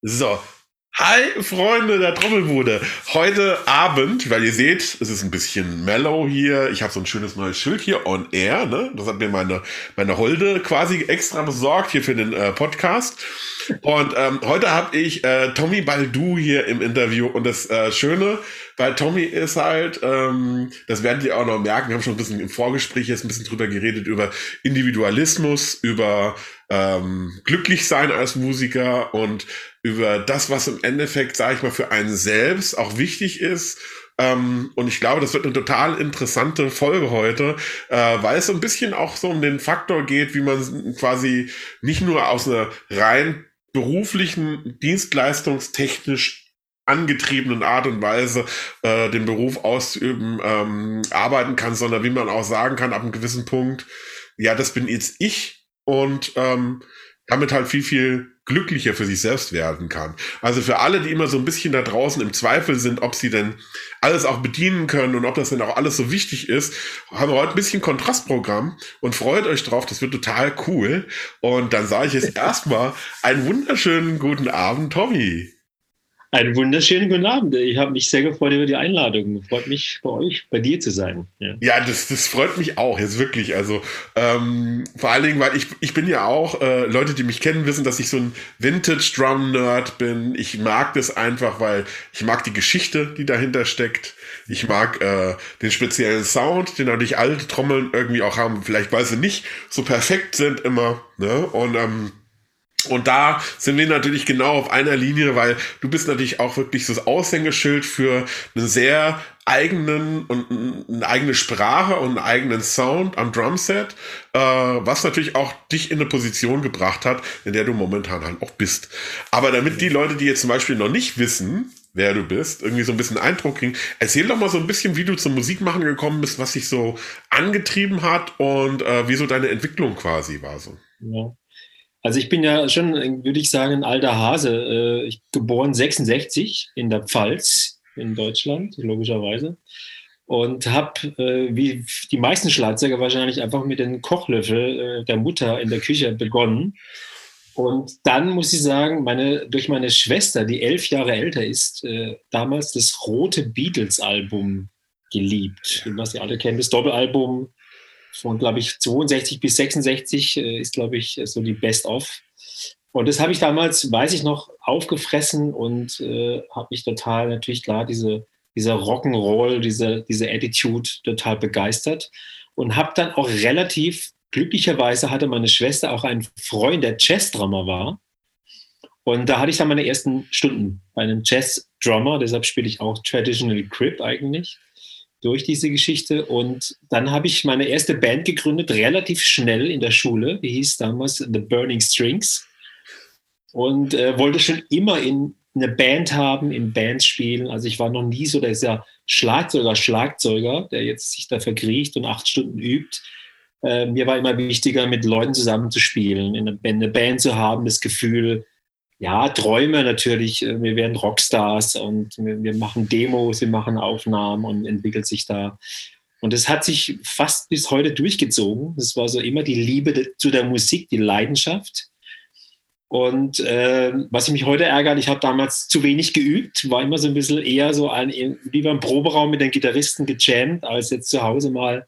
So. Hi, Freunde der Trommelbude. Heute Abend, weil ihr seht, es ist ein bisschen mellow hier. Ich habe so ein schönes neues Schild hier, on air, ne? Das hat mir meine Holde quasi extra besorgt hier für den Podcast. Und heute habe ich Tommy Baldu hier im Interview. Und das Schöne bei Tommy ist halt, das werdet ihr auch noch merken, wir haben schon ein bisschen im Vorgespräch jetzt ein bisschen drüber geredet, über Individualismus, über glücklich sein als Musiker und über das, was im Endeffekt, sage ich mal, für einen selbst auch wichtig ist. Und ich glaube, das wird eine total interessante Folge heute, weil es so ein bisschen auch so um den Faktor geht, wie man quasi nicht nur aus einer rein beruflichen, dienstleistungstechnisch angetriebenen Art und Weise den Beruf auszuüben, arbeiten kann, sondern wie man auch sagen kann, ab einem gewissen Punkt, ja, das bin jetzt ich und damit halt viel, viel glücklicher für sich selbst werden kann. Also für alle, die immer so ein bisschen da draußen im Zweifel sind, ob sie denn alles auch bedienen können und ob das denn auch alles so wichtig ist, haben wir heute ein bisschen Kontrastprogramm und freut euch drauf, das wird total cool. Und dann sage ich jetzt erstmal einen wunderschönen guten Abend, Tommy. Einen wunderschönen guten Abend. Ich habe mich sehr gefreut über die Einladung. Freut mich, bei euch, bei dir zu sein. Ja, das freut mich auch, jetzt wirklich. Also vor allen Dingen, weil ich bin ja auch, Leute, die mich kennen, wissen, dass ich so ein Vintage-Drum-Nerd bin. Ich mag das einfach, weil ich mag die Geschichte, die dahinter steckt. Ich mag den speziellen Sound, den natürlich alte Trommeln irgendwie auch haben. Vielleicht, weil sie nicht so perfekt sind immer. Ne? Und da sind wir natürlich genau auf einer Linie, weil du bist natürlich auch wirklich so das Aushängeschild für einen sehr eigenen und eine eigene Sprache und einen eigenen Sound am Drumset, was natürlich auch dich in eine Position gebracht hat, in der du momentan halt auch bist. Aber damit die Leute, die jetzt zum Beispiel noch nicht wissen, wer du bist, irgendwie so ein bisschen Eindruck kriegen, erzähl doch mal so ein bisschen, wie du zum Musikmachen gekommen bist, was dich so angetrieben hat und wie so deine Entwicklung quasi war so. Ja. Also ich bin ja schon, würde ich sagen, ein alter Hase. Ich bin geboren 66 in der Pfalz in Deutschland, logischerweise. Und habe, wie die meisten Schlagzeuger wahrscheinlich, einfach mit dem Kochlöffel der Mutter in der Küche begonnen. Und dann muss ich sagen, durch meine Schwester, die 11 Jahre älter ist, damals das Rote Beatles-Album geliebt. Was ihr alle kennt, das Doppelalbum von, glaube ich, 62 bis 66 ist, glaube ich, so die Best-of. Und das habe ich damals, weiß ich noch, aufgefressen und habe mich total, natürlich klar, dieser Rock'n'Roll, diese Attitude total begeistert. Und habe dann auch relativ, glücklicherweise hatte meine Schwester auch einen Freund, der Jazz-Drummer war. Und da hatte ich dann meine ersten Stunden bei einem Jazz-Drummer, deshalb spiele ich auch Traditional Crip eigentlich durch diese Geschichte. Und dann habe ich meine erste Band gegründet, relativ schnell in der Schule. Die hieß damals The Burning Strings. Und wollte schon immer in eine Band haben, in Bands spielen. Also ich war noch nie so dieser Schlagzeuger, der jetzt sich da verkriecht und 8 Stunden übt. Mir war immer wichtiger, mit Leuten zusammenzuspielen, eine Band zu haben, das Gefühl, ja, Träume natürlich, wir werden Rockstars und wir machen Demos, wir machen Aufnahmen und entwickelt sich da. Und das hat sich fast bis heute durchgezogen. Das war so immer die Liebe zu der Musik, die Leidenschaft. Und was mich heute ärgert, ich habe damals zu wenig geübt, war immer so ein bisschen eher so wie beim Proberaum mit den Gitarristen gejammt, als jetzt zu Hause mal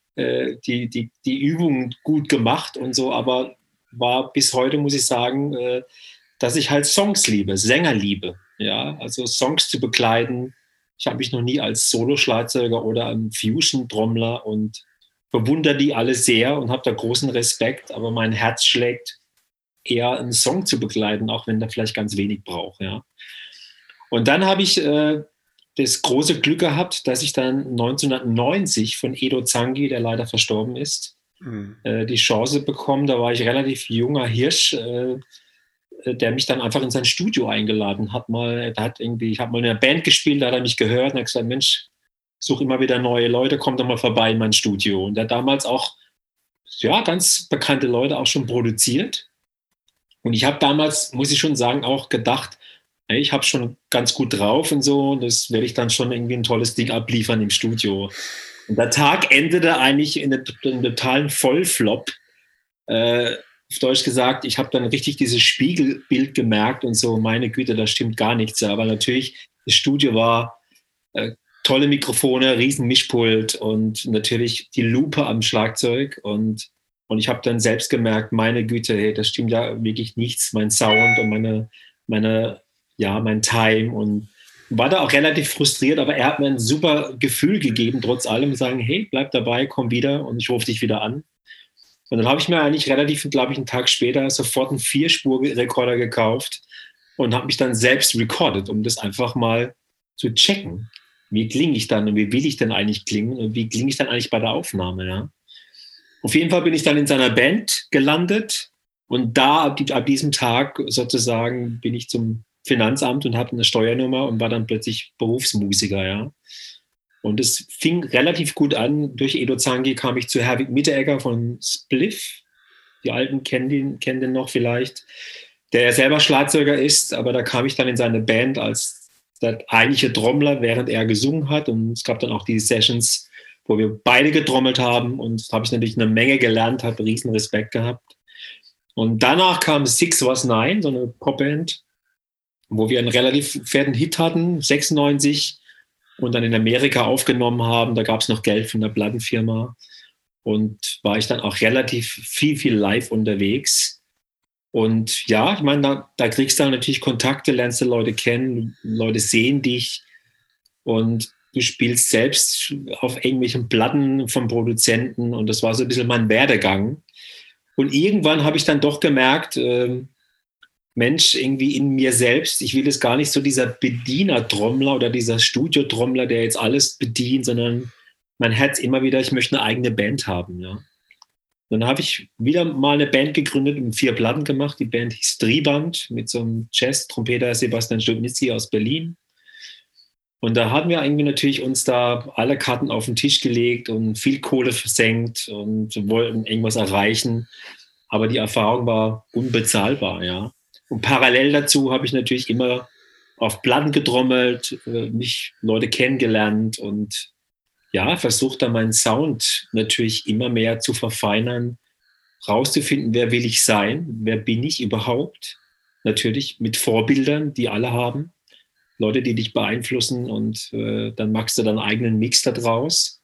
die Übungen gut gemacht und so. Aber war bis heute, muss ich sagen, dass ich halt Songs liebe, Sänger liebe. Ja, also Songs zu begleiten. Ich habe mich noch nie als Solo-Schlagzeuger oder ein Fusion-Trommler und bewundere die alle sehr und habe da großen Respekt, aber mein Herz schlägt eher einen Song zu begleiten, auch wenn der vielleicht ganz wenig braucht. Ja. Und dann habe ich das große Glück gehabt, dass ich dann 1990 von Edo Zangi, der leider verstorben ist, die Chance bekommen. Da war ich relativ junger Hirsch, der mich dann einfach in sein Studio eingeladen hat. Ich habe mal in einer Band gespielt, da hat er mich gehört und hat gesagt, Mensch, such immer wieder neue Leute, komm doch mal vorbei in mein Studio. Und der hat damals auch ja, ganz bekannte Leute auch schon produziert. Und ich habe damals, muss ich schon sagen, auch gedacht, hey, ich habe schon ganz gut drauf und so, das werde ich dann schon irgendwie ein tolles Ding abliefern im Studio. Und der Tag endete eigentlich in einem totalen Vollflop. auf Deutsch gesagt, ich habe dann richtig dieses Spiegelbild gemerkt und so, meine Güte, da stimmt gar nichts. Aber natürlich, das Studio war äh, tolle Mikrofone, riesen Mischpult und natürlich die Lupe am Schlagzeug. Und ich habe dann selbst gemerkt, meine Güte, hey, das stimmt ja wirklich nichts, mein Sound und mein Time. Und war da auch relativ frustriert, aber er hat mir ein super Gefühl gegeben, trotz allem, sagen, hey, bleib dabei, komm wieder und ich rufe dich wieder an. Und dann habe ich mir eigentlich relativ, glaube ich, einen Tag später sofort einen Vierspur-Rekorder gekauft und habe mich dann selbst recorded, um das einfach mal zu checken. Wie klinge ich dann und wie will ich denn eigentlich klingen und wie klinge ich dann eigentlich bei der Aufnahme, ja? Auf jeden Fall bin ich dann in seiner Band gelandet und da ab diesem Tag sozusagen bin ich zum Finanzamt und hatte eine Steuernummer und war dann plötzlich Berufsmusiker, ja. Und es fing relativ gut an. Durch Edo Zangi kam ich zu Herwig Mitteregger von Spliff. Die Alten kennen den noch vielleicht. Der ja selber Schlagzeuger ist, aber da kam ich dann in seine Band als der eigentliche Trommler, während er gesungen hat. Und es gab dann auch die Sessions, wo wir beide getrommelt haben. Und da habe ich natürlich eine Menge gelernt, habe riesen Respekt gehabt. Und danach kam Six Was Nine, so eine Popband, wo wir einen relativ fetten Hit hatten, 96, und dann in Amerika aufgenommen haben. Da gab es noch Geld von der Plattenfirma und war ich dann auch relativ viel live unterwegs. Und ja, ich meine, da kriegst du dann natürlich Kontakte, lernst du Leute kennen, Leute sehen dich und du spielst selbst auf irgendwelchen Platten vom Produzenten und das war so ein bisschen mein Werdegang. Und irgendwann habe ich dann doch gemerkt, Mensch, irgendwie in mir selbst, ich will jetzt gar nicht so dieser Bediener-Trommler oder dieser Studiotrommler, der jetzt alles bedient, sondern mein Herz immer wieder, ich möchte eine eigene Band haben, ja. Dann habe ich wieder mal eine Band gegründet und 4 Platten gemacht. Die Band hieß Triband mit so einem Jazz-Trompeter Sebastian Stubnitzky aus Berlin. Und da haben wir irgendwie natürlich uns da alle Karten auf den Tisch gelegt und viel Kohle versenkt und wollten irgendwas erreichen. Aber die Erfahrung war unbezahlbar, ja. Und parallel dazu habe ich natürlich immer auf Platten getrommelt, mich Leute kennengelernt und ja, versucht dann meinen Sound natürlich immer mehr zu verfeinern, rauszufinden, wer will ich sein, wer bin ich überhaupt. Natürlich mit Vorbildern, die alle haben, Leute, die dich beeinflussen und dann machst du deinen eigenen Mix da draus.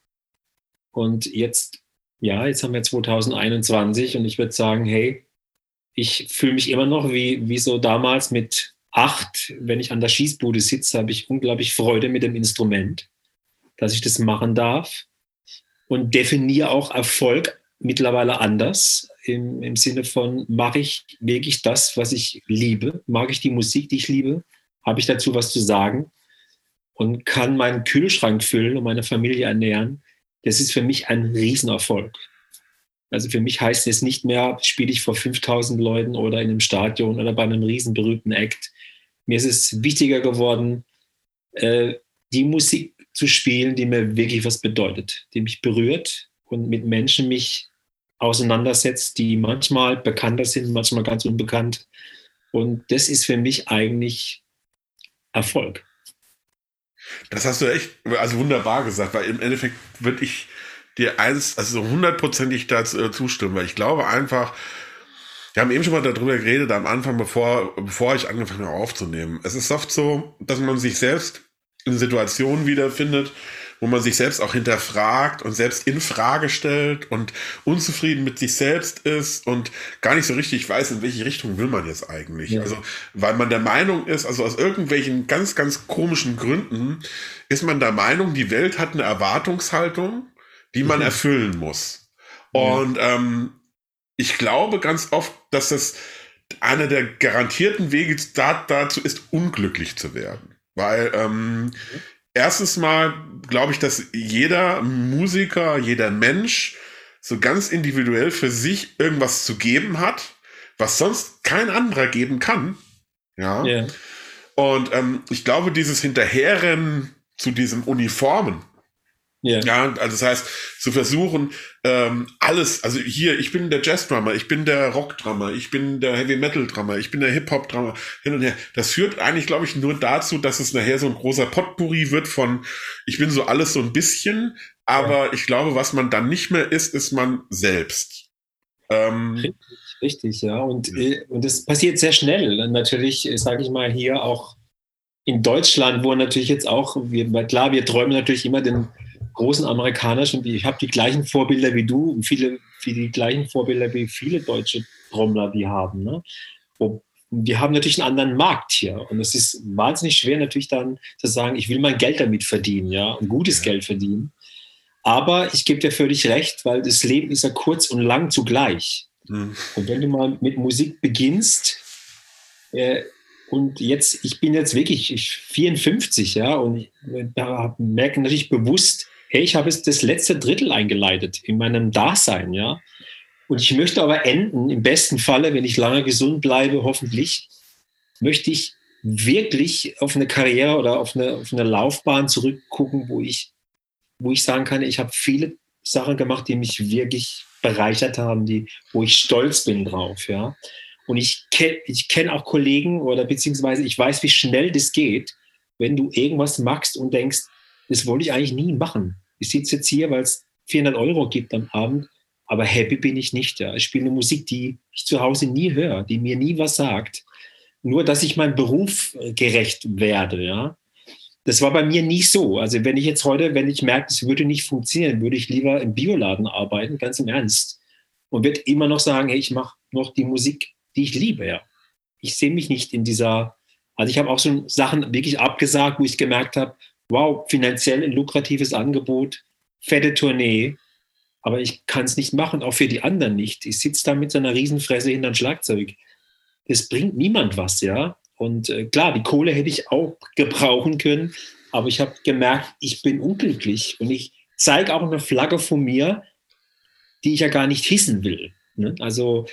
Und jetzt haben wir 2021 und ich würde sagen, hey, ich fühle mich immer noch wie so damals mit 8, wenn ich an der Schießbude sitze, habe ich unglaublich Freude mit dem Instrument, dass ich das machen darf und definiere auch Erfolg mittlerweile anders im Sinne von, mache ich wirklich das, was ich liebe? Mag ich die Musik, die ich liebe? Habe ich dazu was zu sagen? Und kann meinen Kühlschrank füllen und meine Familie ernähren? Das ist für mich ein Riesenerfolg. Also für mich heißt es nicht mehr, spiele ich vor 5000 Leuten oder in einem Stadion oder bei einem riesenberühmten Act. Mir ist es wichtiger geworden, die Musik zu spielen, die mir wirklich was bedeutet, die mich berührt und mit Menschen mich auseinandersetzt, die manchmal bekannter sind, manchmal ganz unbekannt. Und das ist für mich eigentlich Erfolg. Das hast du echt, also wunderbar gesagt, weil im Endeffekt würde ich dir also 100%ig dazu zustimmen, weil ich glaube einfach, wir haben eben schon mal darüber geredet am Anfang, bevor ich angefangen habe aufzunehmen. Es ist oft so, dass man sich selbst in Situationen wiederfindet, wo man sich selbst auch hinterfragt und selbst in Frage stellt und unzufrieden mit sich selbst ist und gar nicht so richtig weiß, in welche Richtung will man jetzt eigentlich. Ja. Also, weil man der Meinung ist, also aus irgendwelchen ganz, ganz komischen Gründen ist man der Meinung, die Welt hat eine Erwartungshaltung, die man erfüllen muss. Ja. Und ich glaube ganz oft, dass das einer der garantierten Wege dazu ist, unglücklich zu werden. Weil erstens mal glaube ich, dass jeder Musiker, jeder Mensch so ganz individuell für sich irgendwas zu geben hat, was sonst kein anderer geben kann. Ja. Yeah. Und ich glaube, dieses Hinterherrennen zu diesem Uniformen, yeah. Ja, also das heißt, zu versuchen, alles, also hier, ich bin der Jazz-Drummer, ich bin der Rock-Drummer, ich bin der Heavy-Metal-Drummer, ich bin der Hip-Hop-Drummer, hin und her. Das führt eigentlich, glaube ich, nur dazu, dass es nachher so ein großer Potpourri wird von, ich bin so alles so ein bisschen, aber ja. Ich glaube, was man dann nicht mehr ist man selbst. richtig, ja. Und das passiert sehr schnell. Natürlich, sage ich mal, hier auch in Deutschland, wo natürlich jetzt auch, wir träumen natürlich immer den großen amerikanischen, ich habe die gleichen Vorbilder wie du und die gleichen Vorbilder wie viele deutsche Trommler die haben. Ne? Wir haben natürlich einen anderen Markt hier und es ist wahnsinnig schwer natürlich dann zu sagen, ich will mein Geld damit verdienen, ja, und gutes Geld verdienen. Aber ich gebe dir völlig recht, weil das Leben ist ja kurz und lang zugleich. Und wenn du mal mit Musik beginnst, und jetzt, ich bin jetzt wirklich 54, ja, und da merke natürlich bewusst, hey, ich habe jetzt das letzte Drittel eingeleitet in meinem Dasein, ja. Und ich möchte aber enden, im besten Falle, wenn ich lange gesund bleibe, hoffentlich, möchte ich wirklich auf eine Karriere oder auf eine Laufbahn zurückgucken, wo ich sagen kann, ich habe viele Sachen gemacht, die mich wirklich bereichert haben, wo ich stolz bin drauf, ja. Und ich kenn auch Kollegen oder beziehungsweise ich weiß, wie schnell das geht, wenn du irgendwas machst und denkst, das wollte ich eigentlich nie machen. Ich sitze jetzt hier, weil es 400 € gibt am Abend, aber happy bin ich nicht. Ja. Ich spiele eine Musik, die ich zu Hause nie höre, die mir nie was sagt. Nur, dass ich meinem Beruf gerecht werde. Ja. Das war bei mir nie so. Also wenn ich merke, es würde nicht funktionieren, würde ich lieber im Bioladen arbeiten, ganz im Ernst. Und würde immer noch sagen, hey, ich mache noch die Musik, die ich liebe. Ja. Ich sehe mich nicht in dieser, also ich habe auch so Sachen wirklich abgesagt, wo ich gemerkt habe, wow, finanziell ein lukratives Angebot, fette Tournee, aber ich kann es nicht machen, auch für die anderen nicht. Ich sitze da mit so einer Riesenfresse hinter dem Schlagzeug. Das bringt niemand was, ja. Und klar, die Kohle hätte ich auch gebrauchen können, aber ich habe gemerkt, ich bin unglücklich und ich zeige auch eine Flagge von mir, die ich ja gar nicht hissen will. Ne? Also,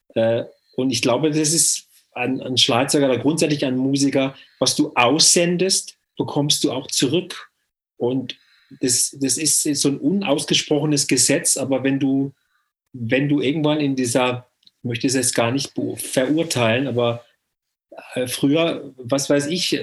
und ich glaube, das ist ein Schlagzeuger oder grundsätzlich ein Musiker, was du aussendest, bekommst du auch zurück. Und das ist so ein unausgesprochenes Gesetz, aber wenn du irgendwann in dieser, ich möchte es jetzt gar nicht verurteilen, aber früher, was weiß ich,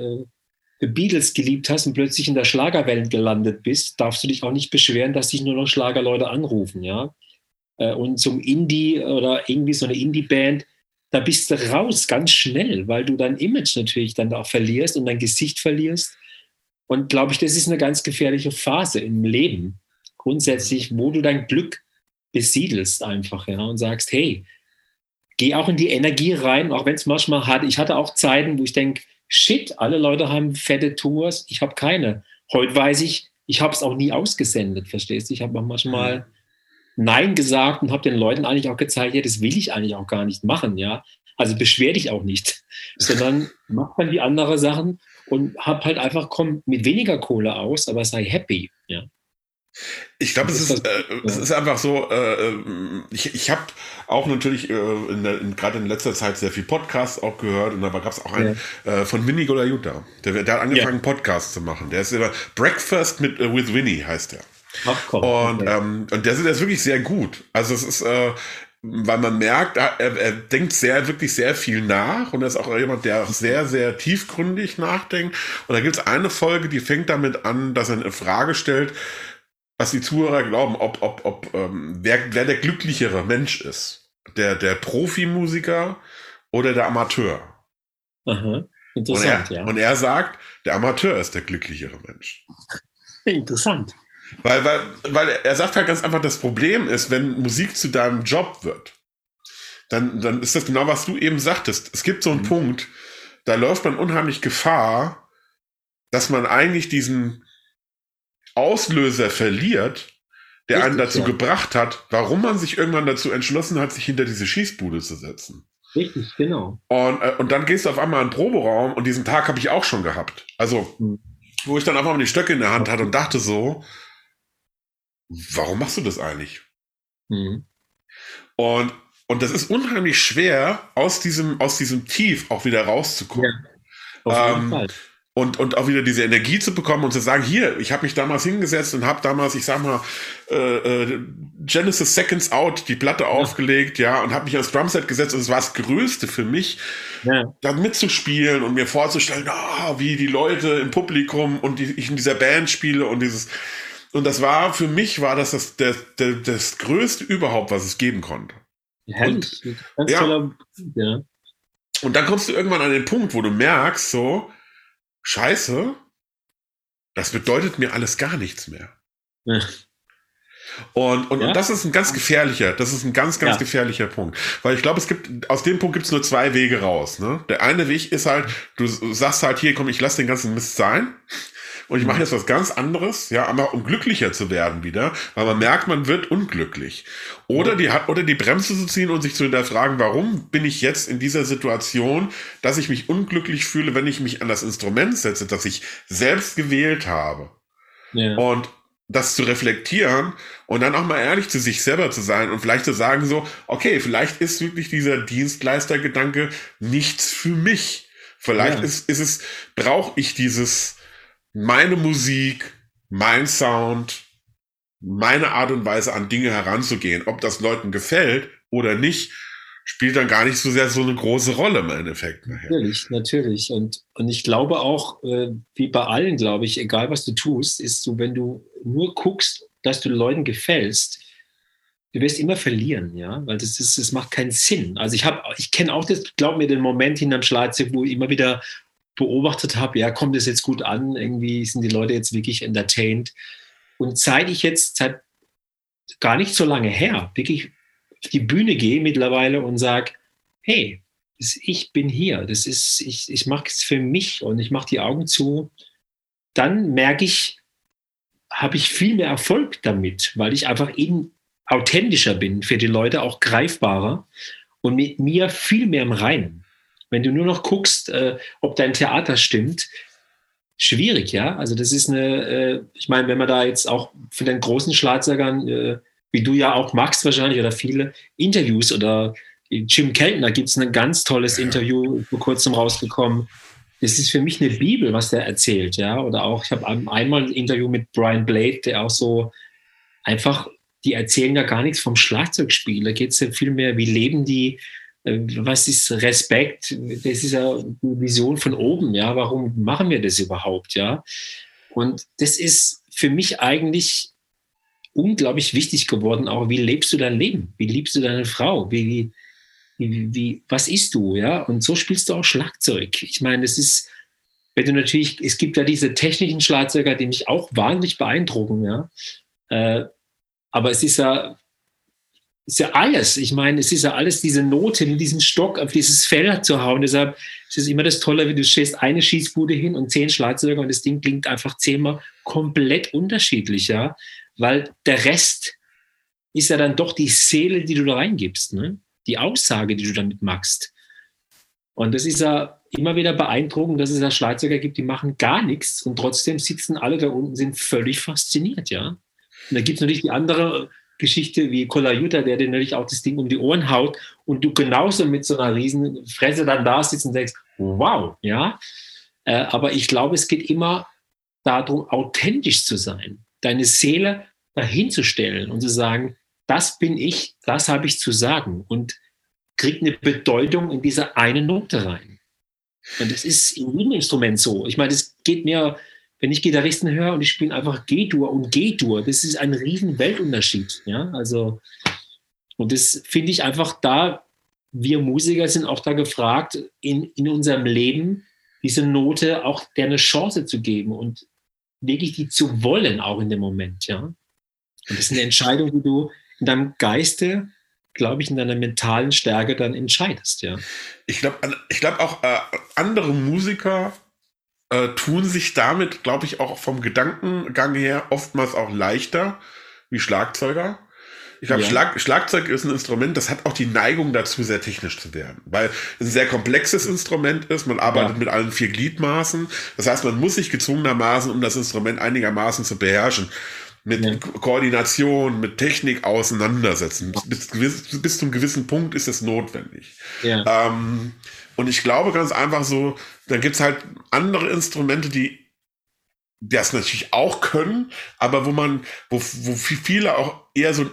Beatles geliebt hast und plötzlich in der Schlagerwelt gelandet bist, darfst du dich auch nicht beschweren, dass dich nur noch Schlagerleute anrufen, ja. Und zum Indie oder irgendwie so eine Indie-Band, da bist du raus ganz schnell, weil du dein Image natürlich dann auch verlierst und dein Gesicht verlierst. Und glaube ich, das ist eine ganz gefährliche Phase im Leben. Grundsätzlich, wo du dein Glück besiedelst einfach, ja, und sagst, hey, geh auch in die Energie rein, auch wenn es manchmal hart ist. Ich hatte auch Zeiten, wo ich denke, shit, alle Leute haben fette Tours, ich habe keine. Heute weiß ich habe es auch nie ausgesendet, verstehst du? Ich habe auch manchmal Nein gesagt und habe den Leuten eigentlich auch gezeigt, ja, das will ich eigentlich auch gar nicht machen, ja. Also beschwer dich auch nicht, sondern mach dann die anderen Sachen und hab halt einfach, komm mit weniger Kohle aus, aber sei happy, ja. Ich glaube, es ist einfach so, ich habe auch natürlich gerade in letzter Zeit sehr viel Podcasts auch gehört und da gab es auch einen von Vinny Colaiuta, der hat angefangen, Podcasts zu machen. Der ist über Breakfast with Vinny heißt der. Ach komm. Und der ist wirklich sehr gut. Also es ist, weil man merkt, er denkt wirklich sehr viel nach und er ist auch jemand, der auch sehr, sehr tiefgründig nachdenkt. Und da gibt es eine Folge, die fängt damit an, dass er eine Frage stellt, was die Zuhörer glauben, wer der glücklichere Mensch ist. Der Profimusiker oder der Amateur. Aha, interessant, ja. Und er sagt, der Amateur ist der glücklichere Mensch. Interessant. Weil er sagt halt ganz einfach, das Problem ist, wenn Musik zu deinem Job wird, dann ist das genau, was du eben sagtest. Es gibt so einen Punkt, da läuft man unheimlich Gefahr, dass man eigentlich diesen Auslöser verliert, der einen dazu gebracht hat, warum man sich irgendwann dazu entschlossen hat, sich hinter diese Schießbude zu setzen. Richtig, genau. Und dann gehst du auf einmal in den Proberaum und diesen Tag habe ich auch schon gehabt. Also, wo ich dann einfach mal die Stöcke in der Hand hatte und dachte so, warum machst du das eigentlich? Und das ist unheimlich schwer, aus diesem Tief auch wieder rauszukommen. Ja, auf jeden Fall. Und auch wieder diese Energie zu bekommen und zu sagen, hier, ich habe mich damals hingesetzt und habe damals, ich sag mal, Genesis Seconds Out, die Platte aufgelegt, ja, und habe mich ans Drumset gesetzt und es war das Größte für mich, dann mitzuspielen und mir vorzustellen, wie die Leute im Publikum und ich in dieser Band spiele und das war, für mich war das Größte überhaupt, was es geben konnte. Herrlich. Ganz Ja, toller, ja. und dann kommst du irgendwann an den Punkt, wo du merkst, so, Scheiße, das bedeutet mir alles gar nichts mehr. Ja. Und Ja. das ist ein ganz Ja. gefährlicher Punkt. Weil ich glaube, aus dem Punkt gibt es nur zwei Wege raus. Ne? Der eine Weg ist halt, du sagst halt, hier, komm, ich lasse den ganzen Mist sein. Und ich mache jetzt was ganz anderes, ja, aber um glücklicher zu werden wieder, weil man merkt, man wird unglücklich. Oder die Bremse zu ziehen und sich zu hinterfragen, warum bin ich jetzt in dieser Situation, dass ich mich unglücklich fühle, wenn ich mich an das Instrument setze, das ich selbst gewählt habe. Ja. Und das zu reflektieren und dann auch mal ehrlich zu sich selber zu sein und vielleicht zu sagen so, okay, vielleicht ist wirklich dieser Dienstleistergedanke nichts für mich. Vielleicht brauche ich meine Musik, mein Sound, meine Art und Weise an Dinge heranzugehen. Ob das Leuten gefällt oder nicht, spielt dann gar nicht so sehr so eine große Rolle im Endeffekt. Natürlich. Und ich glaube auch, wie bei allen, glaube ich, egal was du tust, ist so, wenn du nur guckst, dass du Leuten gefällst, du wirst immer verlieren, ja, weil das macht keinen Sinn. Also ich kenne auch glaub mir, den Moment hinterm Schlagzeug, wo ich immer wieder beobachtet habe, ja, kommt das jetzt gut an, irgendwie sind die Leute jetzt wirklich entertained. Und seit gar nicht so lange her, wirklich auf die Bühne gehe mittlerweile und sage, hey, ich bin hier, ich mache es für mich und ich mache die Augen zu, dann merke ich, habe ich viel mehr Erfolg damit, weil ich einfach eben authentischer bin, für die Leute auch greifbarer und mit mir viel mehr im Reinen. Wenn du nur noch guckst, ob dein Theater stimmt, schwierig, ja. Also das ist ich meine, wenn man da jetzt auch von den großen Schlagzeugern, wie du ja auch magst wahrscheinlich oder viele Interviews oder Jim Keltner gibt es ein ganz tolles Interview vor kurzem rausgekommen. Das ist für mich eine Bibel, was der erzählt, ja. Oder auch, ich habe einmal ein Interview mit Brian Blade, der auch so einfach, die erzählen ja gar nichts vom Schlagzeugspiel. Da geht es ja viel mehr, wie leben die, was ist Respekt? Das ist ja die Vision von oben, ja. Warum machen wir das überhaupt, ja? Und das ist für mich eigentlich unglaublich wichtig geworden, auch wie lebst du dein Leben? Wie liebst du deine Frau? Was isst du, ja? Und so spielst du auch Schlagzeug. Ich meine, es gibt ja diese technischen Schlagzeuger, die mich auch wahnsinnig beeindrucken, ja. Aber es ist ja alles. Ich meine, es ist ja alles diese Note in diesen Stock auf dieses Fell zu hauen. Deshalb ist es immer das Tolle, wie du stehst eine Schießbude hin und 10 Schlagzeuger und das Ding klingt einfach 10-mal komplett unterschiedlich, ja. Weil der Rest ist ja dann doch die Seele, die du da reingibst, ne? Die Aussage, die du damit machst. Und das ist ja immer wieder beeindruckend, dass es ja Schlagzeuger gibt, die machen gar nichts und trotzdem sitzen alle da unten, sind völlig fasziniert, ja. Und da gibt es natürlich die andere Geschichte wie Colaiuta, der dir natürlich auch das Ding um die Ohren haut und du genauso mit so einer riesen Fresse dann da sitzt und denkst, wow, ja. Aber ich glaube, es geht immer darum, authentisch zu sein, deine Seele dahinzustellen und zu sagen, das bin ich, das habe ich zu sagen und kriegt eine Bedeutung in diese eine Note rein. Und das ist in jedem Instrument so. Ich meine, das geht mir, wenn ich Gitarristen höre und die spielen einfach G-Dur und G-Dur, das ist ein riesen Weltunterschied. Ja, also, und das finde ich einfach wir Musiker sind auch da gefragt, in unserem Leben diese Note auch der eine Chance zu geben und wirklich die zu wollen, auch in dem Moment, ja. Und das ist eine Entscheidung, die du in deinem Geiste, glaube ich, in deiner mentalen Stärke dann entscheidest, ja. Ich glaube auch, andere Musiker tun sich damit, glaube ich, auch vom Gedankengang her oftmals auch leichter wie Schlagzeuger. Ich glaube, Schlagzeug ist ein Instrument, das hat auch die Neigung dazu, sehr technisch zu werden, weil es ein sehr komplexes Instrument ist. Man arbeitet mit allen 4 Gliedmaßen. Das heißt, man muss sich gezwungenermaßen, um das Instrument einigermaßen zu beherrschen, mit Koordination, mit Technik auseinandersetzen. Bis zu einem gewissen Punkt ist es notwendig. Ja. Und ich glaube ganz einfach so, dann gibt es halt andere Instrumente, die das natürlich auch können, aber wo viele auch eher so einen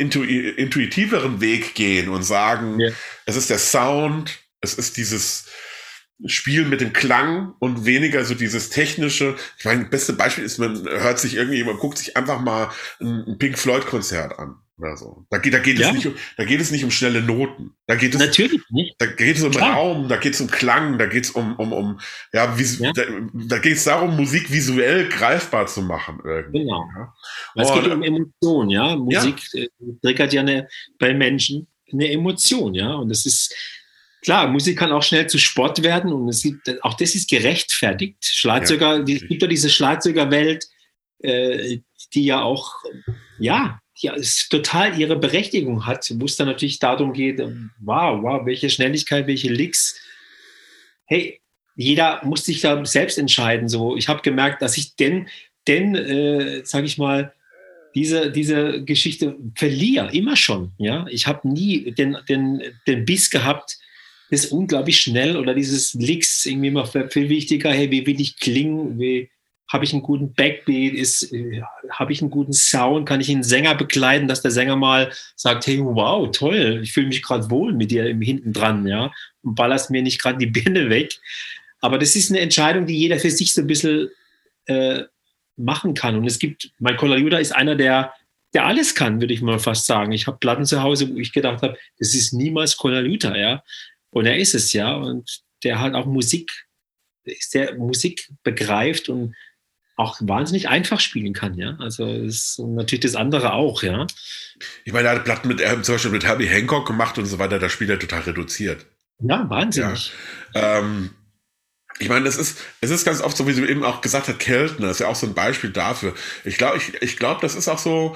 intuitiveren Weg gehen und sagen, es ist der Sound, es ist Spielen mit dem Klang und weniger so dieses technische. Ich meine, das beste Beispiel ist, man guckt sich einfach mal ein Pink Floyd Konzert an oder so. Da geht Ja, da geht es nicht um schnelle Noten. natürlich nicht. Da geht es um Klar. Raum, da geht es um Klang, da geht es Ja, da geht es darum, Musik visuell greifbar zu machen irgendwie. genau. Ja. Weil es geht Und um Emotionen, ja. ja, Musik triggert ja bei Menschen eine Emotion, ja. Und das ist klar, Musik kann auch schnell zu Sport werden und auch das ist gerechtfertigt. ja, Es gibt ja diese Schlagzeugerwelt, die ja auch, ja, es total ihre Berechtigung hat, wo es dann natürlich darum geht, wow, welche Schnelligkeit, welche Licks. Hey, jeder muss sich da selbst entscheiden. So, ich habe gemerkt, dass ich sage ich mal, diese Geschichte verliere, immer schon. Ja? Ich habe nie den Biss gehabt, das unglaublich schnell oder dieses Licks irgendwie immer viel wichtiger. Hey, wie will ich klingen? Habe ich einen guten Backbeat? Habe ich einen guten Sound? Kann ich einen Sänger begleiten, dass der Sänger mal sagt, hey, wow, toll, ich fühle mich gerade wohl mit dir hinten dran, ja, und ballerst mir nicht gerade die Birne weg. Aber das ist eine Entscheidung, die jeder für sich so ein bisschen machen kann. Und mein Colaiuta ist einer, der alles kann, würde ich mal fast sagen. Ich habe Platten zu Hause, wo ich gedacht habe, das ist niemals Colaiuta, ja. Und er ist es, ja. Und der hat auch der Musik begreift und auch wahnsinnig einfach spielen kann, ja. Also ist natürlich das andere auch, ja. ich meine, er hat Platten zum Beispiel mit Herbie Hancock gemacht und so weiter, da spielt er total reduziert. Ja, Ja. wahnsinnig. Ich meine, es ist ganz oft so, wie du eben auch gesagt hast, Keltner ist ja auch so ein Beispiel dafür. Ich glaube, das ist auch so,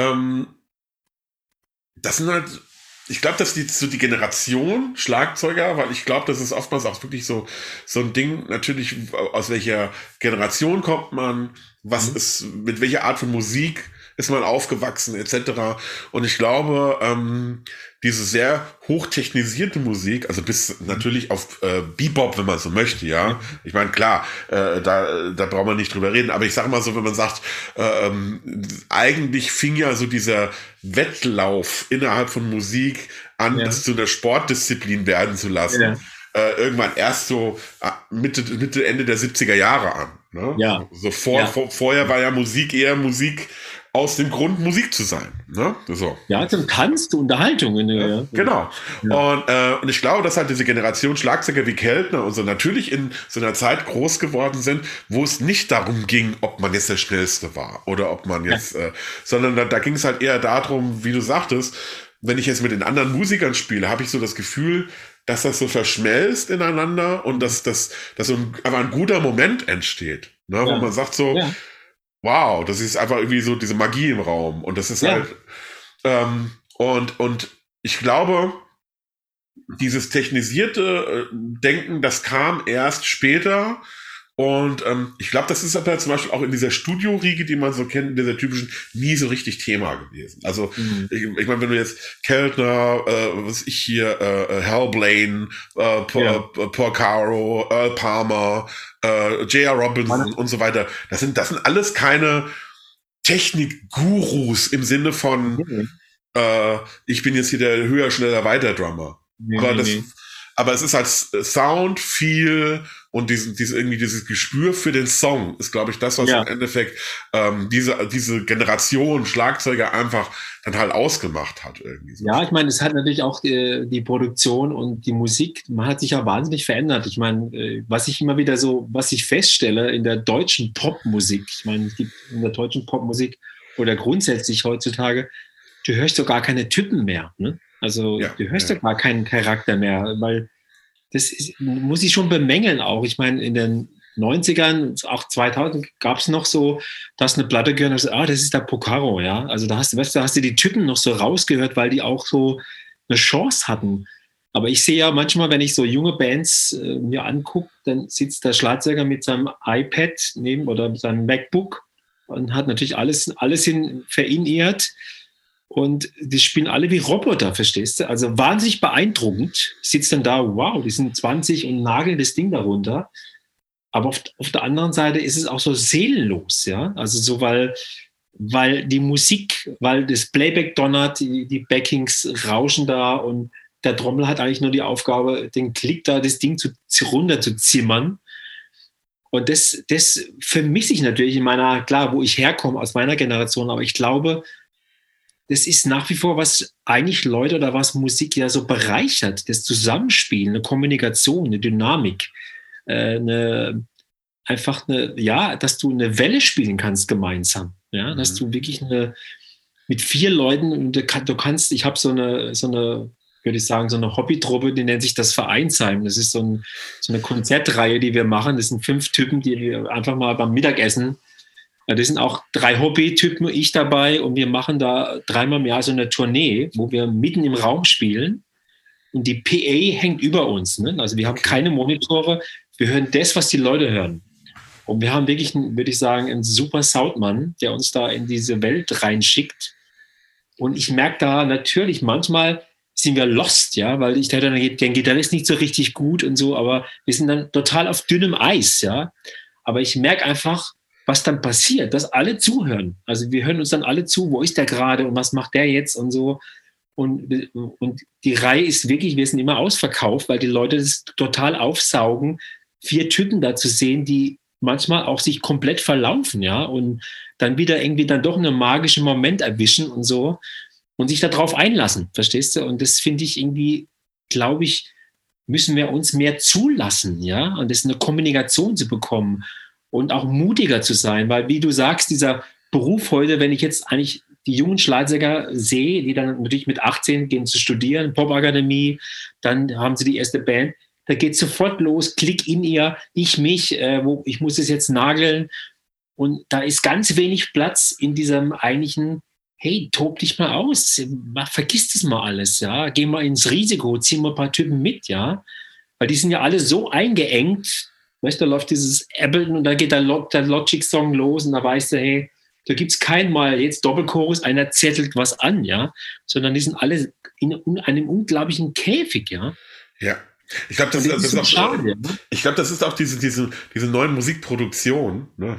das sind halt, ich glaube, dass die Generation Schlagzeuger, weil ich glaube, das ist oftmals auch wirklich so ein Ding, natürlich, aus welcher Generation kommt man, mit welcher Art von Musik ist man aufgewachsen, etc. Und ich glaube, diese sehr hochtechnisierte Musik, also bis natürlich auf Bebop, wenn man so möchte, ja. Ich meine, klar, da braucht man nicht drüber reden, aber ich sage mal so, wenn man sagt, eigentlich fing ja so dieser Wettlauf innerhalb von Musik an, Ja. das zu einer Sportdisziplin werden zu lassen. Ja. Irgendwann erst so Mitte, Ende der 70er Jahre an. Ne? Ja. So Ja. vorher war ja Musik eher Musik aus dem Grund, Musik zu sein. Ne? So. Ja, zum Tanz, zur Unterhaltung. Ja. Genau. Ja. Und ich glaube, dass halt diese Generation Schlagzeuger wie Keltner und so natürlich in so einer Zeit groß geworden sind, wo es nicht darum ging, ob man jetzt der Schnellste war oder ob man jetzt, sondern da ging es halt eher darum, wie du sagtest, wenn ich jetzt mit den anderen Musikern spiele, habe ich so das Gefühl, dass das so verschmelzt ineinander und dass so einfach ein guter Moment entsteht, ne? Wo man sagt so, wow, das ist einfach irgendwie so diese Magie im Raum und das ist halt und ich glaube, dieses technisierte Denken, das kam erst später. Und ich glaube, das ist aber zum Beispiel auch in dieser Studioriege, die man so kennt, in dieser typischen, nie so richtig Thema gewesen. Also ich meine, wenn du jetzt Keltner, was ich hier, Hal Blaine, Porcaro, Earl Palmer, J.R. Robinson und so weiter, das sind alles keine Technik-Gurus im Sinne von ich bin jetzt hier der höher, schneller, weiter Drummer. Aber es ist halt Sound, Feel und dieses Gespür für den Song ist, glaube ich, das, was im Endeffekt diese Generation Schlagzeuger einfach dann halt ausgemacht hat. Irgendwie so. Ja, ich meine, es hat natürlich auch die Produktion und die Musik, man hat sich ja wahnsinnig verändert. Ich meine, was ich feststelle in der deutschen Popmusik, ich meine, es gibt in der deutschen Popmusik oder grundsätzlich heutzutage, du hörst doch gar keine Typen mehr, ne? Also du hörst doch gar keinen Charakter mehr, weil muss ich schon bemängeln auch. Ich meine, in den 90ern, auch 2000 gab es noch so, dass eine Platte gehört hat, das ist der Porcaro, ja. Also da hast du die Typen noch so rausgehört, weil die auch so eine Chance hatten. Aber ich sehe ja manchmal, wenn ich so junge Bands mir angucke, dann sitzt der Schlagzeuger mit seinem iPad oder mit seinem MacBook und hat natürlich alles verirrt. Und die spielen alle wie Roboter, verstehst du? Also wahnsinnig beeindruckend. Ich sitze dann da, wow, die sind 20 und nageln das Ding darunter. Aber auf der anderen Seite ist es auch so seelenlos, ja. Also so, weil die Musik, weil das Playback donnert, die Backings rauschen da und der Trommel hat eigentlich nur die Aufgabe, den Klick da, das Ding runter zu zimmern. Und das vermisse ich natürlich in meiner, klar, wo ich herkomme, aus meiner Generation, aber ich glaube, das ist nach wie vor, was eigentlich Leute oder was Musik ja so bereichert, das Zusammenspiel, eine Kommunikation, eine Dynamik, dass du eine Welle spielen kannst gemeinsam, ja, dass du wirklich mit 4 Leuten, du kannst, ich habe so eine, würde ich sagen, so eine Hobbytruppe, die nennt sich das Vereinsheim. Das ist so eine Konzertreihe, die wir machen. Das sind 5 Typen, die wir einfach mal beim Mittagessen, das sind auch 3 Hobbytypen, ich dabei, und wir machen da 3-mal im Jahr so eine Tournee, wo wir mitten im Raum spielen und die PA hängt über uns. Ne? Also wir haben keine Monitore, wir hören das, was die Leute hören. Und wir haben wirklich, würde ich sagen, einen super Soundmann, der uns da in diese Welt reinschickt. Und ich merke da natürlich, manchmal sind wir lost, ja, weil ich dachte, der Gitarrist nicht so richtig gut und so, aber wir sind dann total auf dünnem Eis, ja. Aber ich merke einfach, was dann passiert, dass alle zuhören. Also wir hören uns dann alle zu, wo ist der gerade und was macht der jetzt und so. Und die Reihe ist wirklich, wir sind immer ausverkauft, weil die Leute das total aufsaugen, 4 Typen da zu sehen, die manchmal auch sich komplett verlaufen, ja, und dann wieder irgendwie dann doch einen magischen Moment erwischen und so und sich darauf einlassen, verstehst du? Und das finde ich irgendwie, glaube ich, müssen wir uns mehr zulassen, ja, und das ist eine Kommunikation zu bekommen und auch mutiger zu sein, weil wie du sagst, dieser Beruf heute, wenn ich jetzt eigentlich die jungen Schlagzeuger sehe, die dann natürlich mit 18 gehen zu studieren, Popakademie, dann haben sie die erste Band, da geht sofort los, Klick in ihr, ich mich, ich muss es jetzt nageln. Und da ist ganz wenig Platz in diesem eigentlichen, hey, tob dich mal aus, vergiss das mal alles, ja, geh mal ins Risiko, zieh mal ein paar Typen mit, ja, weil die sind ja alle so eingeengt, weißt du, da läuft dieses Ableton und da geht der Logic-Song los und da weißt du, hey, da gibt es kein Mal jetzt Doppelchorus, einer zettelt was an, ja, sondern die sind alle in einem unglaublichen Käfig, ja. Ja. Ich glaube, das ist auch schade. Ne? Ich glaube, das ist auch diese neuen Musikproduktionen, ne?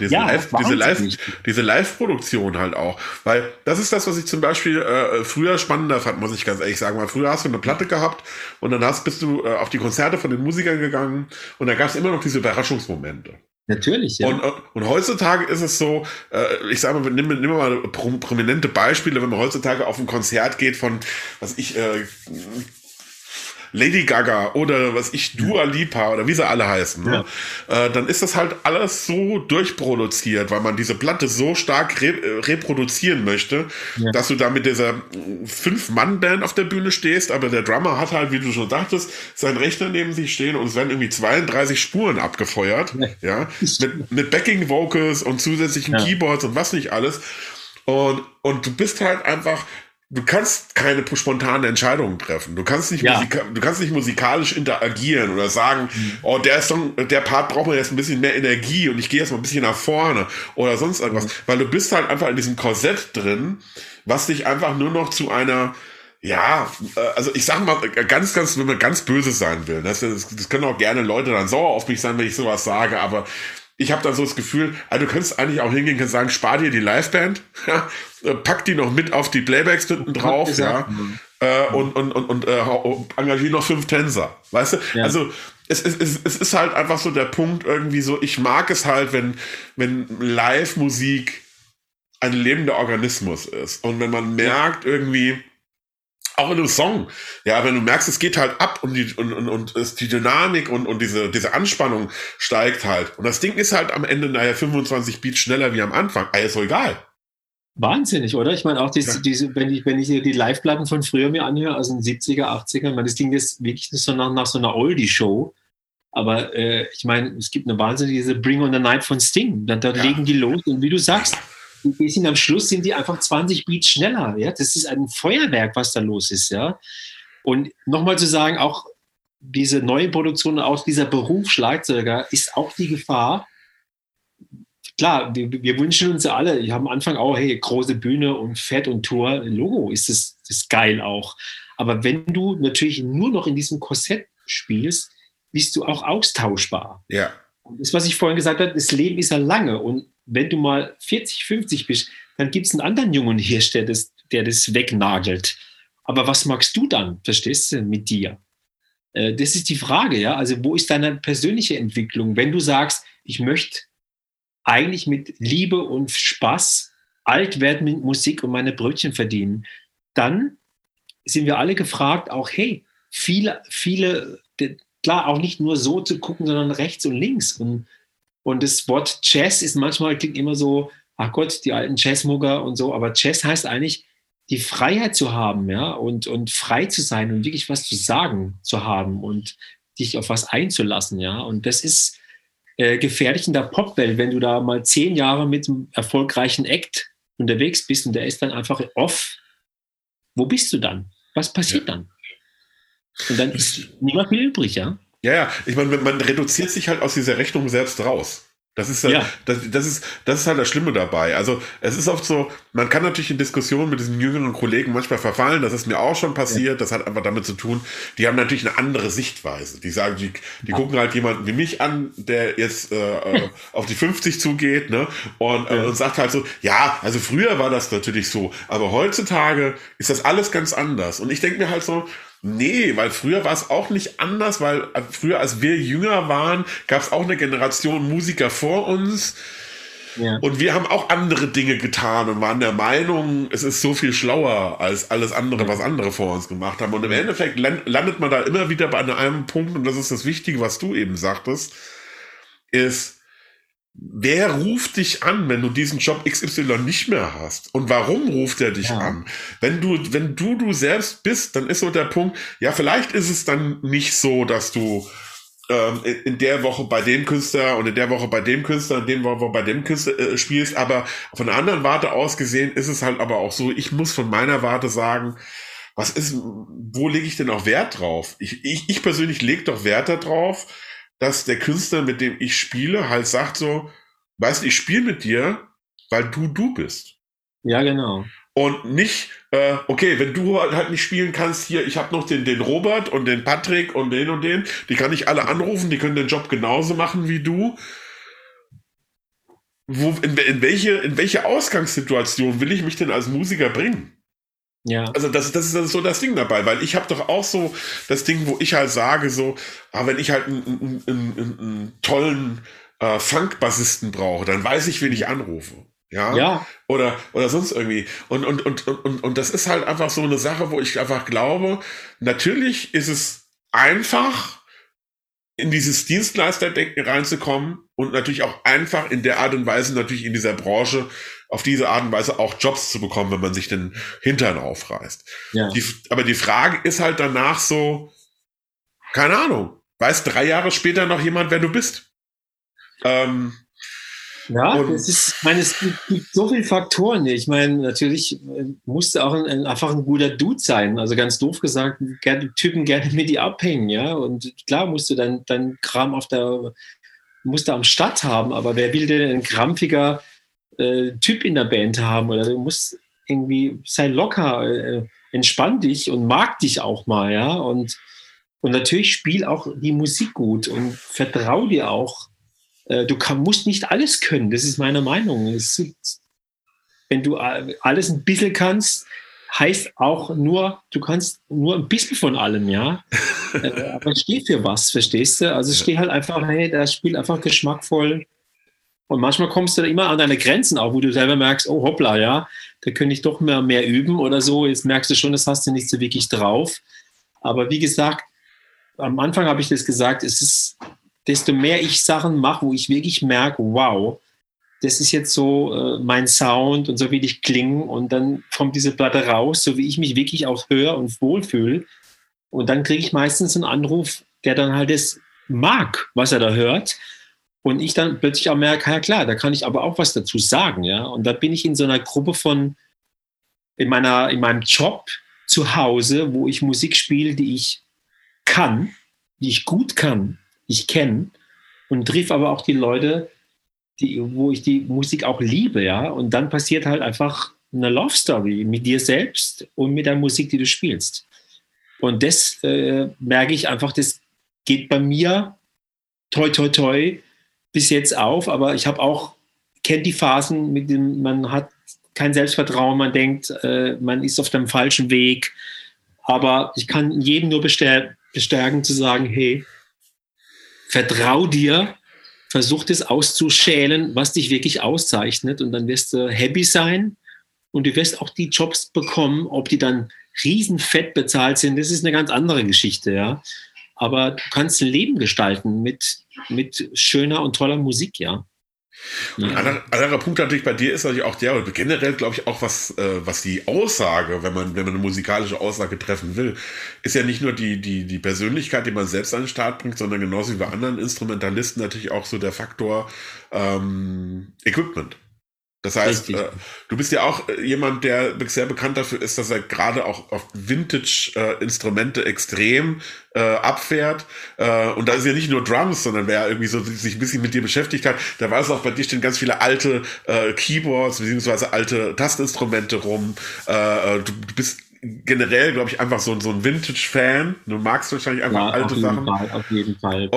Diese Live-Produktion halt auch. Weil das ist das, was ich zum Beispiel früher spannender fand, muss ich ganz ehrlich sagen. Weil früher hast du eine Platte gehabt und dann bist du auf die Konzerte von den Musikern gegangen und da gab es immer noch diese Überraschungsmomente. Natürlich, ja. Und heutzutage ist es so, ich sage mal, nimm mal prominente Beispiele, wenn man heutzutage auf ein Konzert geht von, Lady Gaga oder Dua Lipa oder wie sie alle heißen, ne? Dann ist das halt alles so durchproduziert, weil man diese Platte so stark reproduzieren möchte, dass du da mit dieser 5-Mann-Band auf der Bühne stehst, aber der Drummer hat halt, wie du schon sagtest, seinen Rechner neben sich stehen und es werden irgendwie 32 Spuren abgefeuert, ja, mit Backing-Vocals und zusätzlichen Keyboards und was nicht alles. Und du bist halt einfach, du kannst keine spontanen Entscheidungen treffen. Du kannst nicht musikalisch interagieren oder sagen, oh, der Part braucht mir jetzt ein bisschen mehr Energie und ich gehe jetzt mal ein bisschen nach vorne oder sonst irgendwas. Weil du bist halt einfach in diesem Korsett drin, was dich einfach nur noch zu einer, also ich sag mal, wenn man ganz böse sein will. Das können auch gerne Leute dann sauer auf mich sein, wenn ich sowas sage, aber ich habe dann so das Gefühl, du könntest eigentlich auch hingehen und sagen, spar dir die Liveband, pack die noch mit auf die Playbacks hinten drauf, und engagier noch 5 Tänzer, weißt du? Ja. Also es ist halt einfach so der Punkt irgendwie so, ich mag es halt, wenn Live-Musik ein lebender Organismus ist und wenn man merkt irgendwie, auch in einem Song, wenn du merkst, es geht halt ab und die Dynamik und diese Anspannung steigt halt. Und das Ding ist halt am Ende 25 Beats schneller wie am Anfang. Ist so egal. Wahnsinnig, oder? Ich meine auch wenn ich die Live-Platten von früher mir anhöre, also in den 70er, 80er, das Ding ist wirklich so nach so einer Oldie-Show. Aber ich meine, es gibt eine wahnsinnige Bring on the Night von Sting. Da legen die los und wie du sagst, am Schluss sind die einfach 20 Beats schneller. Ja? Das ist ein Feuerwerk, was da los ist. Ja? Und nochmal zu sagen, auch diese neue Produktion aus dieser Beruf Schlagzeuger ist auch die Gefahr. Klar, wir wünschen uns ja alle, ich habe am Anfang auch, hey, große Bühne und Fett und Tour, Logo, ist das geil auch. Aber wenn du natürlich nur noch in diesem Korsett spielst, bist du auch austauschbar. Ja. Und das, was ich vorhin gesagt habe, das Leben ist ja lange und wenn du mal 40, 50 bist, dann gibt es einen anderen jungen Hirsch, der das wegnagelt. Aber was magst du dann, verstehst du, mit dir? Das ist die Frage, ja. Also wo ist deine persönliche Entwicklung? Wenn du sagst, ich möchte eigentlich mit Liebe und Spaß alt werden mit Musik und meine Brötchen verdienen, dann sind wir alle gefragt, auch hey, viele, klar, auch nicht nur so zu gucken, sondern rechts und links. Und das Wort Jazz ist manchmal, klingt immer so, ach Gott, die alten Jazzmugger und so, aber Jazz heißt eigentlich, die Freiheit zu haben, ja, und frei zu sein und wirklich was zu sagen zu haben und dich auf was einzulassen, ja. Und das ist gefährlich in der Popwelt, wenn du da mal 10 Jahre mit einem erfolgreichen Act unterwegs bist und der ist dann einfach off. Wo bist du dann? Was passiert dann? Und dann ist nicht mehr viel übrig, ja? Ja, ich meine, man reduziert sich halt aus dieser Rechnung selbst raus. Das ist, das ist halt das Schlimme dabei. Also es ist oft so, man kann natürlich in Diskussionen mit diesen jüngeren Kollegen manchmal verfallen, das ist mir auch schon passiert, ja. Das hat einfach damit zu tun, die haben natürlich eine andere Sichtweise. Die sagen, die gucken halt jemanden wie mich an, der jetzt auf die 50 zugeht, ne? Und sagt halt so, ja, also früher war das natürlich so, aber heutzutage ist das alles ganz anders. Und ich denke mir halt so, nee, weil früher war es auch nicht anders, weil früher, als wir jünger waren, gab es auch eine Generation Musiker vor uns. Ja. Und wir haben auch andere Dinge getan und waren der Meinung, es ist so viel schlauer als alles andere, was andere vor uns gemacht haben. Und im Endeffekt landet man da immer wieder bei einem Punkt, und das ist das Wichtige, was du eben sagtest, ist, wer ruft dich an, wenn du diesen Job XY nicht mehr hast? Und warum ruft er dich an? Wenn du selbst bist, dann ist so der Punkt, ja, vielleicht ist es dann nicht so, dass du in der Woche bei dem Künstler und in der Woche bei dem Künstler und in der Woche bei dem Künstler spielst, aber von der anderen Warte aus gesehen ist es halt aber auch so, ich muss von meiner Warte sagen, wo lege ich denn auch Wert drauf? Ich persönlich lege doch Wert darauf, dass der Künstler, mit dem ich spiele, halt sagt so, weißt du, ich spiele mit dir, weil du bist. Ja, genau. Und nicht, okay, wenn du halt nicht spielen kannst, hier, ich habe noch den Robert und den Patrick und den, die kann ich alle anrufen, die können den Job genauso machen wie du. In welche Ausgangssituation will ich mich denn als Musiker bringen? Ja. Also das ist so das Ding dabei, weil ich habe doch auch so das Ding, wo ich halt sage so, wenn ich halt einen tollen Funk-Bassisten brauche, dann weiß ich, wen ich anrufe. Ja. Oder sonst irgendwie. Und das ist halt einfach so eine Sache, wo ich einfach glaube, natürlich ist es einfach, in dieses Dienstleisterdenken reinzukommen und natürlich auch einfach in der Art und Weise natürlich in dieser Branche auf diese Art und Weise auch Jobs zu bekommen, wenn man sich den Hintern aufreißt. Ja. Aber die Frage ist halt danach so, keine Ahnung, weiß 3 Jahre später noch jemand, wer du bist? Ja, das ist, ich meine, es gibt so viele Faktoren. Ich meine, natürlich musst du auch einfach ein guter Dude sein. Also ganz doof gesagt, Typen gerne mit dir abhängen, ja. Und klar musst du dann Kram musst du am Start haben, aber wer will denn ein krampfiger Typ in der Band haben? Oder du musst irgendwie, sei locker, entspann dich und mag dich auch mal, ja. Und natürlich spiel auch die Musik gut und vertrau dir auch. Du musst nicht alles können, das ist meine Meinung. Wenn du alles ein bisschen kannst, heißt auch nur, du kannst nur ein bisschen von allem, ja. Aber steh für was, verstehst du? Also steh halt einfach, hey, das spielt einfach geschmackvoll. Und manchmal kommst du da immer an deine Grenzen auch, wo du selber merkst, oh hoppla, ja, da könnte ich doch mehr üben oder so. Jetzt merkst du schon, das hast du nicht so wirklich drauf. Aber wie gesagt, am Anfang habe ich das gesagt, es ist, desto mehr ich Sachen mache, wo ich wirklich merke, wow, das ist jetzt so mein Sound und so will ich klingen und dann kommt diese Platte raus, so wie ich mich wirklich auch höre und wohlfühle. Und dann kriege ich meistens einen Anruf, der dann halt das mag, was er da hört. Und ich dann plötzlich auch merke, ja klar, da kann ich aber auch was dazu sagen. Ja? Und da bin ich in so einer Gruppe in meinem Job zu Hause, wo ich Musik spiele, die ich kann, die ich gut kann, ich kenne und triff aber auch die Leute, wo ich die Musik auch liebe, ja. Und dann passiert halt einfach eine Love Story mit dir selbst und mit der Musik, die du spielst. Und das merke ich einfach, das geht bei mir toi toi toi bis jetzt auf, aber ich habe auch, kennt die Phasen, man hat kein Selbstvertrauen, man denkt, man ist auf dem falschen Weg Aber ich kann jeden nur bestärken zu sagen, hey, vertrau dir, versuch das auszuschälen, was dich wirklich auszeichnet und dann wirst du happy sein und du wirst auch die Jobs bekommen, ob die dann riesenfett bezahlt sind, das ist eine ganz andere Geschichte, ja. Aber du kannst ein Leben gestalten mit schöner und toller Musik, ja. Ein anderer Punkt natürlich bei dir ist natürlich auch der, oder generell glaube ich auch, was die Aussage, wenn man eine musikalische Aussage treffen will, ist ja nicht nur die Persönlichkeit, die man selbst an den Start bringt, sondern genauso wie bei anderen Instrumentalisten natürlich auch so der Faktor Equipment. Das heißt, du bist ja auch jemand, der sehr bekannt dafür ist, dass er gerade auch auf Vintage-Instrumente extrem abfährt. Und da ist ja nicht nur Drums, sondern wer irgendwie so sich ein bisschen mit dir beschäftigt hat, da weiß auch, bei dir stehen ganz viele alte Keyboards beziehungsweise alte Tastinstrumente rum. Du bist generell, glaube ich, einfach so ein Vintage-Fan. Du magst wahrscheinlich einfach alte Sachen. Auf jeden Fall.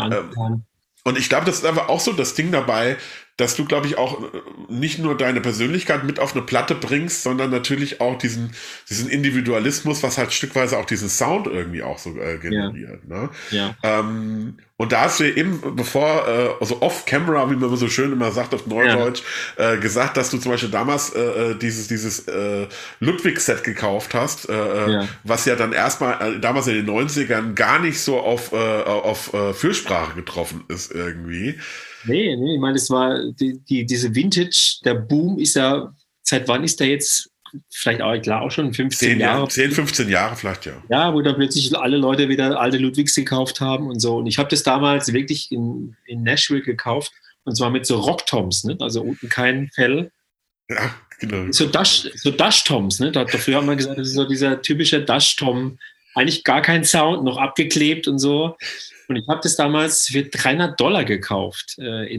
Und ich glaube, das ist einfach auch so das Ding dabei, dass du, glaube ich, auch nicht nur deine Persönlichkeit mit auf eine Platte bringst, sondern natürlich auch diesen Individualismus, was halt stückweise auch diesen Sound irgendwie auch so generiert. Ja. Ne? Ja. Und da hast du eben, also off-camera, wie man so schön immer sagt auf Neudeutsch, gesagt, dass du zum Beispiel damals dieses Ludwig-Set gekauft hast, was ja dann erstmal damals in den 90ern gar nicht so auf Fürsprache getroffen ist irgendwie. Nee, ich meine, es war diese Vintage, der Boom ist ja, seit wann ist der jetzt? Vielleicht auch, klar, auch schon 15 Jahre. 10, 15 Jahre vielleicht, ja. Ja, wo dann plötzlich alle Leute wieder alte Ludwigs gekauft haben und so. Und ich habe das damals wirklich in Nashville gekauft und zwar mit so Rocktoms, ne? Also unten kein Fell. Ja, genau. So Dash-Toms, ne? Dafür haben wir gesagt, das ist so dieser typische Dash-Tom. Eigentlich gar kein Sound, noch abgeklebt und so. Und ich habe das damals für $300 gekauft,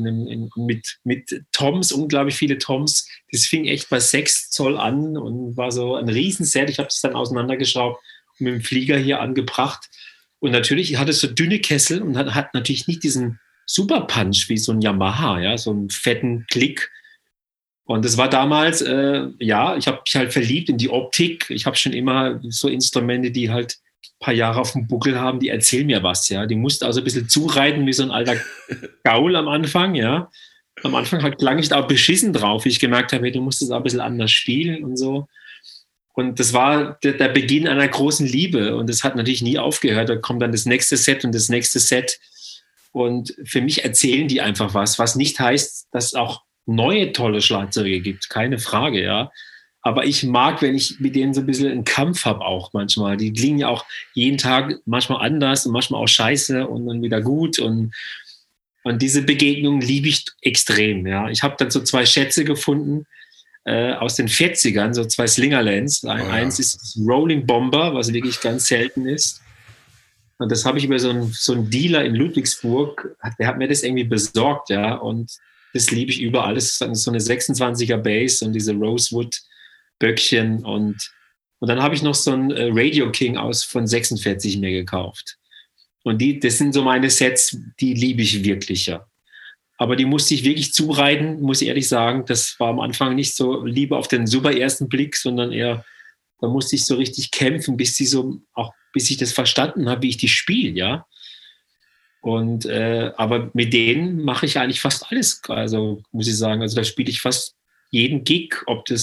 mit Toms, unglaublich viele Toms. Das fing echt bei 6 Zoll an und war so ein Riesenset. Ich habe das dann auseinandergeschraubt und mit dem Flieger hier angebracht. Und natürlich hat es so dünne Kessel und hat natürlich nicht diesen Super-Punch wie so ein Yamaha, ja, so einen fetten Klick. Und das war damals, ich habe mich halt verliebt in die Optik. Ich habe schon immer so Instrumente, die halt paar Jahre auf dem Buckel haben, die erzählen mir was, ja. Die mussten also ein bisschen zureiten wie so ein alter Gaul am Anfang, ja. Am Anfang klang ich da auch beschissen drauf, wie ich gemerkt habe, hey, du musst es auch ein bisschen anders spielen und so. Und das war der Beginn einer großen Liebe und das hat natürlich nie aufgehört. Da kommt dann das nächste Set und das nächste Set. Und für mich erzählen die einfach was nicht heißt, dass es auch neue tolle Schlagzeuge gibt, keine Frage, ja. Aber ich mag, wenn ich mit denen so ein bisschen einen Kampf habe auch manchmal. Die klingen ja auch jeden Tag manchmal anders und manchmal auch scheiße und dann wieder gut. Und diese Begegnung liebe ich extrem. Ja. Ich habe dann so 2 Schätze gefunden aus den 40ern, so 2 Slingerlands. Eins ist das Rolling Bomber, was wirklich ganz selten ist. Und das habe ich über so einen Dealer in Ludwigsburg, der hat mir das irgendwie besorgt. Ja. Und das liebe ich überall. Das ist dann so eine 26er Bass und diese Rosewood Böckchen und dann habe ich noch so einen Radio King von 46 mir gekauft. Und das sind so meine Sets, die liebe ich wirklich, ja. Aber die musste ich wirklich zureiten, muss ich ehrlich sagen. Das war am Anfang nicht so Liebe auf den super ersten Blick, sondern eher, da musste ich so richtig kämpfen, bis ich das verstanden habe, wie ich die spiele, ja. Und aber mit denen mache ich eigentlich fast alles, also muss ich sagen. Also da spiele ich fast jeden Gig,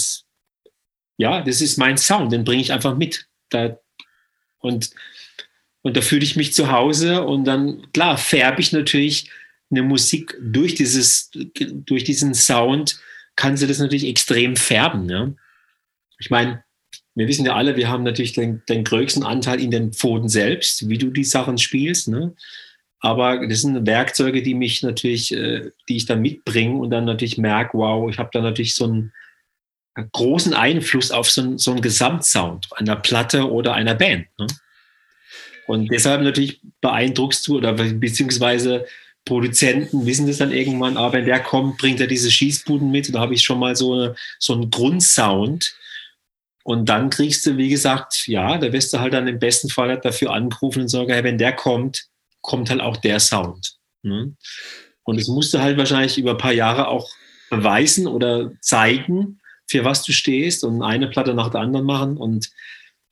das ist mein Sound, den bringe ich einfach mit. Und da fühle ich mich zu Hause und dann, klar, färbe ich natürlich eine Musik durch diesen Sound, kann sie das natürlich extrem färben. Ja? Ich meine, wir wissen ja alle, wir haben natürlich den größten Anteil in den Pfoten selbst, wie du die Sachen spielst. Ne? Aber das sind Werkzeuge, die ich dann mitbringe und dann natürlich merke, wow, ich habe da natürlich so einen großen Einfluss auf so einen Gesamtsound einer Platte oder einer Band. Ne? Und deshalb natürlich beeindruckst du oder beziehungsweise Produzenten wissen das dann irgendwann, wenn der kommt, bringt er diese Schießbuden mit. Da habe ich schon mal so einen Grundsound. Und dann kriegst du, wie gesagt, da wirst du halt dann im besten Fall dafür angerufen und sagen, hey, wenn der kommt halt auch der Sound. Ne? Und das musst du halt wahrscheinlich über ein paar Jahre auch beweisen oder zeigen, für was du stehst und eine Platte nach der anderen machen. Und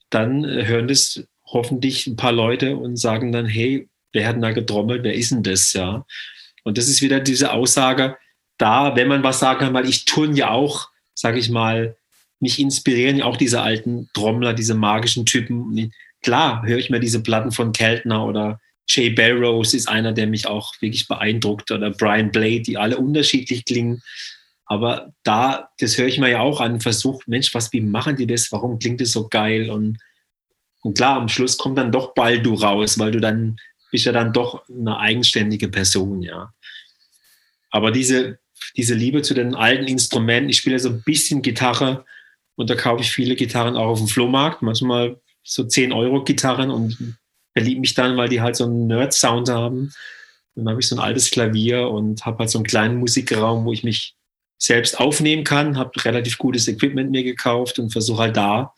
dann hören das hoffentlich ein paar Leute und sagen dann, hey, wer hat denn da getrommelt, wer ist denn das, ja? Und das ist wieder diese Aussage, da, wenn man was sagen kann, weil ich turn ja auch, sage ich mal, mich inspirieren ja auch diese alten Trommler, diese magischen Typen. Klar, höre ich mir diese Platten von Keltner oder Jay Belrose ist einer, der mich auch wirklich beeindruckt, oder Brian Blade, die alle unterschiedlich klingen. Aber da, das höre ich mir ja auch an, versuche, Mensch, wie machen die das? Warum klingt das so geil? Und klar, am Schluss kommt dann doch Baldu raus, weil du dann bist ja dann doch eine eigenständige Person, ja. Aber diese Liebe zu den alten Instrumenten, ich spiele so ein bisschen Gitarre und da kaufe ich viele Gitarren auch auf dem Flohmarkt, manchmal so 10-Euro-Gitarren und verliebe mich dann, weil die halt so einen Nerd-Sound haben. Dann habe ich so ein altes Klavier und habe halt so einen kleinen Musikraum, wo ich mich selbst aufnehmen kann, habe relativ gutes Equipment mir gekauft und versuche halt da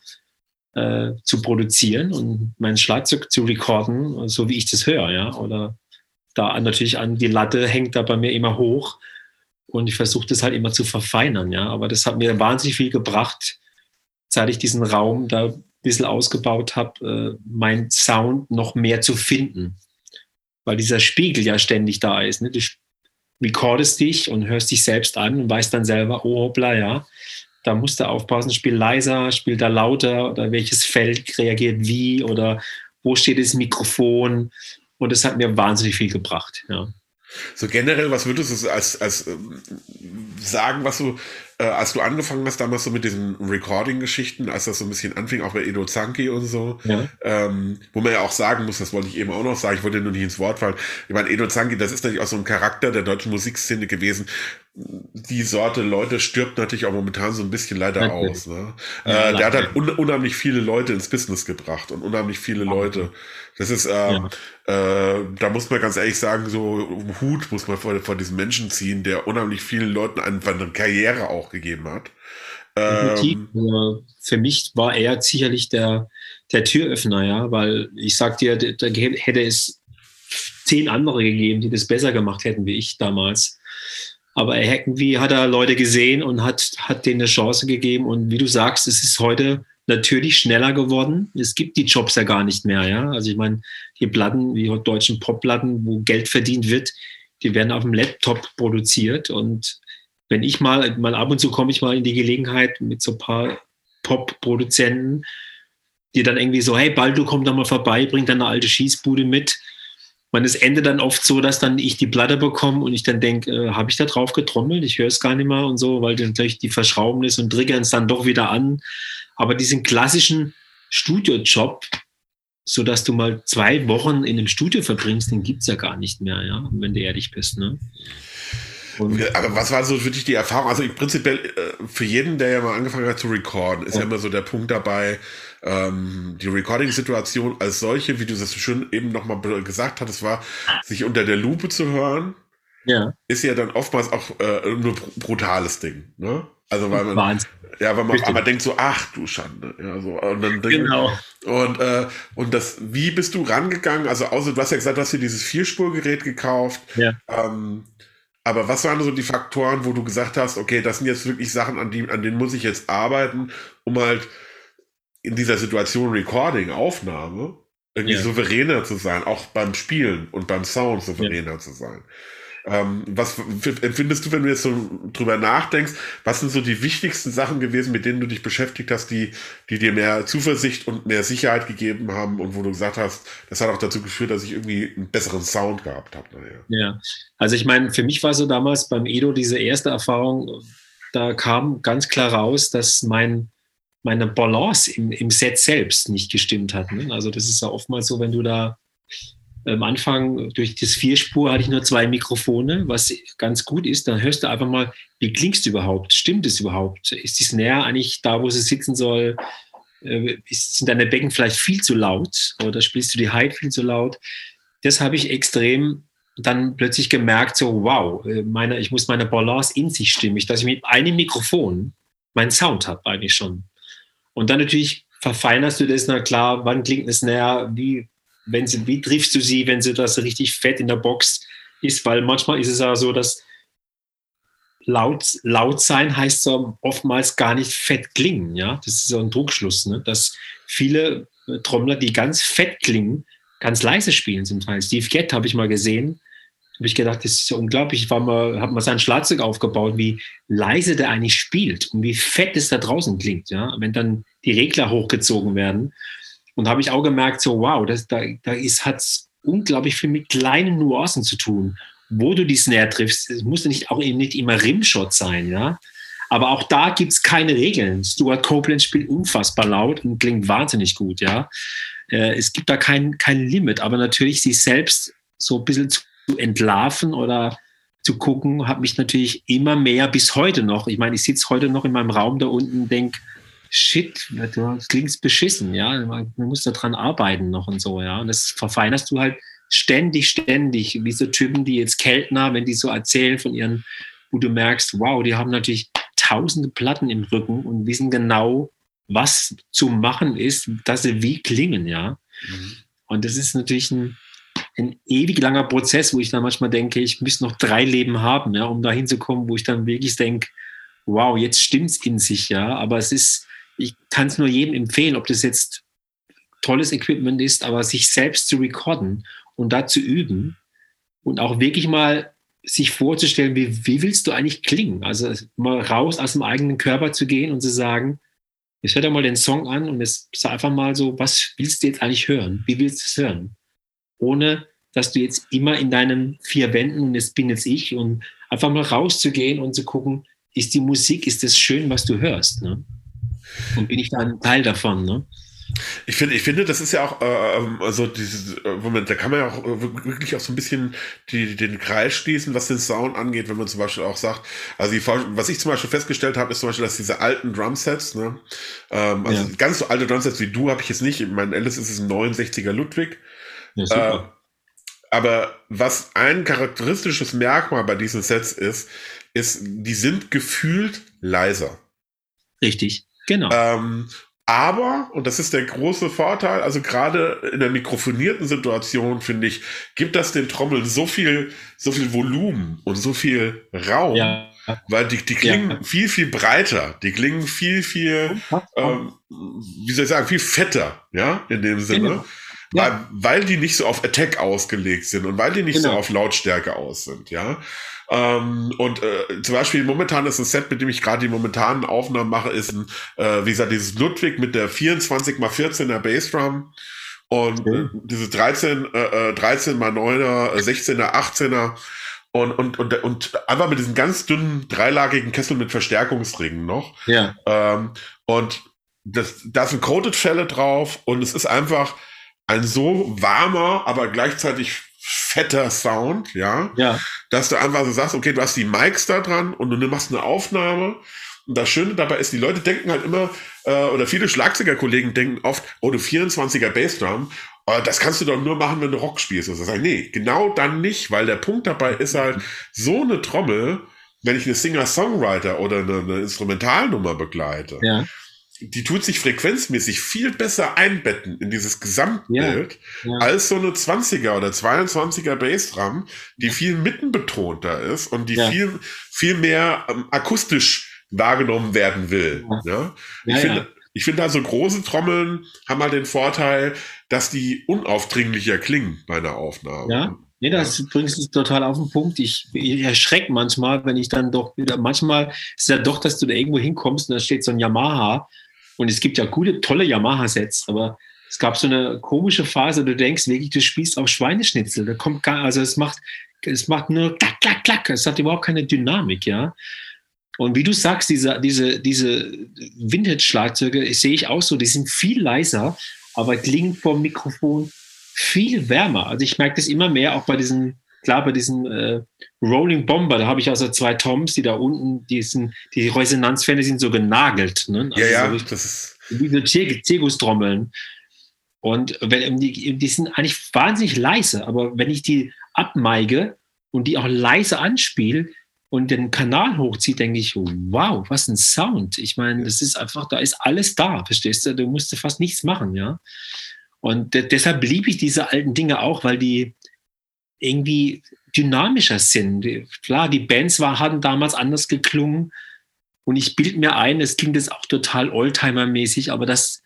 zu produzieren und mein Schlagzeug zu recorden, so wie ich das höre, ja. Oder da natürlich die Latte hängt da bei mir immer hoch und ich versuche das halt immer zu verfeinern, ja. Aber das hat mir wahnsinnig viel gebracht, seit ich diesen Raum da ein bisschen ausgebaut habe, meinen Sound noch mehr zu finden. Weil dieser Spiegel ja ständig da ist. Ne? Du recordest dich und hörst dich selbst an und weißt dann selber, oh hoppla, ja, da musst du aufpassen, spiel leiser, spiel da lauter oder welches Feld reagiert wie oder wo steht das Mikrofon. Und das hat mir wahnsinnig viel gebracht, ja. So generell, was würdest du als sagen, was du, als du angefangen hast, damals so mit diesen Recording-Geschichten, als das so ein bisschen anfing, auch bei Edo Zanki und so, Ja. Wo man ja auch sagen muss, das wollte ich eben auch noch sagen, ich wollte nur nicht ins Wort fallen. Ich meine, Edo Zanki, das ist natürlich auch so ein Charakter der deutschen Musikszene gewesen. Die Sorte Leute stirbt natürlich auch momentan so ein bisschen leider aus. Ne? Ja, der hat halt unheimlich viele Leute ins Business gebracht und unheimlich viele Leute. Das ist, da muss man ganz ehrlich sagen, so Hut muss man vor diesem Menschen ziehen, der unheimlich vielen Leuten einfach eine Karriere auch gegeben hat. Für mich war er sicherlich der Türöffner, ja, weil ich sag dir, da hätte es 10 andere gegeben, die das besser gemacht hätten wie ich damals. Aber irgendwie hat er Leute gesehen und hat denen eine Chance gegeben. Und wie du sagst, es ist heute natürlich schneller geworden. Es gibt die Jobs ja gar nicht mehr. Ja? Also ich meine, die Platten, die deutschen Popplatten, wo Geld verdient wird, die werden auf dem Laptop produziert. Und wenn ich mal ab und zu komme ich mal in die Gelegenheit mit so ein paar Pop-Produzenten, die dann irgendwie so, hey, Baldu, komm doch mal vorbei, bring deine alte Schießbude mit. Es endet dann oft so, dass dann ich die Platte bekomme und ich dann denke, habe ich da drauf getrommelt? Ich höre es gar nicht mehr und so, weil dann gleich die verschrauben ist und triggern es dann doch wieder an. Aber diesen klassischen Studiojob, so dass du mal 2 Wochen in einem Studio verbringst, den gibt es ja gar nicht mehr, ja, wenn du ehrlich bist, ne? Aber was war so für dich die Erfahrung? Also prinzipiell für jeden, der ja mal angefangen hat zu recorden, ist ja immer so der Punkt dabei, die Recording-Situation als solche, wie du das schön eben nochmal gesagt hattest, war, sich unter der Lupe zu hören, ist ja dann oftmals auch ein brutales Ding. Ne? Also weil man, aber denkt so, ach du Schande. Ja, so, und dann genau. Und das, wie bist du rangegangen? Also außer, du hast ja gesagt, du hast dir dieses 4-Spurgerät gekauft. Ja. Aber was waren so die Faktoren, wo du gesagt hast, okay, das sind jetzt wirklich Sachen, an denen muss ich jetzt arbeiten, um halt in dieser Situation Recording, Aufnahme, irgendwie souveräner zu sein, auch beim Spielen und beim Sound souveräner zu sein. Was empfindest du, wenn du jetzt so drüber nachdenkst, was sind so die wichtigsten Sachen gewesen, mit denen du dich beschäftigt hast, die dir mehr Zuversicht und mehr Sicherheit gegeben haben und wo du gesagt hast, das hat auch dazu geführt, dass ich irgendwie einen besseren Sound gehabt habe? Ja, also ich meine, für mich war so damals beim Edo diese erste Erfahrung, da kam ganz klar raus, dass meine Balance im Set selbst nicht gestimmt hat. Ne? Also das ist ja oftmals so, wenn du da am Anfang durch das 4-Spur hatte ich nur 2 Mikrofone, was ganz gut ist. Dann hörst du einfach mal, wie klingst du überhaupt? Stimmt es überhaupt? Ist die Snare eigentlich da, wo sie sitzen soll? Sind deine Becken vielleicht viel zu laut oder spielst du die Hi viel zu laut? Das habe ich extrem dann plötzlich gemerkt, so wow, ich muss meine Balance in sich stimmen, dass ich mit einem Mikrofon meinen Sound habe eigentlich schon. Und dann natürlich verfeinerst du das, na klar, wann klingt eine Snare, wie triffst du sie, wenn sie das richtig fett in der Box ist, weil manchmal ist es ja so, dass laut sein heißt so oftmals gar nicht fett klingen, ja. Das ist so ein Druckschluss, ne? Dass viele Trommler, die ganz fett klingen, ganz leise spielen zum Teil. Steve Gadd habe ich mal gesehen, habe ich gedacht, das ist so unglaublich. Ich habe mal sein Schlagzeug aufgebaut, wie leise der eigentlich spielt und wie fett es da draußen klingt, ja. Wenn dann die Regler hochgezogen werden. Und habe ich auch gemerkt, so wow, hat es unglaublich viel mit kleinen Nuancen zu tun, wo du die Snare triffst. Es muss nicht auch eben nicht immer Rimshot sein, ja. Aber auch da gibt es keine Regeln. Stuart Copeland spielt unfassbar laut und klingt wahnsinnig gut, ja. Es gibt da kein Limit, aber natürlich sich selbst so ein bisschen zu entlarven oder zu gucken, hat mich natürlich immer mehr bis heute noch. Ich meine, ich sitze heute noch in meinem Raum da unten und denke, shit, das klingt beschissen, ja. Man muss da dran arbeiten noch und so, ja. Und das verfeinerst du halt ständig, wie so Typen, die jetzt Keltner, wenn die so erzählen von ihren, wo du merkst, wow, die haben natürlich tausende Platten im Rücken und wissen genau, was zu machen ist, dass sie wie klingen, ja. Mhm. Und das ist natürlich ein ewig langer Prozess, wo ich dann manchmal denke, ich müsste noch 3 Leben haben, ja, um da hinzukommen, wo ich dann wirklich denke, wow, jetzt stimmt's in sich, ja. Aber ich kann es nur jedem empfehlen, ob das jetzt tolles Equipment ist, aber sich selbst zu recorden und da zu üben und auch wirklich mal sich vorzustellen, wie willst du eigentlich klingen? Also mal raus aus dem eigenen Körper zu gehen und zu sagen, jetzt hör dir mal den Song an und jetzt sag einfach mal so, was willst du jetzt eigentlich hören? Wie willst du es hören? Ohne, dass du jetzt immer in deinen 4 Wänden und jetzt bin jetzt ich und einfach mal rauszugehen und zu gucken, ist die Musik, ist das schön, was du hörst? Ne? Und bin ich da ein Teil davon? Ne? Ich finde, das ist ja auch, also dieses Moment, da kann man ja auch wirklich auch so ein bisschen den Kreis schließen, was den Sound angeht, wenn man zum Beispiel auch sagt, also was ich zum Beispiel festgestellt habe, ist zum Beispiel, dass diese alten Drumsets, ne, ganz so alte Drumsets wie du habe ich jetzt nicht, in meinem Alice ist es ein 69er Ludwig, ja, aber was ein charakteristisches Merkmal bei diesen Sets ist, die sind gefühlt leiser. Richtig, genau. Aber, und das ist der große Vorteil, also gerade in der mikrofonierten Situation, finde ich, gibt das den Trommeln so viel Volumen und so viel Raum, ja, weil die klingen viel, viel breiter, die klingen viel, viel, wie soll ich sagen, viel fetter, ja, in dem Sinne. Genau. Ja. Weil die nicht so auf Attack ausgelegt sind und weil die nicht so auf Lautstärke aus sind, ja. Und zum Beispiel momentan ist ein Set, mit dem ich gerade die momentanen Aufnahmen mache, ist wie gesagt, dieses Ludwig mit der 24x14er Bassdrum und diese 13x9er, 16er, 18er und einfach mit diesem ganz dünnen, dreilagigen Kessel mit Verstärkungsringen noch. Ja. Und da sind Coated-Fälle drauf und es ist einfach ein so warmer, aber gleichzeitig fetter Sound, ja, dass du einfach so sagst, okay, du hast die Mics da dran und du machst eine Aufnahme und das Schöne dabei ist, die Leute denken halt immer, oder viele Schlagzeugerkollegen denken oft, oh, du 24er Bassdrum, das kannst du doch nur machen, wenn du Rock spielst. Und ich sage, nee, genau dann nicht, weil der Punkt dabei ist halt, so eine Trommel, wenn ich eine Singer-Songwriter oder eine Instrumentalnummer begleite, die tut sich frequenzmäßig viel besser einbetten in dieses Gesamtbild als so eine 20er oder 22er Bassdrum, die viel mittenbetonter ist und die viel mehr akustisch wahrgenommen werden will. Ja? Ich finde also große Trommeln haben halt den Vorteil, dass die unaufdringlicher klingen bei einer Aufnahme. Ja. Nee, das bringst du total auf den Punkt. Ich erschrecke manchmal, wenn ich dann doch wieder, manchmal ist es ja doch, dass du da irgendwo hinkommst und da steht so ein Yamaha. Und es gibt ja gute, tolle Yamaha-Sets, aber es gab so eine komische Phase, du denkst wirklich, du spielst auf Schweineschnitzel. Da kommt es macht nur klack, klack, klack. Es hat überhaupt keine Dynamik, ja. Und wie du sagst, diese Vintage-Schlagzeuge, sehe ich auch so, die sind viel leiser, aber klingen vom Mikrofon viel wärmer. Also ich merke das immer mehr, auch bei diesen Rolling Bomber, da habe ich also 2 Toms, die da unten, die Resonanzfälle sind so genagelt. Ne? Also so das ist diese Zegus-Trommeln. Und die sind eigentlich wahnsinnig leise, aber wenn ich die abmeige und die auch leise anspiele und den Kanal hochziehe, denke ich, wow, was ein Sound. Ich meine, das ist einfach, da ist alles da, verstehst du? Du musst fast nichts machen, ja. Und deshalb liebe ich diese alten Dinge auch, weil die irgendwie dynamischer sind. Klar, die Bands hatten damals anders geklungen und ich bilde mir ein, es klingt jetzt auch total Oldtimer-mäßig, aber dass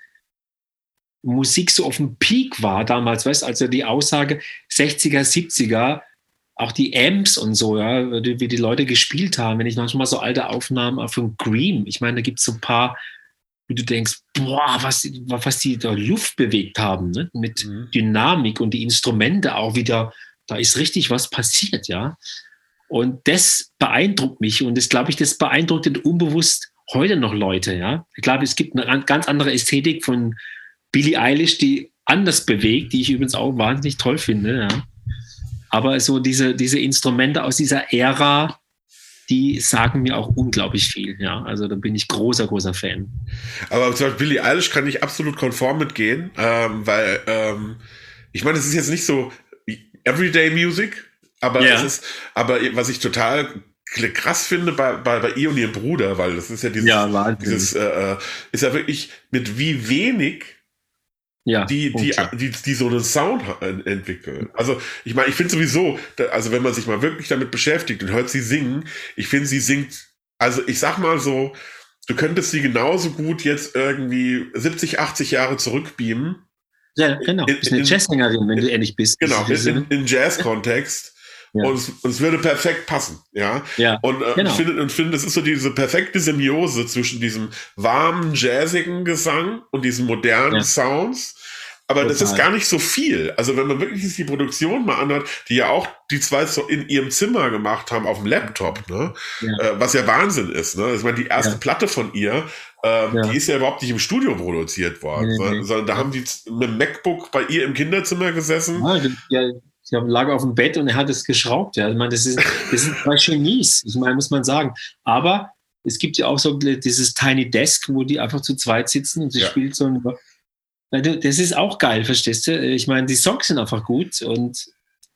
Musik so auf dem Peak war damals, weißt du, also die Aussage 60er, 70er, auch die Amps und so, ja, wie die Leute gespielt haben, wenn ich manchmal so alte Aufnahmen auch von Cream, ich meine, da gibt es so ein paar, wie du denkst, boah, was die da Luft bewegt haben, ne? Mit Dynamik und die Instrumente auch wieder, da ist richtig was passiert, ja. Und das beeindruckt mich und das, glaube ich, das beeindruckt unbewusst heute noch Leute, ja. Ich glaube, es gibt eine ganz andere Ästhetik von Billie Eilish, die anders bewegt, die ich übrigens auch wahnsinnig toll finde, ja. Aber so diese Instrumente aus dieser Ära, die sagen mir auch unglaublich viel, ja. Also da bin ich großer Fan. Aber zum Beispiel Billie Eilish kann ich absolut konform mitgehen, weil ich meine, es ist jetzt nicht so Everyday Music, aber Ja. es ist, aber was ich total krass finde bei ihr und ihrem Bruder, weil das ist ja dieses ist ja wirklich mit wie wenig Ja, die so einen Sound entwickeln. Also ich meine, ich finde sowieso, also wenn man sich mal wirklich damit beschäftigt und hört sie singen, ich finde, sie singt, also ich sag mal so, du könntest sie genauso gut jetzt irgendwie 70, 80 Jahre zurückbeamen. Ja, genau. Du bist eine Jazzsängerin, wenn du ehrlich bist. Genau, in Jazz-Kontext. Ja. Und es würde perfekt passen, ja. Und genau. Ich finde, das ist so diese perfekte Symbiose zwischen diesem warmen, jazzigen Gesang und diesen modernen Sounds. Aber total. Das ist gar nicht so viel. Also wenn man wirklich die Produktion mal anhört, die ja auch die zwei so in ihrem Zimmer gemacht haben auf dem Laptop, ne? Was ja Wahnsinn ist. Ne? Ich meine, die erste Platte von ihr, die ist ja überhaupt nicht im Studio produziert worden, sondern da haben die mit dem MacBook bei ihr im Kinderzimmer gesessen. Ich lag auf dem Bett und er hat es geschraubt. Ja. Ich meine, das sind zwei Genies, ich meine, muss man sagen. Aber es gibt ja auch so dieses Tiny Desk, wo die einfach zu zweit sitzen und sie spielt so ein. Das ist auch geil, verstehst du? Ich meine, die Songs sind einfach gut und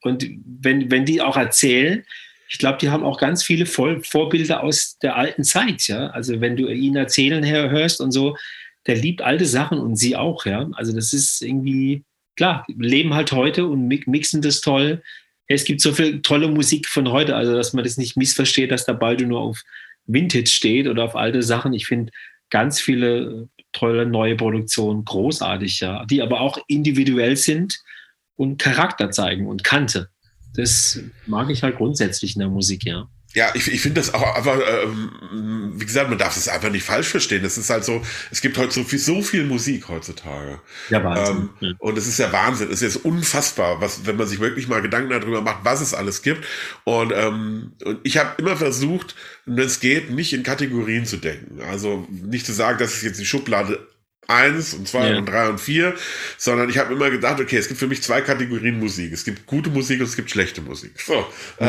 wenn die auch erzählen, ich glaube, die haben auch ganz viele Vorbilder aus der alten Zeit. Ja? Also wenn du ihn erzählen hörst und so, der liebt alte Sachen und sie auch. Ja? Also das ist irgendwie. Klar, leben halt heute und mixen das toll. Es gibt so viel tolle Musik von heute, also dass man das nicht missversteht, dass der Baldo nur auf Vintage steht oder auf alte Sachen. Ich finde ganz viele tolle neue Produktionen großartig, ja, die aber auch individuell sind und Charakter zeigen und Kante. Das mag ich halt grundsätzlich in der Musik, ja. Ja, ich finde das auch einfach, wie gesagt, man darf es einfach nicht falsch verstehen. Es ist halt so, es gibt heute so viel Musik heutzutage. Ja, Wahnsinn. Und es ist ja Wahnsinn. Es ist jetzt unfassbar, wenn man sich wirklich mal Gedanken darüber macht, was es alles gibt. Und ich habe immer versucht, wenn es geht, nicht in Kategorien zu denken. Also nicht zu sagen, das ist jetzt die Schublade 1 und 2 und 3 und 4, sondern ich habe immer gedacht, okay, es gibt für mich 2 Kategorien Musik. Es gibt gute Musik und es gibt schlechte Musik. So,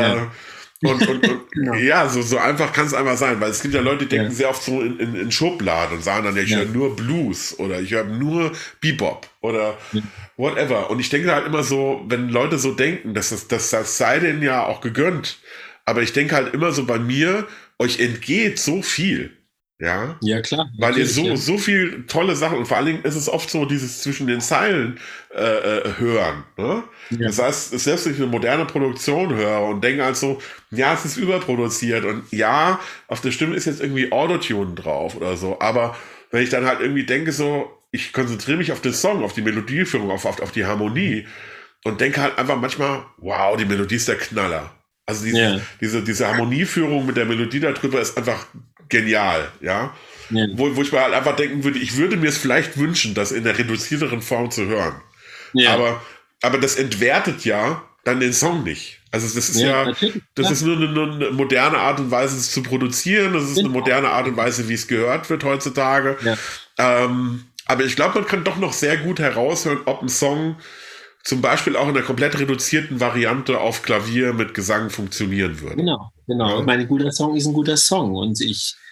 Und genau. Ja, so einfach kann es einfach sein, weil es gibt ja Leute, die denken sehr oft so in Schubladen und sagen dann, ich höre nur Blues oder ich höre nur Bebop oder whatever. Und ich denke halt immer so, wenn Leute so denken, das sei denen ja auch gegönnt. Aber ich denke halt immer so bei mir, euch entgeht so viel. Ja, klar. Weil ihr so viel tolle Sachen und vor allen Dingen ist es oft so dieses zwischen den Zeilen hören. Ne? Ja. Das heißt, selbst wenn ich eine moderne Produktion höre und denke halt so, ja, es ist überproduziert und ja, auf der Stimme ist jetzt irgendwie Autotune drauf oder so, aber wenn ich dann halt irgendwie denke so, ich konzentriere mich auf den Song, auf die Melodieführung, auf die Harmonie und denke halt einfach manchmal, wow, die Melodie ist der Knaller. Also diese Harmonieführung mit der Melodie darüber ist einfach genial, ja. Wo ich mir halt einfach denken würde, ich würde mir es vielleicht wünschen, das in der reduzierteren Form zu hören. Ja. Aber das entwertet ja dann den Song nicht. Also das ist das ist nur eine moderne Art und Weise, es zu produzieren. Das ist eine moderne Art und Weise, wie es gehört wird heutzutage. Ja. Aber ich glaube, man kann doch noch sehr gut heraushören, ob ein Song zum Beispiel auch in der komplett reduzierten Variante auf Klavier mit Gesang funktionieren würde. Genau. Ja. Ich meine, ein guter Song ist ein guter Song und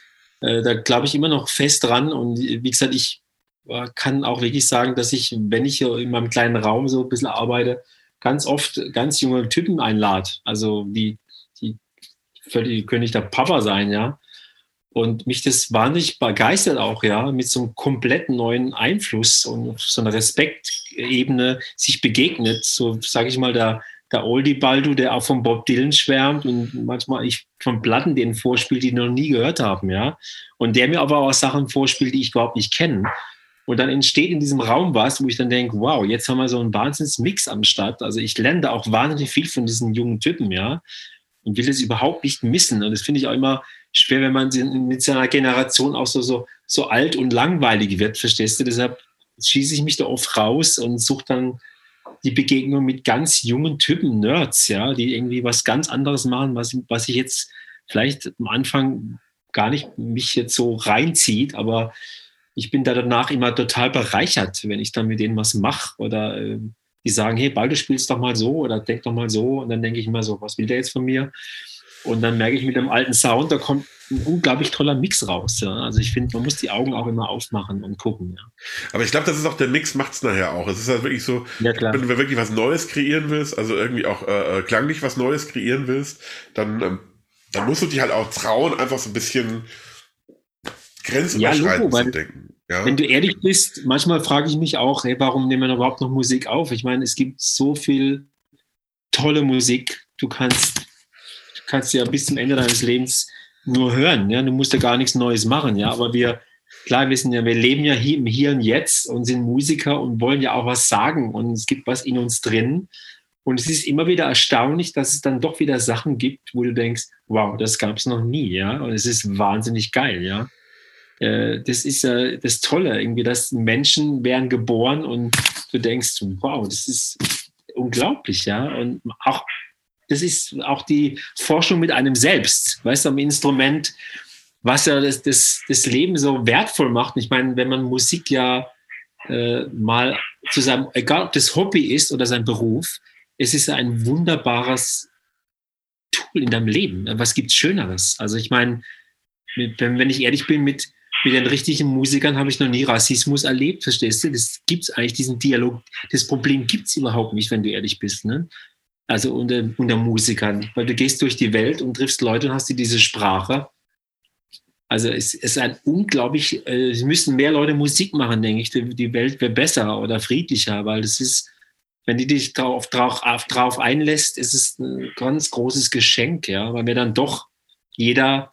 da glaube ich immer noch fest dran und wie gesagt, ich kann auch wirklich sagen, dass ich, wenn ich hier in meinem kleinen Raum so ein bisschen arbeite, ganz oft ganz junge Typen einlade, also die können nicht der Papa sein, ja, und mich das wahnsinnig begeistert auch, ja, mit so einem komplett neuen Einfluss und so einer Respektebene sich begegnet, so sage ich mal, der Oldie Baldu, der auch von Bob Dylan schwärmt und manchmal ich von Platten denen vorspiele, die noch nie gehört haben, ja. Und der mir aber auch Sachen vorspielt, die ich überhaupt nicht kenne. Und dann entsteht in diesem Raum was, wo ich dann denke, wow, jetzt haben wir so einen Wahnsinns-Mix am Start. Also ich lerne da auch wahnsinnig viel von diesen jungen Typen, ja. Und will das überhaupt nicht missen. Und das finde ich auch immer schwer, wenn man mit seiner Generation auch so alt und langweilig wird, verstehst du? Deshalb schieße ich mich da oft raus und suche dann die Begegnung mit ganz jungen Typen, Nerds, ja, die irgendwie was ganz anderes machen, was ich jetzt vielleicht am Anfang gar nicht mich jetzt so reinzieht, aber ich bin da danach immer total bereichert, wenn ich dann mit denen was mache oder die sagen, hey, Baldu, spielst doch mal so oder denk doch mal so und dann denke ich immer so, was will der jetzt von mir? Und dann merke ich mit dem alten Sound, da kommt ein unglaublich toller Mix raus. Ja. Also ich finde, man muss die Augen auch immer aufmachen und gucken. Ja. Aber ich glaube, das ist auch der Mix, macht's nachher auch. Es ist halt wirklich so, ja, klar. Wenn du wirklich was Neues kreieren willst, also irgendwie auch klanglich was Neues kreieren willst, dann musst du dich halt auch trauen, einfach so ein bisschen grenzüberschreitend zu denken. Ja? Wenn du ehrlich bist, manchmal frage ich mich auch, hey, warum nehmen wir überhaupt noch Musik auf? Ich meine, es gibt so viel tolle Musik. Du kannst ja bis zum Ende deines Lebens nur hören. Ja? Du musst ja gar nichts Neues machen. Ja? Aber wir leben ja hier im Hier und Jetzt und sind Musiker und wollen ja auch was sagen. Und es gibt was in uns drin. Und es ist immer wieder erstaunlich, dass es dann doch wieder Sachen gibt, wo du denkst, wow, das gab es noch nie. Ja? Und es ist wahnsinnig geil. Ja? Das ist ja das Tolle, irgendwie, dass Menschen werden geboren und du denkst, wow, das ist unglaublich. Ja? Und auch das ist auch die Forschung mit einem selbst, weißt du, am Instrument, was ja das Leben so wertvoll macht. Ich meine, wenn man Musik ja mal zu seinem, egal ob das Hobby ist oder sein Beruf, es ist ein wunderbares Tool in deinem Leben. Was gibt's Schöneres? Also ich meine, wenn ich ehrlich bin, mit den richtigen Musikern habe ich noch nie Rassismus erlebt, verstehst du? Das gibt's eigentlich, diesen Dialog, das Problem gibt's überhaupt nicht, wenn du ehrlich bist, ne? Also unter Musikern, weil du gehst durch die Welt und triffst Leute und hast diese Sprache. Also es ist ein unglaublich, es müssten mehr Leute Musik machen, denke ich. Die Welt wäre besser oder friedlicher, weil das ist, wenn du dich drauf einlässt, ist es ein ganz großes Geschenk, ja, weil mir dann doch jeder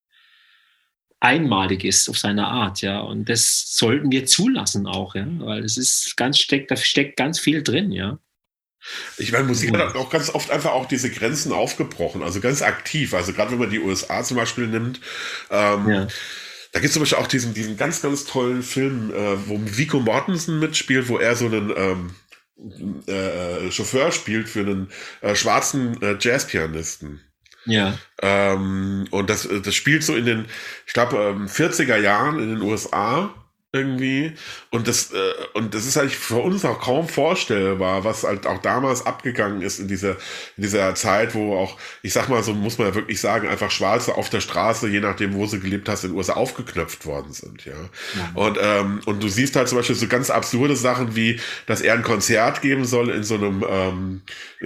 einmalig ist auf seine Art, ja. Und das sollten wir zulassen auch, ja, weil es ist da steckt ganz viel drin, ja. Ich meine, Musik hat auch ganz oft einfach auch diese Grenzen aufgebrochen, also ganz aktiv. Also gerade wenn man die USA zum Beispiel nimmt, da gibt es zum Beispiel auch diesen ganz, ganz tollen Film, wo Viggo Mortensen mitspielt, wo er so einen Chauffeur spielt für einen schwarzen Jazzpianisten. Ja. Und das spielt so in den, ich glaube, 40er Jahren in den USA. Irgendwie. Und das ist eigentlich für uns auch kaum vorstellbar, was halt auch damals abgegangen ist in dieser Zeit, wo auch, ich sag mal, so muss man ja wirklich sagen, einfach Schwarze auf der Straße, je nachdem, wo sie gelebt hast, in den USA aufgeknöpft worden sind, ja. Mhm. Und du siehst halt zum Beispiel so ganz absurde Sachen wie, dass er ein Konzert geben soll in so einem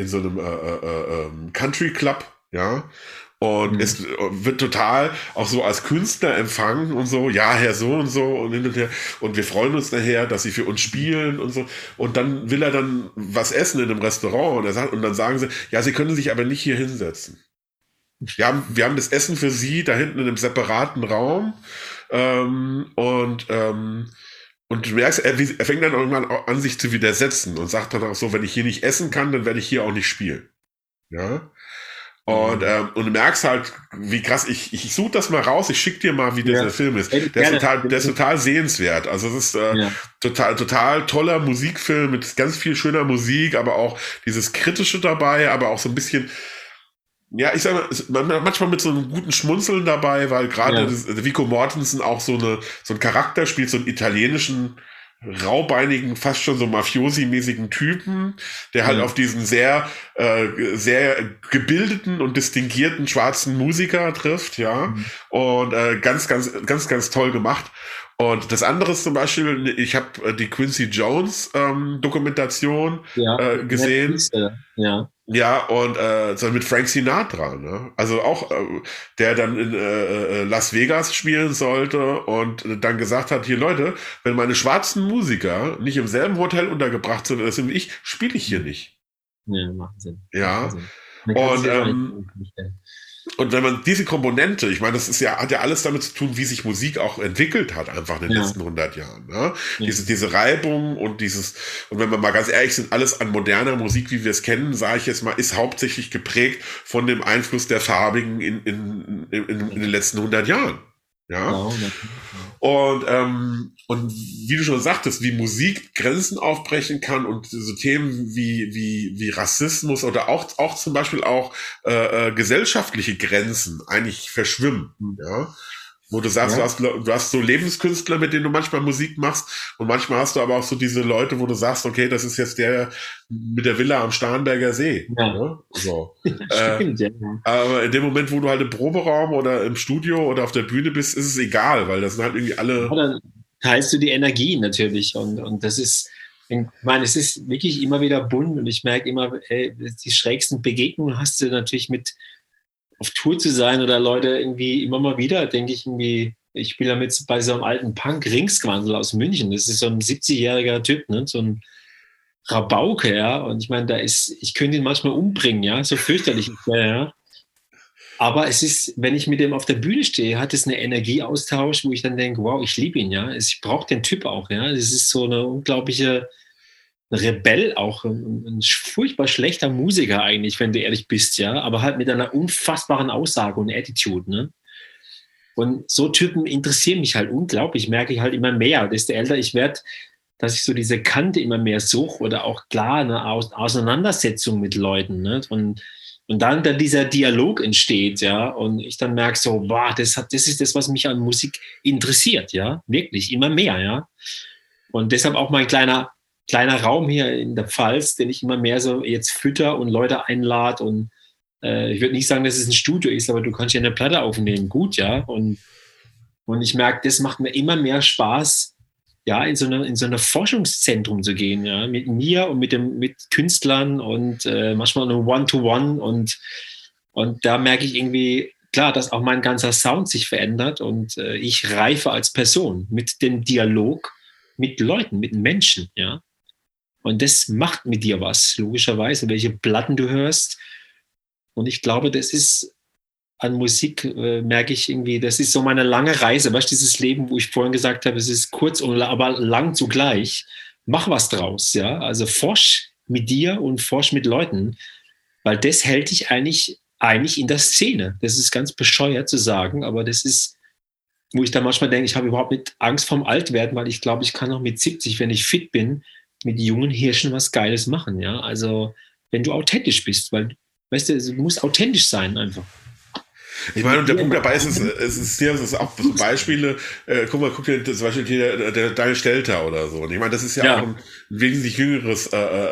Country Club, ja. Und es wird total auch so als Künstler empfangen und so, ja, Herr so und so und hin und her. Und wir freuen uns nachher, dass sie für uns spielen und so. Und dann will er dann was essen in einem Restaurant und dann sagen sie, ja, sie können sich aber nicht hier hinsetzen. Wir haben das Essen für sie da hinten in einem separaten Raum. Und du merkst, er fängt dann irgendwann an, sich zu widersetzen und sagt dann auch so, wenn ich hier nicht essen kann, dann werde ich hier auch nicht spielen. Ja. Und du merkst halt, wie krass, ich suche das mal raus, ich schicke dir mal, wie dieser Film ist. Der ist total sehenswert. Also es ist total toller Musikfilm mit ganz viel schöner Musik, aber auch dieses Kritische dabei, aber auch so ein bisschen, ja, ich sag mal, manchmal mit so einem guten Schmunzeln dabei, weil gerade Viggo Mortensen auch so ein Charakter spielt, so einen italienischen, raubeinigen, fast schon so Mafiosi-mäßigen Typen, der halt auf diesen sehr gebildeten und distinguierten schwarzen Musiker trifft, ja. Und ganz, ganz, ganz, ganz toll gemacht. Und das andere ist zum Beispiel, ich habe die Quincy Jones Dokumentation gesehen. Ja, und so mit Frank Sinatra, ne? Also auch, der dann in Las Vegas spielen sollte und dann gesagt hat, hier Leute, wenn meine schwarzen Musiker nicht im selben Hotel untergebracht sind, das sind wie ich, spiele ich hier nicht. Ja, macht Sinn. Ja. Macht Sinn. Man kann sich Und, das auch nicht ähm, vorstellen. und wenn man diese Komponente, ich meine, das ist ja, hat ja alles damit zu tun, wie sich Musik auch entwickelt hat, einfach in den Ja, letzten 100 Jahren. Ne? ja, Diese Reibung und wenn wir mal ganz ehrlich sind, alles an moderner Musik, wie wir es kennen, sage ich jetzt mal, ist hauptsächlich geprägt von dem Einfluss der Farbigen in den letzten 100 Jahren. Ja. genau. Natürlich, ja. Und wie du schon sagtest, wie Musik Grenzen aufbrechen kann und so Themen wie Rassismus oder auch zum Beispiel auch gesellschaftliche Grenzen eigentlich verschwimmen. Hm. Ja? Wo du sagst, Ja, du hast so Lebenskünstler, mit denen du manchmal Musik machst und manchmal hast du aber auch so diese Leute, wo du sagst, okay, das ist jetzt der mit der Villa am Starnberger See. ja. Ne? So. Stimmt, ja. Aber in dem Moment, wo du halt im Proberaum oder im Studio oder auf der Bühne bist, ist es egal, weil das sind halt irgendwie Ja, alle. dann teilst du die Energie natürlich und das ist, ich meine, es ist wirklich immer wieder bunt und ich merke immer, ey, die schrägsten Begegnungen hast du natürlich mit auf Tour zu sein oder Leute irgendwie immer mal wieder, denke ich irgendwie, ich spiele damit bei so einem alten Punk-Ringsquandel aus München, das ist so ein 70-jähriger Typ, ne? So ein Rabauke, ja, und ich meine, ich könnte ihn manchmal umbringen, ja, so fürchterlich ist der, ja. Aber es ist, wenn ich mit dem auf der Bühne stehe, hat es einen Energieaustausch, wo ich dann denke, wow, ich liebe ihn, ja. Ich brauche den Typ auch, ja. Es ist so eine unglaubliche Rebell auch, ein furchtbar schlechter Musiker eigentlich, wenn du ehrlich bist, ja. Aber halt mit einer unfassbaren Aussage und Attitude, ne. Und so Typen interessieren mich halt unglaublich, merke ich halt immer mehr. Desto älter ich werde, dass ich so diese Kante immer mehr suche oder auch klar eine Auseinandersetzung mit Leuten. Ne? Und dann dieser Dialog entsteht, ja, und ich dann merke so, boah, das ist das, was mich an Musik interessiert, ja, wirklich, immer mehr, ja. Und deshalb auch mein kleiner Raum hier in der Pfalz, den ich immer mehr so jetzt fütter und Leute einlade und ich würde nicht sagen, dass es ein Studio ist, aber du kannst ja eine Platte aufnehmen, gut, ja. Und ich merke, das macht mir immer mehr Spaß, ja, in so eine Forschungszentrum zu gehen, ja, mit mir und mit Künstlern und manchmal nur One-to-One und da merke ich irgendwie, klar, dass auch mein ganzer Sound sich verändert und ich reife als Person mit dem Dialog mit Leuten, mit Menschen, ja. Und das macht mit dir was, logischerweise, welche Platten du hörst. Und ich glaube, das ist an Musik, merke ich irgendwie, das ist so meine lange Reise, weißt du, dieses Leben, wo ich vorhin gesagt habe, es ist kurz, aber lang zugleich. Mach was draus, ja. Also forsch mit dir und forsch mit Leuten, weil das hält dich eigentlich in der Szene. Das ist ganz bescheuert zu sagen, aber das ist, wo ich dann manchmal denke, ich habe überhaupt nicht Angst vorm Altwerden, weil ich glaube, ich kann auch mit 70, wenn ich fit bin, mit jungen Hirschen was Geiles machen, ja. Also, wenn du authentisch bist, weil, weißt du, du musst authentisch sein einfach. Ich meine, und der Punkt dabei ist, es ist auch so Beispiele, guck dir zum Beispiel hier der Daniel Stelter oder so. Und ich meine, das ist ja auch Ja, ein wesentlich jüngeres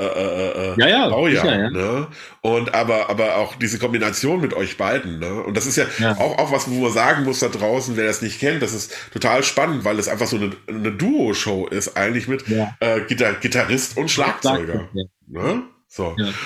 ja, Baujahr, sicher, ja. ne? Und aber auch diese Kombination mit euch beiden, ne? Und das ist ja Ja, auch was, wo man sagen muss da draußen, wer das nicht kennt, das ist total spannend, weil es einfach so eine Duo-Show ist, eigentlich mit ja. Gitarrist und Schlagzeuger. Ja. Ne? So. Ja.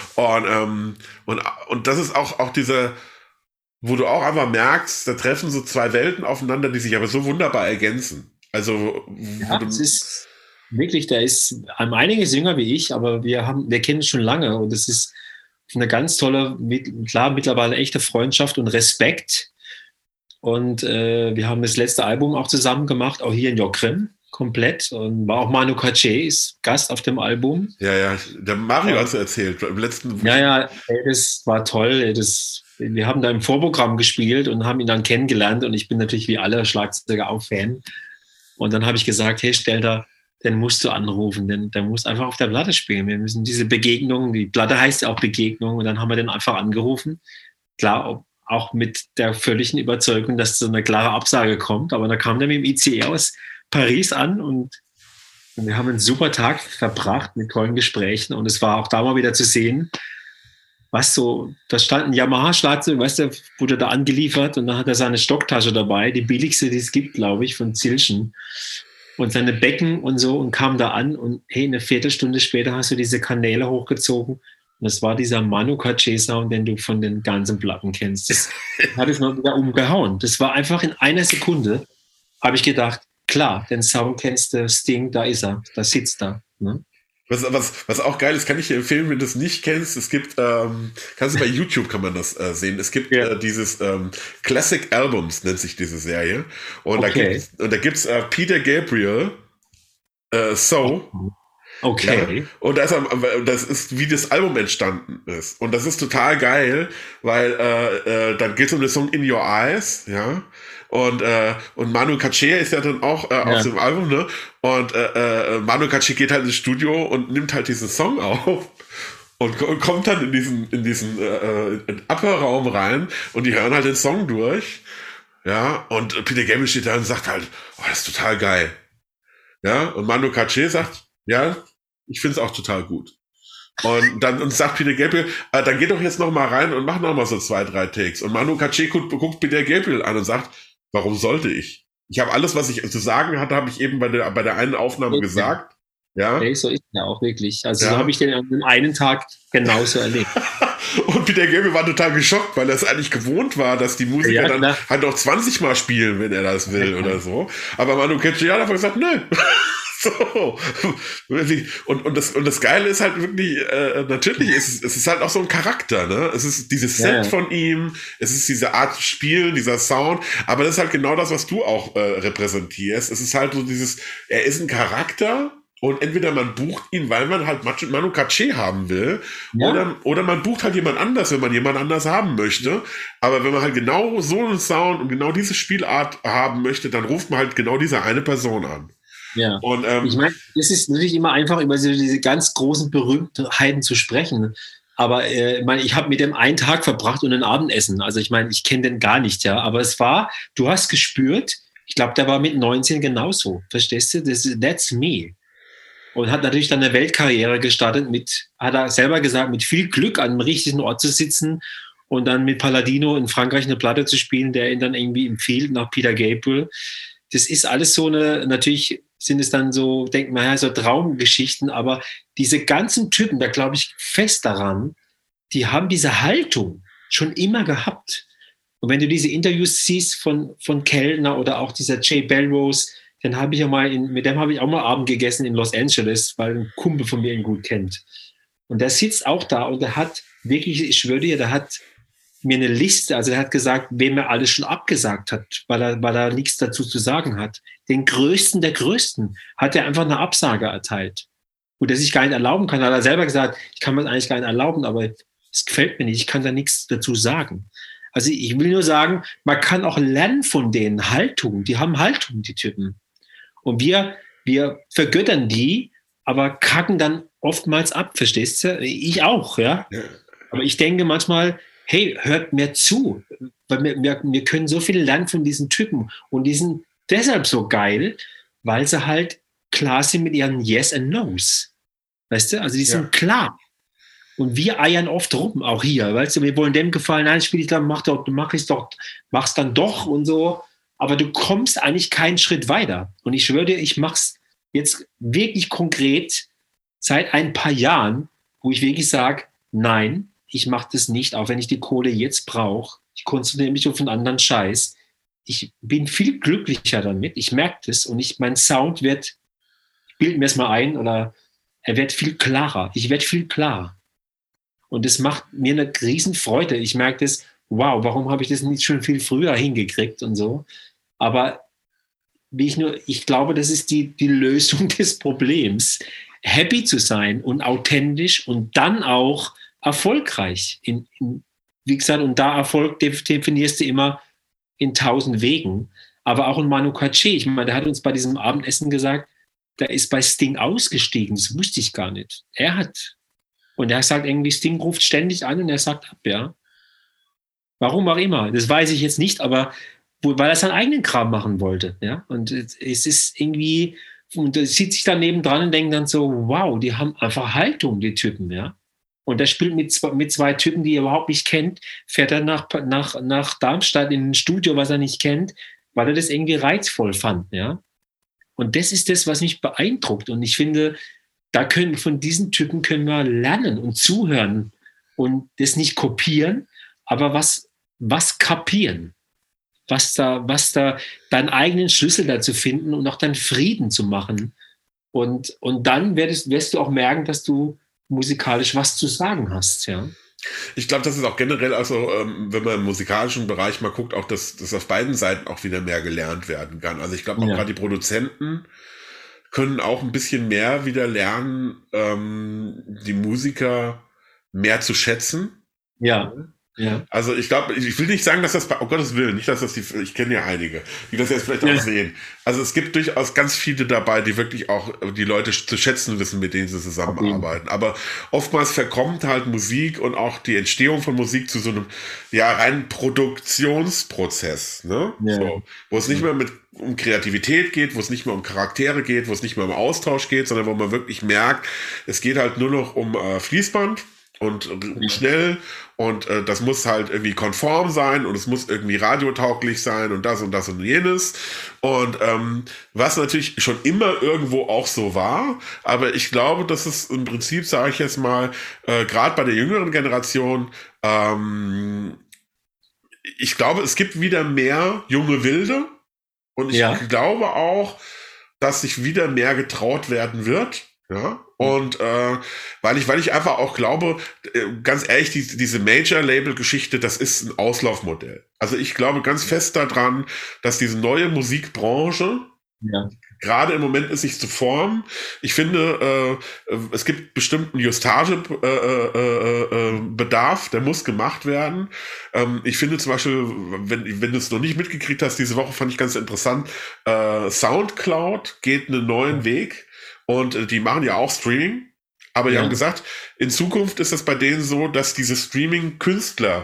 Und das ist auch diese, wo du auch einfach merkst, da treffen so zwei Welten aufeinander, die sich aber so wunderbar ergänzen. Also, wo Ja, es ist wirklich, der ist einige jünger wie ich, aber wir kennen uns schon lange und es ist eine ganz tolle, klar, mittlerweile echte Freundschaft und Respekt. Und wir haben das letzte Album auch zusammen gemacht, auch hier in Jokrem, komplett. Und war auch Manu Katché, ist Gast auf dem Album. ja, der Mario Ja. hat es erzählt, im letzten. Ja, ey, das war toll. Ey, wir haben da im Vorprogramm gespielt und haben ihn dann kennengelernt und ich bin natürlich wie alle Schlagzeuger auch Fan. Und dann habe ich gesagt, hey, Stelter, den musst du anrufen, denn der muss einfach auf der Platte spielen. Wir müssen diese Begegnung, die Platte heißt ja auch Begegnung und dann haben wir den einfach angerufen. Klar, auch mit der völligen Überzeugung, dass so eine klare Absage kommt, aber da kam der mit dem ICE aus Paris an und wir haben einen super Tag verbracht mit tollen Gesprächen und es war auch da mal wieder zu sehen, was so, da stand ein Yamaha-Schlagzeug, weißt du, wurde da angeliefert und dann hat er seine Stocktasche dabei, die billigste, die es gibt, glaube ich, von Zilchen und seine Becken und so und kam da an und hey, eine Viertelstunde später hast du diese Kanäle hochgezogen und das war dieser Manu Katché-Sound, den du von den ganzen Platten kennst. Das hat es mal wieder umgehauen. Das war einfach in einer Sekunde, habe ich gedacht, klar, den Sound kennst du, Sting, da ist er, da sitzt er. Ne? Was auch geil ist, kann ich dir empfehlen, wenn du es nicht kennst. Es gibt, kannst du bei YouTube kann man das sehen. Es gibt dieses Classic Albums, nennt sich diese Serie. Und da gibt's Peter Gabriel, So. Okay. Ja? Und das ist, wie das Album entstanden ist. Und das ist total geil, weil dann geht es um den Song In Your Eyes, ja. Und Manu Katché ist ja dann auch auf dem Album, ne? Und Manu Katché geht halt ins Studio und nimmt halt diesen Song auf und kommt dann in diesen Upper-Raum rein und die hören halt den Song durch. Ja, und Peter Gabriel steht da und sagt halt, oh, das ist total geil. Ja, und Manu Katché sagt, ja, ich find's auch total gut. Und dann sagt Peter Gabriel, dann geh doch jetzt noch mal rein und mach noch mal so 2, 3 Takes. Und Manu Katché guckt Peter Gabriel an und sagt, warum sollte ich? Ich habe alles, was ich zu sagen hatte, habe ich eben bei der einen Aufnahme gesagt. Ja. Okay, so ist er auch wirklich. Also so habe ich den an einem Tag genauso erlebt. Und Peter Gabriel war total geschockt, weil er es eigentlich gewohnt war, dass die Musiker dann halt auch 20 Mal spielen, wenn er das will oder so. Aber Manu Katché hat einfach gesagt, nö. So. Und das Geile ist halt wirklich, natürlich es ist halt auch so ein Charakter, ne? Es ist dieses Set von ihm, es ist diese Art zu spielen, dieser Sound, aber das ist halt genau das, was du auch repräsentierst. Es ist halt so er ist ein Charakter und entweder man bucht ihn, weil man halt Manu Katché haben will, oder man bucht halt jemand anders, wenn man jemand anders haben möchte. Aber wenn man halt genau so einen Sound und genau diese Spielart haben möchte, dann ruft man halt genau diese eine Person an. Ja, und, ich meine, es ist natürlich immer einfach, über diese ganz großen Berühmtheiten zu sprechen. Aber ich habe mit dem einen Tag verbracht und ein Abendessen. Also ich meine, ich kenne den gar nicht, ja. Aber du hast gespürt, ich glaube, der war mit 19 genauso. Verstehst du? That's me. Und hat natürlich dann eine Weltkarriere gestartet hat er selber gesagt, mit viel Glück an einem richtigen Ort zu sitzen und dann mit Palladino in Frankreich eine Platte zu spielen, der ihn dann irgendwie empfiehlt nach Peter Gabriel. Das ist alles so natürlich sind es dann so, denkt man, ja, so Traumgeschichten, aber diese ganzen Typen, da glaube ich fest daran, die haben diese Haltung schon immer gehabt. Und wenn du diese Interviews siehst von Kellner oder auch dieser Jay Belrose, dann habe ich ja mit dem habe ich auch mal Abend gegessen in Los Angeles, weil ein Kumpel von mir ihn gut kennt. Und der sitzt auch da und der hat wirklich, ich schwöre dir, der hat mir eine Liste, also er hat gesagt, wem er alles schon abgesagt hat, weil er nichts dazu zu sagen hat. Den Größten der Größten hat er einfach eine Absage erteilt. Und der sich gar nicht erlauben kann, hat er selber gesagt, ich kann mir das eigentlich gar nicht erlauben, aber es gefällt mir nicht, ich kann da nichts dazu sagen. Also ich will nur sagen, man kann auch lernen von denen Haltung, die haben Haltung, die Typen. Und wir vergöttern die, aber kacken dann oftmals ab, verstehst du? Ich auch, ja. Aber ich denke manchmal, hey, hört mir zu, weil wir können so viel lernen von diesen Typen und die sind deshalb so geil, weil sie halt klar sind mit ihren Yes and Nos. Weißt du? Also die sind klar. Und wir eiern oft rum, auch hier. Weißt du, wir wollen dem gefallen, nein, spiel ich dann, mach's dann doch und so. Aber du kommst eigentlich keinen Schritt weiter. Und ich schwöre dir, ich mach's jetzt wirklich konkret seit ein paar Jahren, wo ich wirklich sage, nein, ich mache das nicht, auch wenn ich die Kohle jetzt brauche. Ich konzentriere mich auf einen anderen Scheiß. Ich bin viel glücklicher damit. Ich merke das und mein Sound ich bilde mir es mal ein, oder er wird viel klarer. Ich werde viel klarer. Und das macht mir eine Riesenfreude. Ich merke das, wow, warum habe ich das nicht schon viel früher hingekriegt und so. Aber ich glaube, das ist die Lösung des Problems. Happy zu sein und authentisch und dann auch erfolgreich. Wie gesagt, und da Erfolg definierst du immer in 1000 Wegen. Aber auch in Manu Katché, ich meine, der hat uns bei diesem Abendessen gesagt, der ist bei Sting ausgestiegen. Das wusste ich gar nicht. Und er sagt irgendwie, Sting ruft ständig an und er sagt ab, ja. Warum auch immer. Das weiß ich jetzt nicht, aber weil er seinen eigenen Kram machen wollte, ja. Und es ist irgendwie, und er sieht sich dann nebendran und denkt dann so, wow, die haben einfach Haltung, die Typen, ja. Und er spielt mit zwei Typen, die er überhaupt nicht kennt, fährt er nach Darmstadt in ein Studio, was er nicht kennt, weil er das irgendwie reizvoll fand, ja. Und das ist das, was mich beeindruckt. Und ich finde, von diesen Typen können wir lernen und zuhören und das nicht kopieren, aber was kapieren. Was da deinen eigenen Schlüssel dazu finden und auch dann Frieden zu machen Und dann wirst du auch merken, dass du musikalisch was zu sagen hast, ja. Ich glaube, das ist auch generell, also wenn man im musikalischen Bereich mal guckt, auch dass auf beiden Seiten auch wieder mehr gelernt werden kann. Also ich glaube auch Ja. gerade die Produzenten können auch ein bisschen mehr wieder lernen, die Musiker mehr zu schätzen. Ja, ja. Also ich glaube, ich will nicht sagen, dass das, um Gottes Willen, nicht, dass das ich kenne ja einige, die das jetzt vielleicht Ja. auch sehen. Also es gibt durchaus ganz viele dabei, die wirklich auch die Leute zu schätzen wissen, mit denen sie zusammenarbeiten. Aber oftmals verkommt halt Musik und auch die Entstehung von Musik zu so einem, ja, reinen Produktionsprozess, ne? Ja. So, wo es nicht mehr um Kreativität geht, wo es nicht mehr um Charaktere geht, wo es nicht mehr um Austausch geht, sondern wo man wirklich merkt, es geht halt nur noch um Fließband und schnell und das muss halt irgendwie konform sein und es muss irgendwie radiotauglich sein und das und jenes und was natürlich schon immer irgendwo auch so war, aber ich glaube, dass es im Prinzip, sage ich jetzt mal, gerade bei der jüngeren Generation, ich glaube, es gibt wieder mehr junge Wilde und ich glaube auch, dass sich wieder mehr getraut werden wird. Ja, und weil ich einfach auch glaube, ganz ehrlich, diese Major-Label-Geschichte, das ist ein Auslaufmodell. Also ich glaube ganz fest daran, dass diese neue Musikbranche gerade im Moment ist, sich zu formen. Ich finde, es gibt bestimmten Justagebedarf, der muss gemacht werden. Ich finde zum Beispiel, wenn du es noch nicht mitgekriegt hast, diese Woche fand ich ganz interessant, Soundcloud geht einen neuen Weg. Und die machen ja auch Streaming, aber die haben gesagt, in Zukunft ist es bei denen so, dass dieses Streaming Künstler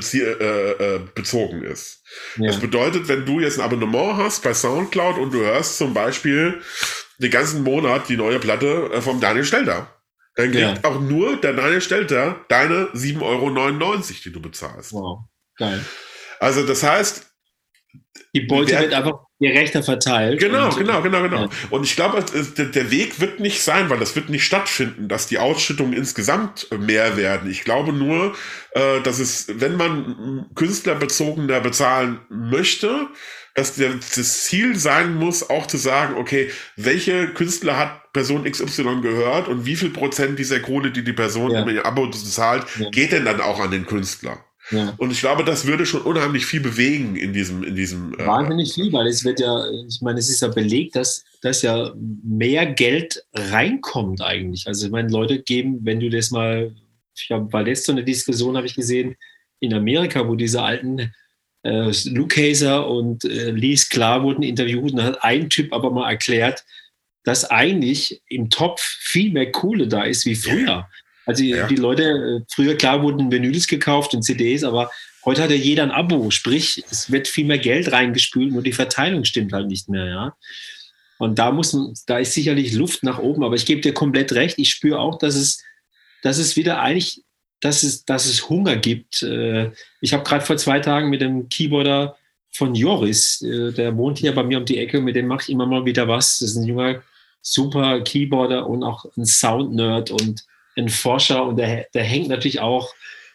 bezogen ist. Ja. Das bedeutet, wenn du jetzt ein Abonnement hast bei Soundcloud und du hörst zum Beispiel den ganzen Monat die neue Platte vom Daniel Stelter, dann kriegt auch nur der Daniel Stelter deine 7,99 €, die du bezahlst. Wow, geil. Also das heißt, die Beute wird einfach gerechter verteilt. Genau. Ja. Und ich glaube, der Weg wird nicht sein, weil das wird nicht stattfinden, dass die Ausschüttungen insgesamt mehr werden. Ich glaube nur, dass es, wenn man künstlerbezogener bezahlen möchte, dass das Ziel sein muss, auch zu sagen, okay, welche Künstler hat Person XY gehört und wie viel Prozent dieser Kohle, die Person in ihr Abo zahlt, geht denn dann auch an den Künstler? Ja. Und ich glaube, das würde schon unheimlich viel bewegen in diesem wahnsinnig viel, weil es wird ja, ich meine, es ist ja belegt, dass ja mehr Geld reinkommt eigentlich. Also ich meine, Leute geben, wenn du das mal, weil jetzt so eine Diskussion habe ich gesehen in Amerika, wo diese alten Luke Hazer und Lee Sklar wurden interviewt und dann hat ein Typ aber mal erklärt, dass eigentlich im Topf viel mehr Kohle da ist wie früher. Ja. Also die Leute, früher klar wurden Vinyls gekauft und CDs, aber heute hat ja jeder ein Abo, sprich, es wird viel mehr Geld reingespült, nur die Verteilung stimmt halt nicht mehr, ja. Und da ist sicherlich Luft nach oben, aber ich gebe dir komplett recht, ich spüre auch, dass es wieder eigentlich, dass es Hunger gibt. Ich habe gerade vor 2 Tagen mit dem Keyboarder von Joris, der wohnt hier bei mir um die Ecke, mit dem mache ich immer mal wieder was. Das ist ein junger, super Keyboarder und auch ein Sound-Nerd und ein Forscher und der hängt natürlich auch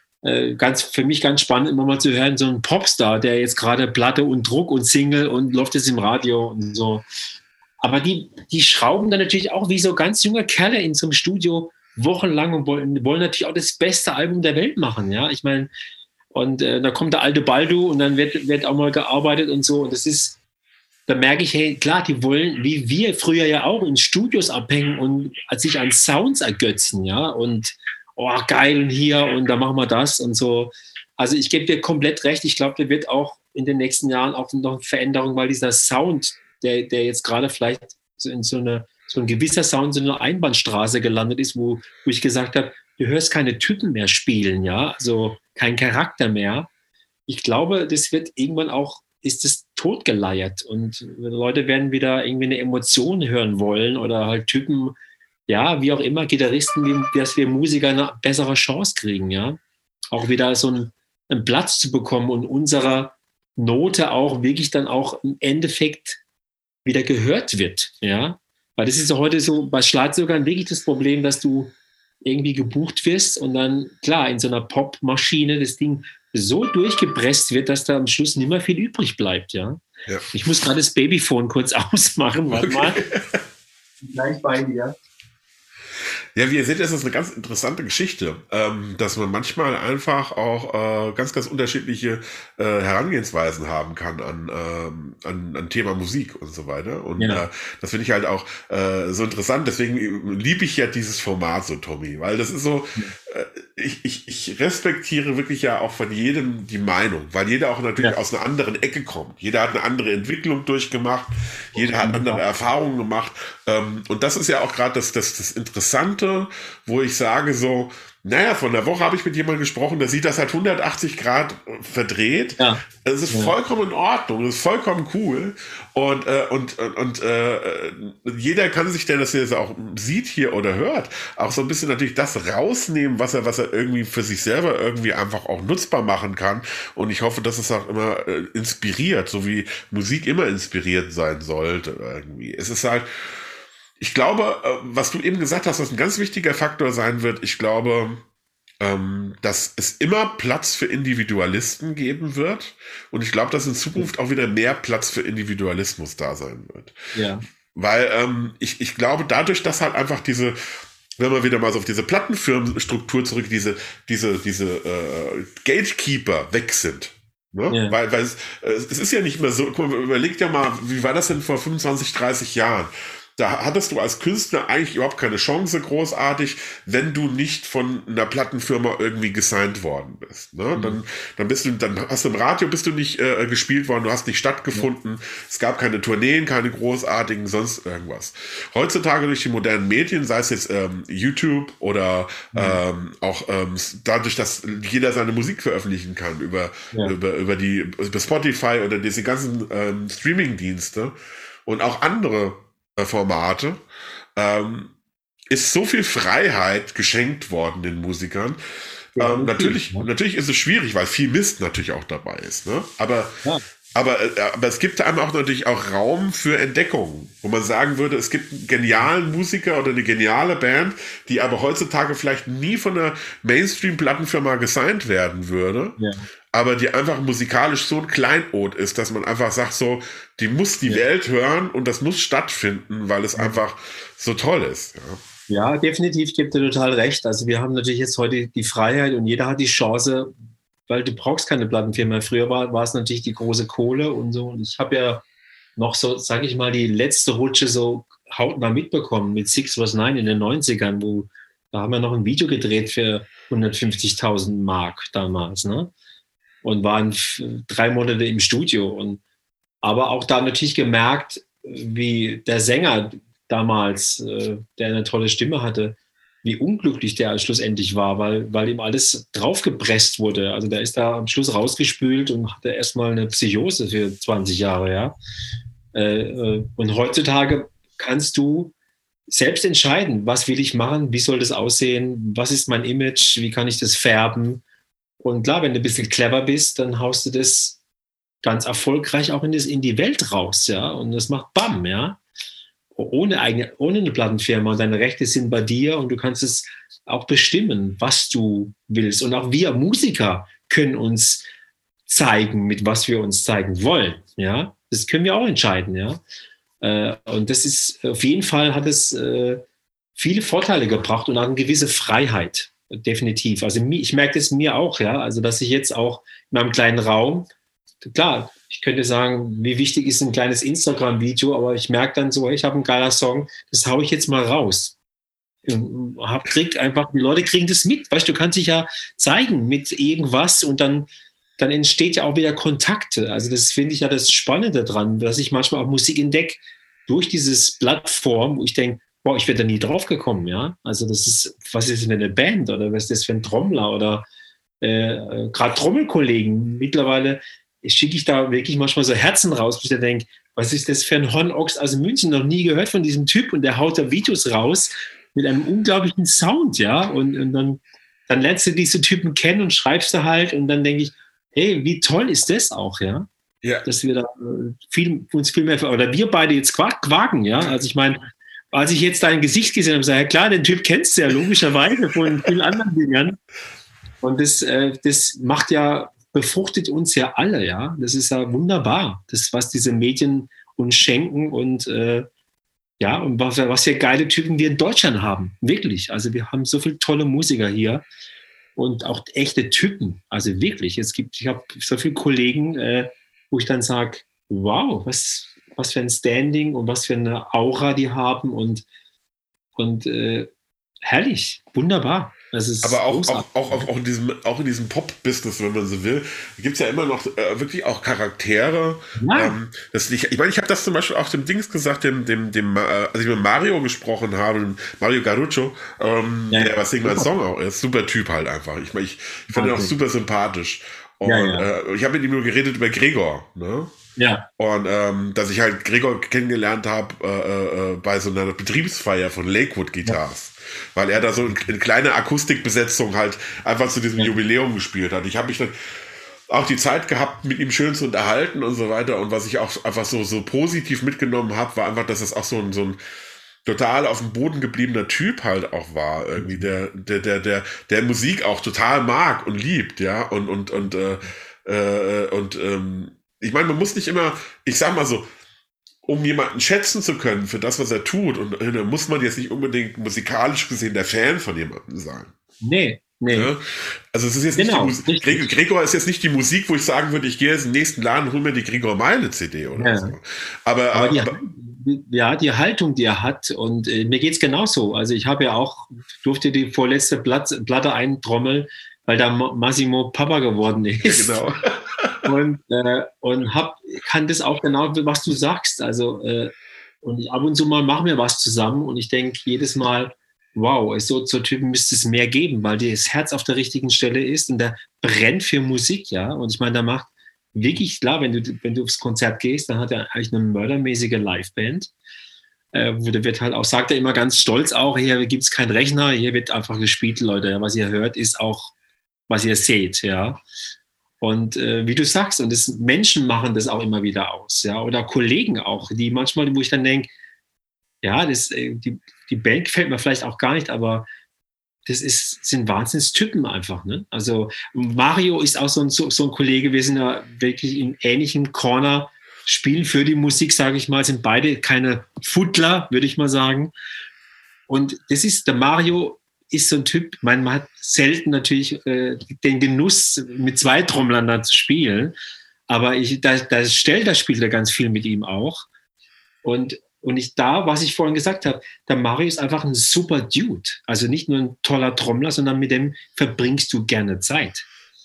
für mich ganz spannend, immer mal zu hören, so ein Popstar, der jetzt gerade Platte und Druck und Single und läuft jetzt im Radio und so. Aber die schrauben dann natürlich auch wie so ganz junge Kerle in so einem Studio wochenlang und wollen natürlich auch das beste Album der Welt machen, ja. Ich meine, und da kommt der alte Baldu und dann wird auch mal gearbeitet und so und das ist, da merke ich, hey, klar, die wollen, wie wir früher ja auch, in Studios abhängen und sich an Sounds ergötzen, ja, und oh, geil, und hier, und da machen wir das und so. Also ich gebe dir komplett recht, ich glaube, da wird auch in den nächsten Jahren auch noch eine Veränderung, weil dieser Sound, der jetzt gerade vielleicht in so ein gewisser Sound, so eine Einbahnstraße gelandet ist, wo ich gesagt habe, du hörst keine Typen mehr spielen, ja, also kein Charakter mehr. Ich glaube, das wird irgendwann auch, ist es totgeleiert und Leute werden wieder irgendwie eine Emotion hören wollen oder halt Typen, ja, wie auch immer, Gitarristen, dass wir Musiker eine bessere Chance kriegen, ja. Auch wieder so einen Platz zu bekommen und unserer Note auch wirklich dann auch im Endeffekt wieder gehört wird, ja. Weil das ist ja heute so bei Schlagzeugern wirklich das Problem, dass du irgendwie gebucht wirst und dann, klar, in so einer Popmaschine das Ding so durchgepresst wird, dass da am Schluss nicht mehr viel übrig bleibt, ja. Ich muss gerade das Babyphone kurz ausmachen, warte mal. gleich bei dir. Ja, wie ihr seht, ist das eine ganz interessante Geschichte, dass man manchmal einfach auch ganz, ganz unterschiedliche Herangehensweisen haben kann an Thema Musik und so weiter. Und Ja, das finde ich halt auch so interessant. Deswegen liebe ich ja dieses Format so, Tommy, weil das ist so, ich respektiere wirklich ja auch von jedem die Meinung, weil jeder auch natürlich ja. aus einer anderen Ecke kommt. Jeder hat eine andere Entwicklung durchgemacht, jeder hat andere Erfahrungen gemacht. Und das ist ja auch gerade das Interessante, wo ich sage so, naja, von der Woche habe ich mit jemandem gesprochen, der sieht das halt 180 Grad verdreht. Ja, Es ist ja, vollkommen in Ordnung, es ist vollkommen cool. Jeder kann sich, der das jetzt auch sieht hier oder hört, auch so ein bisschen natürlich das rausnehmen, was er irgendwie für sich selber irgendwie einfach auch nutzbar machen kann. Und ich hoffe, dass es auch immer inspiriert, so wie Musik immer inspiriert sein sollte irgendwie. Es ist halt, ich glaube, was du eben gesagt hast, was ein ganz wichtiger Faktor sein wird, ich glaube, dass es immer Platz für Individualisten geben wird. Und ich glaube, dass in Zukunft auch wieder mehr Platz für Individualismus da sein wird. ja, Weil ich glaube, dadurch, dass halt einfach wenn wir wieder mal so auf diese Plattenfirmenstruktur zurück, diese Gatekeeper weg sind. Ne? ja, Weil es ist ja nicht mehr so, guck mal, überlegt ja mal, wie war das denn vor 25, 30 Jahren? Da hattest du als Künstler eigentlich überhaupt keine Chance großartig, wenn du nicht von einer Plattenfirma irgendwie gesigned worden bist. Ne? Dann hast du im Radio bist du nicht gespielt worden, du hast nicht stattgefunden, es gab keine Tourneen, keine großartigen, sonst irgendwas. Heutzutage durch die modernen Medien, sei es jetzt YouTube oder auch dadurch, dass jeder seine Musik veröffentlichen kann über ja, über Spotify oder diese ganzen Streaming-Dienste und auch andere Formate, ist so viel Freiheit geschenkt worden den Musikern. definitiv, ne? Natürlich ist es schwierig, weil viel Mist natürlich auch dabei ist. Ne? Ja, Aber es gibt einem auch natürlich auch Raum für Entdeckungen, wo man sagen würde, es gibt einen genialen Musiker oder eine geniale Band, die aber heutzutage vielleicht nie von einer Mainstream-Plattenfirma gesigned werden würde, ja, aber die einfach musikalisch so ein Kleinod ist, dass man einfach sagt so, die muss die ja. Welt hören und das muss stattfinden, weil es einfach so toll ist. Ja. Ja, definitiv, ich gebe dir total recht. Also wir haben natürlich jetzt heute die Freiheit und jeder hat die Chance, weil du brauchst keine Plattenfirma. Früher war es natürlich die große Kohle und so. Und ich habe ja noch so, sage ich mal, die letzte Rutsche so hautnah mitbekommen mit Six Was Nine in den 90ern, wo da haben wir noch ein Video gedreht für 150.000 Mark damals, ne? Und waren 3 Monate im Studio. Aber auch da natürlich gemerkt, wie der Sänger damals, der eine tolle Stimme hatte, wie unglücklich der schlussendlich war, weil ihm alles draufgepresst wurde. Also der ist da am Schluss rausgespült und hatte erstmal eine Psychose für 20 Jahre, ja. Und heutzutage kannst du selbst entscheiden, was will ich machen, wie soll das aussehen, was ist mein Image, wie kann ich das färben. Und klar, wenn du ein bisschen clever bist, dann haust du das ganz erfolgreich auch in die Welt raus, ja. Und das macht BAM, ja. Ohne eine Plattenfirma. Und deine Rechte sind bei dir und du kannst es auch bestimmen, was du willst. Und auch wir Musiker können uns zeigen, mit was wir uns zeigen wollen, ja. Das können wir auch entscheiden, ja. Und das ist, auf jeden Fall hat es viele Vorteile gebracht und auch eine gewisse Freiheit. Definitiv. Also ich merke das mir auch, ja. Also, dass ich jetzt auch in meinem kleinen Raum, klar, ich könnte sagen, wie wichtig ist ein kleines Instagram-Video, aber ich merke dann so, ich habe einen geiler Song, das haue ich jetzt mal raus. Kriegt einfach, die Leute kriegen das mit. Weißt du, kannst dich ja zeigen mit irgendwas und dann entsteht ja auch wieder Kontakte. Also das finde ich ja das Spannende dran, dass ich manchmal auch Musik entdecke durch dieses Plattform, wo ich denke, boah, ich wäre da nie drauf gekommen, ja. Also das ist, was ist das für eine Band oder was ist das für ein Trommler oder gerade Trommelkollegen. Mittlerweile schicke ich da wirklich manchmal so Herzen raus, wo ich da denke, was ist das für ein Hornochs aus München, noch nie gehört von diesem Typ und der haut da Videos raus mit einem unglaublichen Sound, ja. Und dann lernst du diese Typen kennen und schreibst du halt und dann denke ich, hey, wie toll ist das auch, ja? Ja. Dass wir da uns viel mehr, oder wir beide jetzt quaken, ja? Also ich meine, als ich jetzt dein Gesicht gesehen habe, sage ich, ja klar, den Typ kennst du ja logischerweise von vielen anderen Dingern. Und das macht ja, befruchtet uns ja alle, ja. Das ist ja wunderbar, das, was diese Medien uns schenken und Ja, und was für geile Typen wir in Deutschland haben. Wirklich. Also wir haben so viele tolle Musiker hier und auch echte Typen. Also wirklich. Ich habe so viele Kollegen, wo ich dann sage, wow, was für ein Standing und was für eine Aura die haben und herrlich, wunderbar. Das Aber ist großartig. auch in diesem Pop-Business, wenn man so will, gibt es ja immer noch wirklich auch Charaktere. Ja, Ich meine, ich habe das zum Beispiel auch dem Dings gesagt, als ich mit Mario gesprochen habe, Mario Garuccio, ja, der was Sing mein super. Song auch ist, super Typ halt einfach. Ich finde ihn auch Wahnsinn. super sympathisch. Ja, Und ja, ich habe mit ihm nur geredet über Gregor, ne? ja. Und dass ich halt Gregor kennengelernt habe bei so einer Betriebsfeier von Lakewood Ja, Guitars, weil er da so in kleiner Akustikbesetzung halt einfach zu diesem ja. Jubiläum gespielt hat. Ich habe mich dann auch die Zeit gehabt, mit ihm schön zu unterhalten und so weiter. Und was ich auch einfach so positiv mitgenommen habe, war einfach, dass es auch so ein total auf dem Boden gebliebener Typ halt auch war, irgendwie, der Musik auch total mag und liebt, ja, ich meine, man muss nicht immer, ich sag mal so, um jemanden schätzen zu können für das, was er tut, und muss man jetzt nicht unbedingt musikalisch gesehen der Fan von jemandem sein. Nee, nee. Ne? Also es ist jetzt nicht die Genau, Musik, richtig. Gregor ist jetzt nicht die Musik, wo ich sagen würde, ich gehe jetzt in den nächsten Laden und hol mir die Gregor Meile CD oder Ja. so. Aber, Aber aber die Haltung, die er hat, und mir geht es genauso. Also ich habe ja auch, durfte die vorletzte Platte eintrommeln, weil da Massimo Papa geworden ja, ist. genau. Und kann das auch genau, was du sagst. Also, ab und zu mal machen wir was zusammen und ich denke jedes Mal, wow, so Typen müsste es mehr geben, weil das Herz auf der richtigen Stelle ist und der brennt für Musik, ja. Und ich meine, der macht wirklich klar, wenn du aufs Konzert gehst, dann hat er eigentlich eine mördermäßige Liveband. Da wird halt auch, sagt er immer ganz stolz auch, hier gibt es keinen Rechner, hier wird einfach gespielt, Leute. Ja, was ihr hört, ist auch, was ihr seht, ja. Und wie du sagst, und Menschen machen das auch immer wieder aus, ja, oder Kollegen auch, die manchmal, wo ich dann denke, ja, die Band gefällt mir vielleicht auch gar nicht, aber sind Wahnsinnstypen einfach, ne? Also Mario ist auch so ein Kollege, wir sind ja wirklich in ähnlichem Corner, spielen für die Musik, sage ich mal, sind beide keine Fuddler, würde ich mal sagen. Und der Mario ist so ein Typ, man hat selten natürlich den Genuss, mit zwei Trommlern da zu spielen, aber da spielt er ganz viel mit ihm auch. Was ich vorhin gesagt habe, der Mario ist einfach ein super Dude. Also nicht nur ein toller Trommler, sondern mit dem verbringst du gerne Zeit.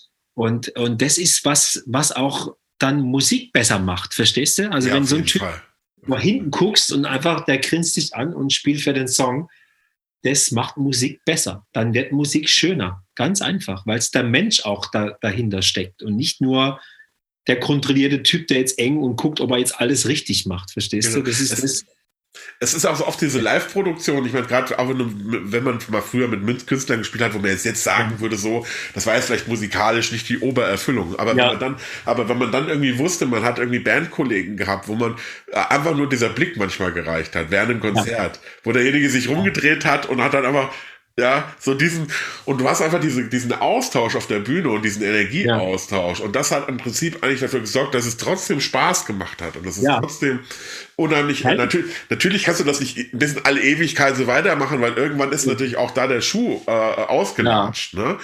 Und das ist was auch dann Musik besser macht, verstehst du? Also Ja, wenn auf so ein jeden Typ Fall. nach hinten guckst und einfach, der grinst dich an und spielt für den Song, das macht Musik besser. Dann wird Musik schöner. Ganz einfach, weil es der Mensch auch dahinter steckt und nicht nur der kontrollierte Typ, der jetzt eng und guckt, ob er jetzt alles richtig macht. Verstehst Genau. du? Das ist das. Es ist auch so oft diese Live-Produktion, ich meine, gerade auch wenn man mal früher mit Künstlern gespielt hat, wo man jetzt sagen würde, so, das war jetzt vielleicht musikalisch nicht die Obererfüllung, aber Ja, wenn man dann irgendwie wusste, man hat irgendwie Bandkollegen gehabt, wo man einfach nur dieser Blick manchmal gereicht hat, während einem ja, Konzert, wo derjenige sich rumgedreht hat und hat dann einfach, ja, und du hast einfach diesen Austausch auf der Bühne und diesen ja, Energieaustausch. Und das hat im Prinzip eigentlich dafür gesorgt, dass es trotzdem Spaß gemacht hat. Und das ist ja. trotzdem unheimlich. Herrlich. Natürlich kannst du das nicht bis in alle Ewigkeit so weitermachen, weil irgendwann ist natürlich auch da der Schuh Ja, ausgelatscht. Ne?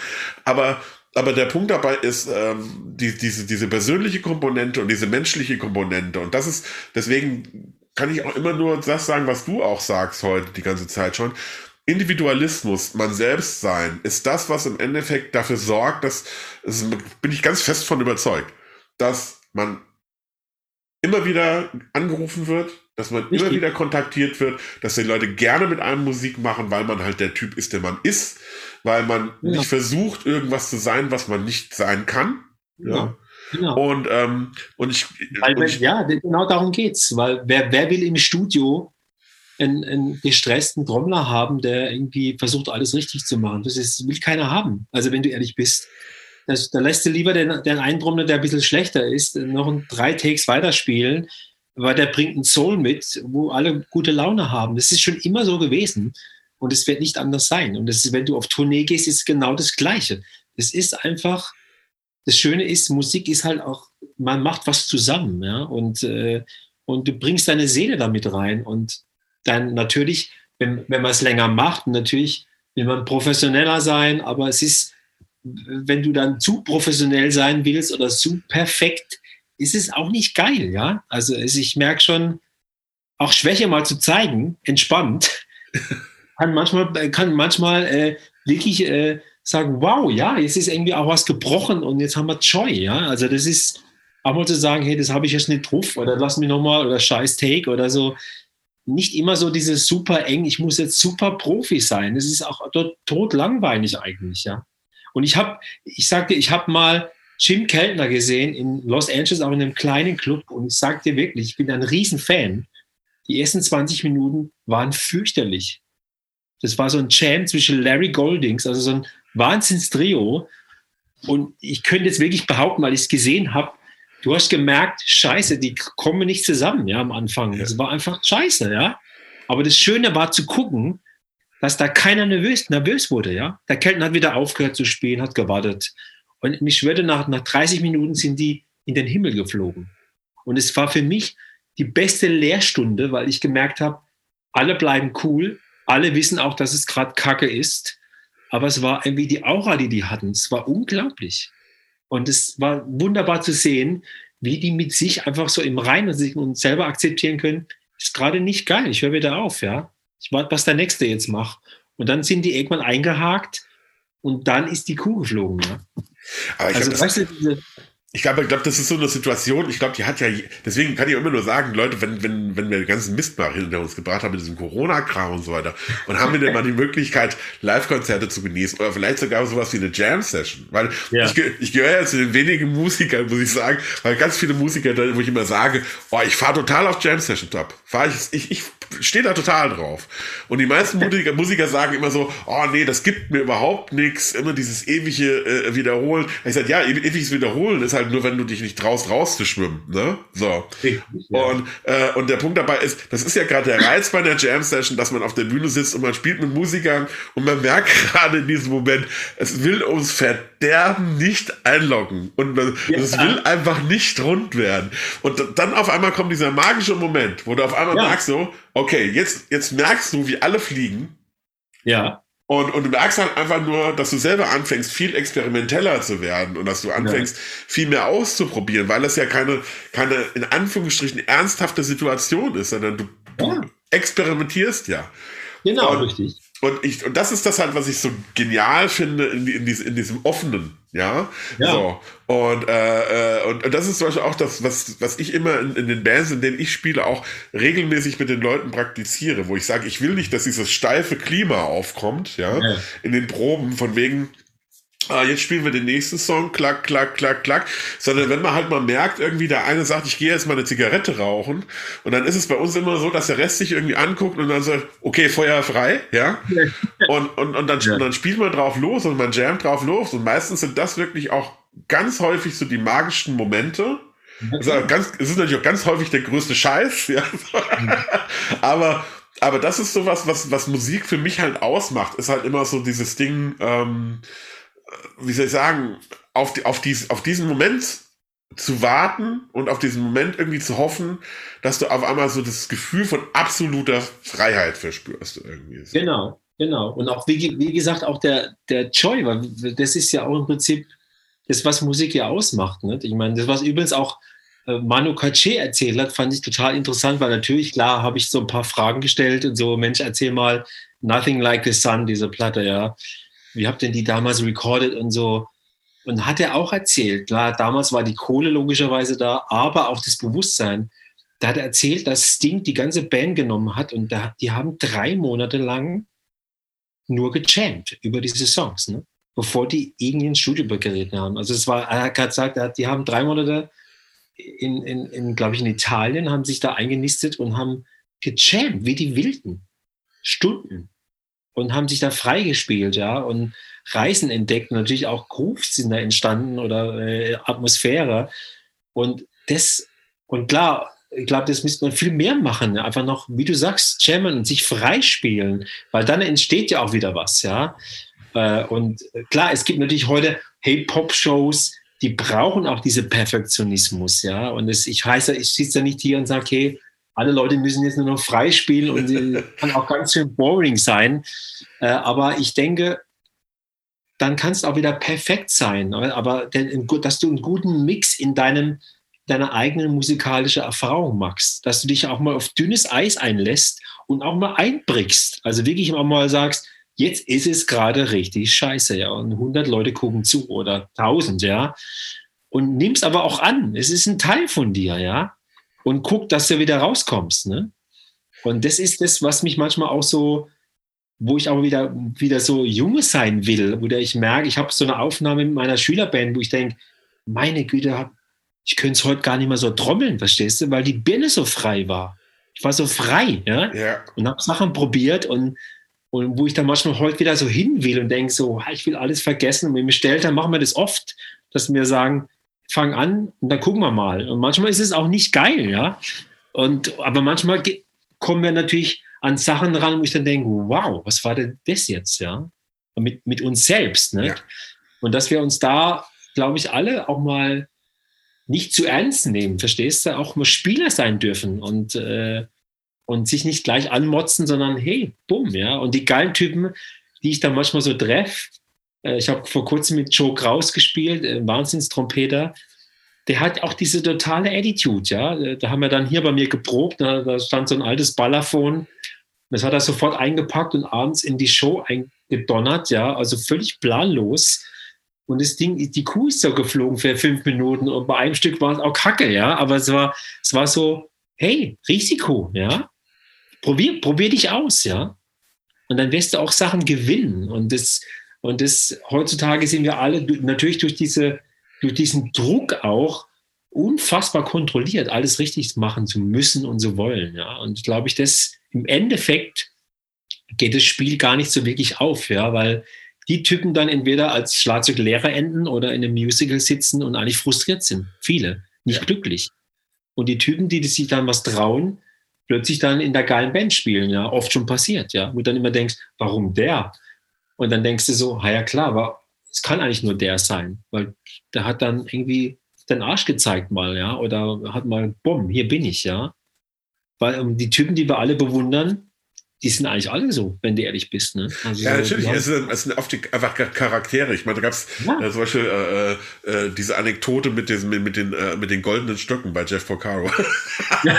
Aber der Punkt dabei ist diese persönliche Komponente und diese menschliche Komponente. Und deswegen kann ich auch immer nur das sagen, was du auch sagst heute die ganze Zeit schon. Individualismus, man selbst sein, ist das, was im Endeffekt dafür sorgt, bin ich ganz fest von überzeugt, dass man immer wieder angerufen wird, dass man immer richtig. wieder kontaktiert wird, dass die Leute gerne mit einem Musik machen, weil man halt der Typ ist, der man ist, weil man Ja, nicht versucht, irgendwas zu sein, was man nicht sein kann. Ja. genau. Genau. Und, und Weil, ich ja, genau darum geht's. Weil wer will im Studio einen gestressten Trommler haben, der irgendwie versucht, alles richtig zu machen? Will keiner haben. Also wenn du ehrlich bist. Da lässt du lieber den einen Trommler, der ein bisschen schlechter ist, noch 3 Takes weiterspielen, weil der bringt einen Soul mit, wo alle gute Laune haben. Das ist schon immer so gewesen. Und es wird nicht anders sein. Und wenn du auf Tournee gehst, ist es genau das Gleiche. Es ist einfach, das Schöne ist, Musik ist halt auch, man macht was zusammen, ja, und du bringst deine Seele damit rein. Und dann natürlich, wenn man es länger macht, natürlich will man professioneller sein, aber es ist, wenn du dann zu professionell sein willst oder zu perfekt, ist es auch nicht geil, ja. Also ich merke schon, auch Schwäche mal zu zeigen, entspannt, kann manchmal wirklich sagen, wow, ja, jetzt ist irgendwie auch was gebrochen und jetzt haben wir Joy, ja. Also das ist auch mal zu sagen, hey, das habe ich jetzt nicht drauf oder lass mich nochmal oder scheiß Take oder so. Nicht immer so dieses super eng, ich muss jetzt super Profi sein. Das ist auch tot langweilig eigentlich, ja. Und ich sagte, ich habe mal Jim Keltner gesehen in Los Angeles, auch in einem kleinen Club und ich sag dir wirklich, ich bin ein Riesenfan. Die ersten 20 Minuten waren fürchterlich. Das war so ein Jam zwischen Larry Goldings, also so ein Wahnsinnstrio. Und ich könnte jetzt wirklich behaupten, weil ich es gesehen habe, du hast gemerkt, scheiße, die kommen nicht zusammen, ja, am Anfang. Es war einfach scheiße, ja. Aber das Schöne war zu gucken, dass da keiner nervös wurde, ja. Der Keltner hat wieder aufgehört zu spielen, hat gewartet. Und mich schwörte, nach 30 Minuten sind die in den Himmel geflogen. Und es war für mich die beste Lehrstunde, weil ich gemerkt habe, alle bleiben cool, alle wissen auch, dass es gerade Kacke ist, aber es war irgendwie die Aura, die die hatten. Es war unglaublich. Und es war wunderbar zu sehen, wie die mit sich einfach so im Reinen sich und selber akzeptieren können, ist gerade nicht geil, ich höre wieder auf, ja. Ich warte, was der Nächste jetzt macht. Und dann sind die irgendwann eingehakt und dann ist die Kuh geflogen, ja. Aber ich glaube, das ist so eine Situation, ich glaube, die hat ja, deswegen kann ich immer nur sagen, Leute, wenn wir den ganzen Mist mal hinter uns gebracht haben mit diesem Corona-Kram und so weiter und haben wir denn mal die Möglichkeit, Live-Konzerte zu genießen oder vielleicht sogar sowas wie eine Jam-Session, weil ich gehöre ja zu den wenigen Musikern, muss ich sagen, weil ganz viele Musiker, wo ich immer sage, oh, ich fahre total auf Jam-Sessions ab, ich stehe da total drauf. Und die meisten Musiker sagen immer so, oh nee, das gibt mir überhaupt nichts, immer dieses ewige Wiederholen. Ich sage, ja, ewiges Wiederholen ist halt nur, wenn du dich nicht traust, rauszuschwimmen, ne? So. Richtig, ja. Und der Punkt dabei ist, das ist ja gerade der Reiz bei einer Jam-Session, dass man auf der Bühne sitzt und man spielt mit Musikern und man merkt gerade in diesem Moment, es will ums Verderben nicht einloggen und es will einfach nicht rund werden. Und dann auf einmal kommt dieser magische Moment, wo du auf einmal merkst so, okay, jetzt merkst du, wie alle fliegen. Ja. Und du merkst halt einfach nur, dass du selber anfängst, viel experimenteller zu werden und dass du anfängst, viel mehr auszuprobieren, weil das ja keine in Anführungsstrichen ernsthafte Situation ist, sondern du experimentierst ja. Genau, richtig. Und das ist das halt, was ich so genial finde in diesem offenen, ja. So. Und das ist zum Beispiel auch das, was ich immer in den Bands, in denen ich spiele, auch regelmäßig mit den Leuten praktiziere, wo ich sage, ich will nicht, dass dieses steife Klima aufkommt, ja. In den Proben, von wegen, jetzt spielen wir den nächsten Song, klack, klack, klack, klack, sondern wenn man halt mal merkt, irgendwie der eine sagt, ich gehe jetzt mal eine Zigarette rauchen und dann ist es bei uns immer so, dass der Rest sich irgendwie anguckt und dann sagt, okay, Feuer frei, ja, und dann spielt man drauf los und man jammt drauf los und meistens sind das wirklich auch ganz häufig so die magischen Momente. Es ist natürlich auch ganz häufig der größte Scheiß, ja, aber das ist sowas, was Musik für mich halt ausmacht, ist halt immer so dieses Ding, wie soll ich sagen, auf diesen Moment zu warten und auf diesen Moment irgendwie zu hoffen, dass du auf einmal so das Gefühl von absoluter Freiheit verspürst irgendwie. Genau. Und auch, wie gesagt, auch der Joy, weil das ist ja auch im Prinzip das, was Musik ja ausmacht. Ne? Ich meine, das, was übrigens auch Manu Katché erzählt hat, fand ich total interessant, weil natürlich, klar, habe ich so ein paar Fragen gestellt und so, Mensch, erzähl mal Nothing Like the Sun, diese Platte, ja. Wie habt ihr die damals recorded und so? Und hat er auch erzählt, klar, damals war die Kohle logischerweise da, aber auch das Bewusstsein. Da hat er erzählt, dass Sting die ganze Band genommen hat und die haben 3 Monate lang nur gejammt über diese Songs, ne? Bevor die irgendwie ins Studio geraten haben. Also er hat gesagt, die haben 3 Monate glaube ich, in Italien, haben sich da eingenistet und haben gejammt, wie die Wilden. Stunden. Und haben sich da freigespielt, ja, und Reisen entdeckt, und natürlich auch Grooves sind da entstanden oder Atmosphäre. Und klar, ich glaube, das müsste man viel mehr machen, ne? Einfach noch, wie du sagst, jammen und sich freispielen, weil dann entsteht ja auch wieder was, ja. Und klar, es gibt natürlich heute Pop-Shows, die brauchen auch diesen Perfektionismus, ja. Und ich sitze da nicht hier und sage, hey, alle Leute müssen jetzt nur noch frei spielen und kann auch ganz schön boring sein. Aber ich denke, dann kann es auch wieder perfekt sein. Aber dass du einen guten Mix in deiner eigenen musikalischen Erfahrung machst, dass du dich auch mal auf dünnes Eis einlässt und auch mal einbrichst. Also wirklich auch mal sagst, jetzt ist es gerade richtig scheiße, ja. Und 100 Leute gucken zu oder 1000, ja. Und nimm's aber auch an. Es ist ein Teil von dir, ja. Und guck, dass du wieder rauskommst, ne? Und das ist das, was mich manchmal auch so, wo ich auch wieder so Junge sein will, wo ich merke, ich habe so eine Aufnahme mit meiner Schülerband, wo ich denke, meine Güte, ich könnte es heute gar nicht mehr so trommeln, verstehst du? Weil die Birne so frei war. Ich war so frei, ja? Ja. Und habe Sachen probiert und wo ich dann manchmal heute wieder so hin will und denke so, ich will alles vergessen. Und wenn mich stellt, dann machen wir das oft, dass wir sagen, fang an und dann gucken wir mal. Und manchmal ist es auch nicht geil, ja. Aber manchmal kommen wir natürlich an Sachen ran, wo ich dann denke, wow, was war denn das jetzt, ja? Mit uns selbst, ne? Ja. Und dass wir uns da, glaube ich, alle auch mal nicht zu ernst nehmen, verstehst du? Auch mal Spieler sein dürfen und sich nicht gleich anmotzen, sondern hey, bumm, ja. Und die geilen Typen, die ich dann manchmal so treffe, ich habe vor kurzem mit Joe Kraus gespielt, Wahnsinnstrompeter, der hat auch diese totale Attitude, ja. Da haben wir dann hier bei mir geprobt, da stand so ein altes Balafon, das hat er sofort eingepackt und abends in die Show eingedonnert, ja, also völlig planlos. Und das Ding, die Kuh ist so geflogen für 5 Minuten und bei einem Stück war es auch Kacke, ja, aber es war so, hey, Risiko, ja, probier dich aus, ja, und dann wirst du auch Sachen gewinnen und das heutzutage sind wir alle natürlich durch diesen Druck auch unfassbar kontrolliert, alles richtig machen zu müssen und zu wollen, ja, und glaube ich, das im Endeffekt geht das Spiel gar nicht so wirklich auf, ja, weil die Typen dann entweder als Schlagzeuglehrer enden oder in einem Musical sitzen und eigentlich frustriert sind. Viele, nicht glücklich. Und die Typen, die sich dann was trauen, plötzlich dann in der geilen Band spielen, ja, oft schon passiert, ja, wo du dann immer denkst, warum der? Und dann denkst du so, ja klar, aber es kann eigentlich nur der sein, weil der hat dann irgendwie den Arsch gezeigt mal, ja, oder hat mal, bumm, hier bin ich, ja. Weil die Typen, die wir alle bewundern, die sind eigentlich alle so, wenn du ehrlich bist. Ne? Also ja, natürlich. Es sind oft einfach Charaktere. Ich meine, da gab es zum Beispiel diese Anekdote mit den goldenen Stöcken bei Jeff Porcaro. Ja.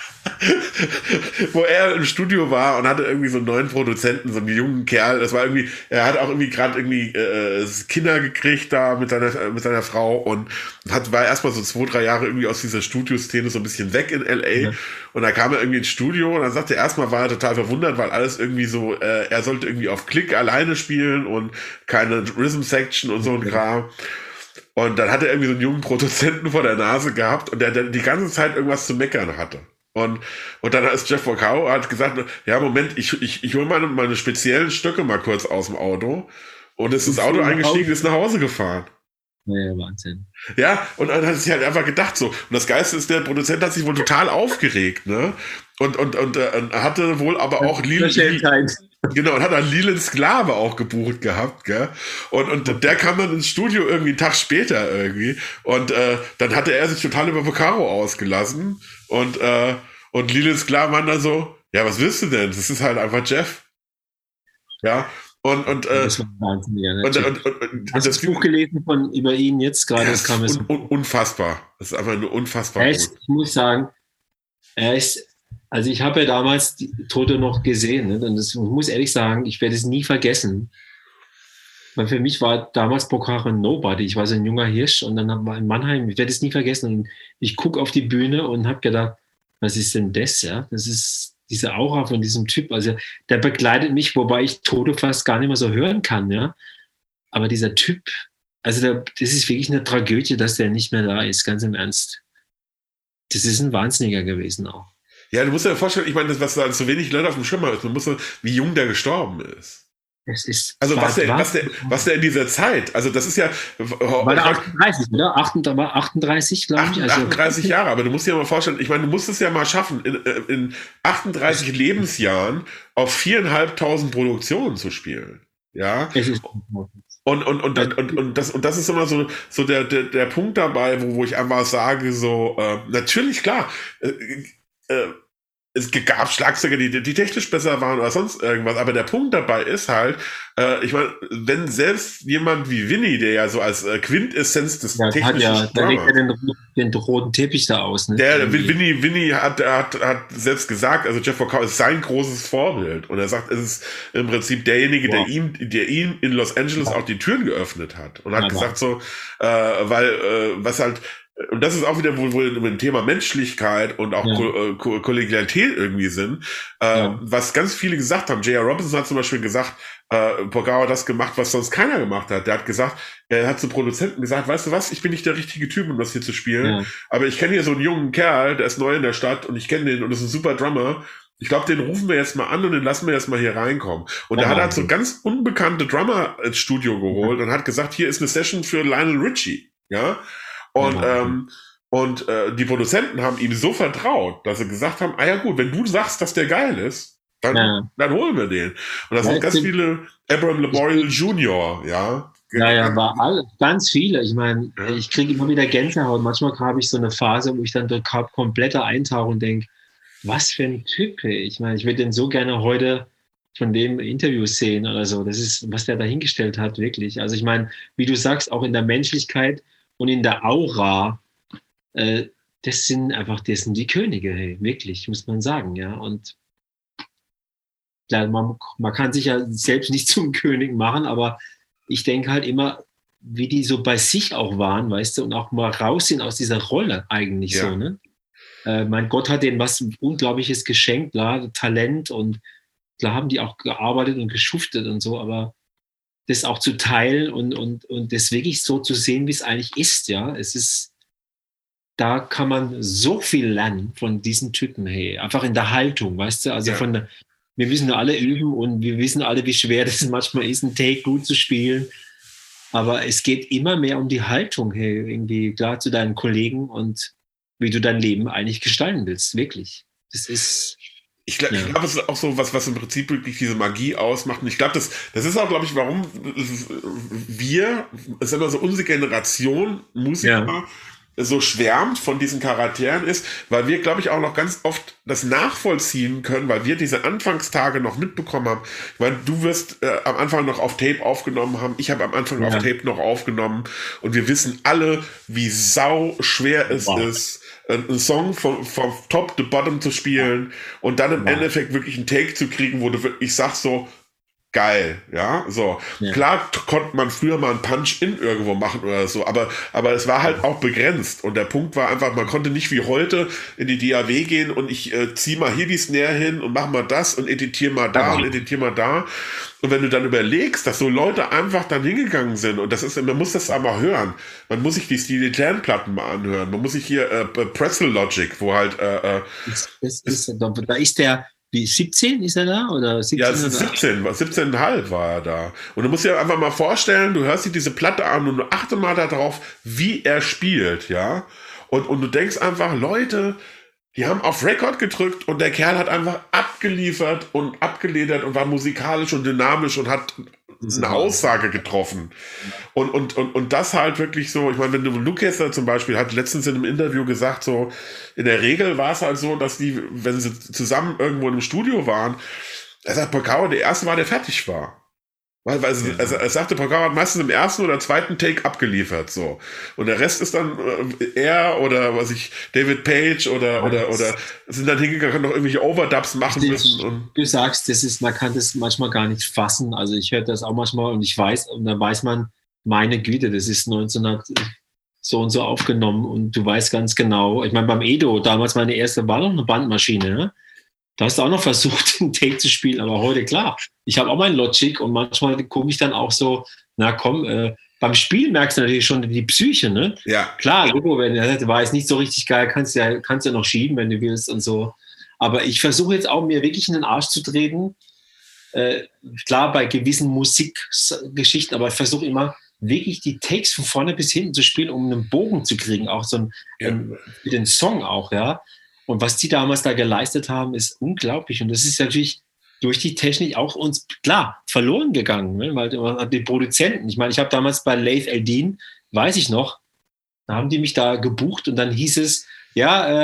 Wo er im Studio war und hatte irgendwie so einen neuen Produzenten, so einen jungen Kerl. Das war irgendwie, er hat auch irgendwie gerade Kinder gekriegt da mit seiner Frau und war erstmal so 2-3 Jahre irgendwie aus dieser Studioszene so ein bisschen weg in LA. Ja. Und da kam er irgendwie ins Studio und dann sagte er, erstmal war er total verwundert, weil alles irgendwie so, er sollte irgendwie auf Klick alleine spielen und keine Rhythm Section und so ein Kram. Und dann hat er irgendwie so einen jungen Produzenten vor der Nase gehabt und der die ganze Zeit irgendwas zu meckern hatte. Und dann ist Jeff Porcaro hat gesagt, ja, Moment, ich hole meine speziellen Stöcke mal kurz aus dem Auto. Und ist ins Auto eingestiegen, ist nach Hause gefahren. Ja, Wahnsinn. Ja, und dann hat sich halt einfach gedacht so. Und das Geilste ist, der Produzent hat sich wohl total aufgeregt, ne? Und hatte wohl aber auch Genau, und hat einen Leland Sklave auch gebucht gehabt, gell? Und der kam dann ins Studio irgendwie einen Tag später irgendwie. Und dann hatte er sich total über Porcaro ausgelassen. Und Leland Sklave war dann so, ja, was willst du denn? Das ist halt einfach Jeff. Ja. Das war wahnsinnig. Hast du das Buch gelesen über ihn jetzt gerade? Das kam unfassbar. Das ist einfach nur unfassbar. Ich muss sagen, also ich habe ja damals die Toto noch gesehen, ne? Und ich muss ehrlich sagen, ich werde es nie vergessen. Weil für mich war damals Porcaro Nobody. Ich war so ein junger Hirsch und dann war in Mannheim, ich werde es nie vergessen. Und ich gucke auf die Bühne und habe gedacht, was ist denn das, ja? Das ist diese Aura von diesem Typ. Also der begleitet mich, wobei ich Toto fast gar nicht mehr so hören kann, ja. Aber dieser Typ, also das ist wirklich eine Tragödie, dass der nicht mehr da ist, ganz im Ernst. Das ist ein Wahnsinniger gewesen auch. Ja, du musst dir vorstellen, ich meine, was da so wenig Leute auf dem Schirm haben, man muss so, wie jung der gestorben ist. Das ist also was der in dieser Zeit, also das ist ja... War der 38, oder? 38, glaube ich. 38 Jahre, aber du musst dir mal vorstellen, ich meine, du musst es ja mal schaffen, in 38 Lebensjahren auf 4.500 Produktionen zu spielen. Ja. Und das ist immer so der Punkt dabei, wo ich einfach sage, so, natürlich, klar, es gab Schlagzeuger, die technisch besser waren oder sonst irgendwas, aber der Punkt dabei ist halt, ich meine, wenn selbst jemand wie Vinny, der ja so als Quintessenz des technischen da legt er den roten Teppich da aus. Ne? Vinny hat selbst gesagt, also Jeff Porcaro ist sein großes Vorbild und er sagt, es ist im Prinzip derjenige, der ihm in Los Angeles auch die Türen geöffnet hat und hat gesagt so, was halt. Und das ist auch wieder wohl ein Thema Menschlichkeit und auch Kollegialität irgendwie sind, was ganz viele gesagt haben. J.R. Robinson hat zum Beispiel gesagt, Porcaro hat das gemacht, was sonst keiner gemacht hat. Der hat gesagt, er hat zum Produzenten gesagt, weißt du was, ich bin nicht der richtige Typ, um das hier zu spielen, aber ich kenne hier so einen jungen Kerl, der ist neu in der Stadt und ich kenne den und ist ein super Drummer. Ich glaube, den rufen wir jetzt mal an und den lassen wir jetzt mal hier reinkommen. Und er hat halt so ganz unbekannte Drummer ins Studio geholt und hat gesagt, hier ist eine Session für Lionel Richie, ja. Und die Produzenten haben ihm so vertraut, dass sie gesagt haben, ja gut, wenn du sagst, dass der geil ist, dann holen wir den. Und das sind ganz viele, Abram Laboriel Jr., ja. Ganz viele. Ich meine, ich kriege immer wieder Gänsehaut. Manchmal habe ich so eine Phase, wo ich dann dort kompletter eintauche und denke, was für ein Typ, ey. Ich meine, ich würde den so gerne heute von dem Interviews sehen oder so. Das ist, was der da hingestellt hat, wirklich. Also ich meine, wie du sagst, auch in der Menschlichkeit und in der Aura, das sind die Könige, hey, wirklich, muss man sagen, ja. Und klar, man kann sich ja selbst nicht zum König machen, aber ich denke halt immer, wie die so bei sich auch waren, weißt du, und auch mal raus sind aus dieser Rolle eigentlich so, ne? Mein Gott hat denen was Unglaubliches geschenkt, klar, Talent und klar haben die auch gearbeitet und geschuftet und so, aber das auch zu teilen und das wirklich so zu sehen, wie es eigentlich ist, ja. Da kann man so viel lernen von diesen Typen, hey. Einfach in der Haltung, weißt du, also wir müssen alle üben und wir wissen alle, wie schwer das manchmal ist, einen Take gut zu spielen. Aber es geht immer mehr um die Haltung, hey, irgendwie klar zu deinen Kollegen und wie du dein Leben eigentlich gestalten willst, wirklich. Das ist... Ich glaube, es ist auch so was im Prinzip wirklich diese Magie ausmacht. Und ich glaube, das ist auch, glaube ich, warum es ist immer so unsere Generation Musiker so schwärmt von diesen Charakteren ist, weil wir, glaube ich, auch noch ganz oft das nachvollziehen können, weil wir diese Anfangstage noch mitbekommen haben. Weil du wirst am Anfang noch auf Tape aufgenommen haben, ich habe am Anfang auf Tape noch aufgenommen und wir wissen alle, wie sau schwer es ist, einen Song vom Top to Bottom zu spielen und dann im Endeffekt wirklich einen Take zu kriegen, wo du wirklich sagst so, geil, ja, so. Ja. Klar konnte man früher mal einen Punch-In irgendwo machen oder so, aber es war halt auch begrenzt und der Punkt war einfach, man konnte nicht wie heute in die DAW gehen und ich zieh mal hier die Snare hin und mach mal das und editiere mal da und editiere mal da und wenn du dann überlegst, dass so Leute einfach dann hingegangen sind und man muss das einmal hören, man muss sich die Steely Dan-Platten mal anhören, man muss sich hier Pretzel Logic, wo halt da ist der wie 17 ist er da? Oder 17 ja, 17,5 war er da. Und du musst dir einfach mal vorstellen, du hörst dir diese Platte an und du achte mal darauf, wie er spielt, ja. Und du denkst einfach, Leute, die haben auf Record gedrückt und der Kerl hat einfach abgeliefert und abgeledert und war musikalisch und dynamisch und hat eine Aussage getroffen. Und das halt wirklich so, ich meine, wenn du Lukather zum Beispiel hat letztens in einem Interview gesagt, so, in der Regel war es halt so, dass die, wenn sie zusammen irgendwo im Studio waren, er sagt, Porcaro der Erste war, der fertig war. Weil er sagte, Porcaro hat meistens im ersten oder zweiten Take abgeliefert, so. Und der Rest ist dann er oder David Page oder sind dann hingegangen, noch irgendwelche Overdubs machen müssen. Und du sagst, man kann das manchmal gar nicht fassen. Also ich höre das auch manchmal und dann weiß man, meine Güte, das ist 1900 so und so aufgenommen und du weißt ganz genau, ich meine, beim Edo, damals meine erste war noch eine Bandmaschine, ne? Da hast du auch noch versucht, einen Take zu spielen, aber heute, klar, ich habe auch mein Logic und manchmal gucke ich dann auch so, na komm, beim Spiel merkst du natürlich schon die Psyche, ne? Ja. Klar, wenn der war jetzt nicht so richtig geil, kannst ja noch schieben, wenn du willst und so. Aber ich versuche jetzt auch, mir wirklich in den Arsch zu treten. Klar, bei gewissen Musikgeschichten, aber ich versuche immer, wirklich die Takes von vorne bis hinten zu spielen, um einen Bogen zu kriegen, auch so für den Song auch, ja. Und was die damals da geleistet haben, ist unglaublich. Und das ist natürlich durch die Technik auch uns, klar, verloren gegangen. Ne? Weil die Produzenten, ich meine, ich habe damals bei Laith Eldin, weiß ich noch, da haben die mich da gebucht und dann hieß es,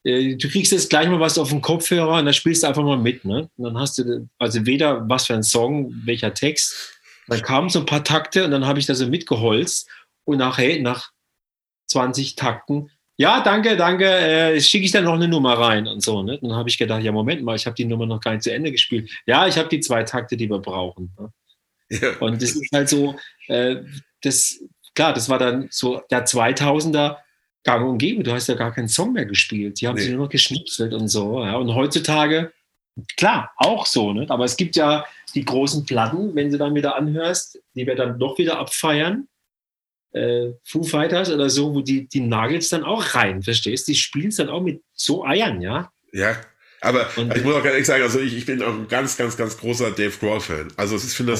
du kriegst jetzt gleich mal was auf den Kopfhörer und dann spielst du einfach mal mit. Ne? Und dann hast du also weder was für ein Song, welcher Text. Dann kamen so ein paar Takte und dann habe ich da so mitgeholzt und nach 20 Takten, ja, danke, schicke ich dann noch eine Nummer rein und so. Ne? Dann habe ich gedacht, ja, Moment mal, ich habe die Nummer noch gar nicht zu Ende gespielt. Ja, ich habe die 2 Takte, die wir brauchen. Ne? Ja. Und das ist halt so, das war dann so der 2000er gang und gäbe. Du hast ja gar keinen Song mehr gespielt. Die haben sich nur noch geschnipselt und so. Ja. Und heutzutage, klar, auch so. Ne? Aber es gibt ja die großen Platten, wenn du dann wieder anhörst, die wir dann doch wieder abfeiern. Foo Fighters oder so, wo die nagelst dann auch rein, verstehst? Die spielen es dann auch mit so Eiern, ja? Ja, aber ich muss auch ganz ehrlich sagen, also ich bin auch ein ganz, ganz, ganz großer Dave Grohl-Fan. Also ich finde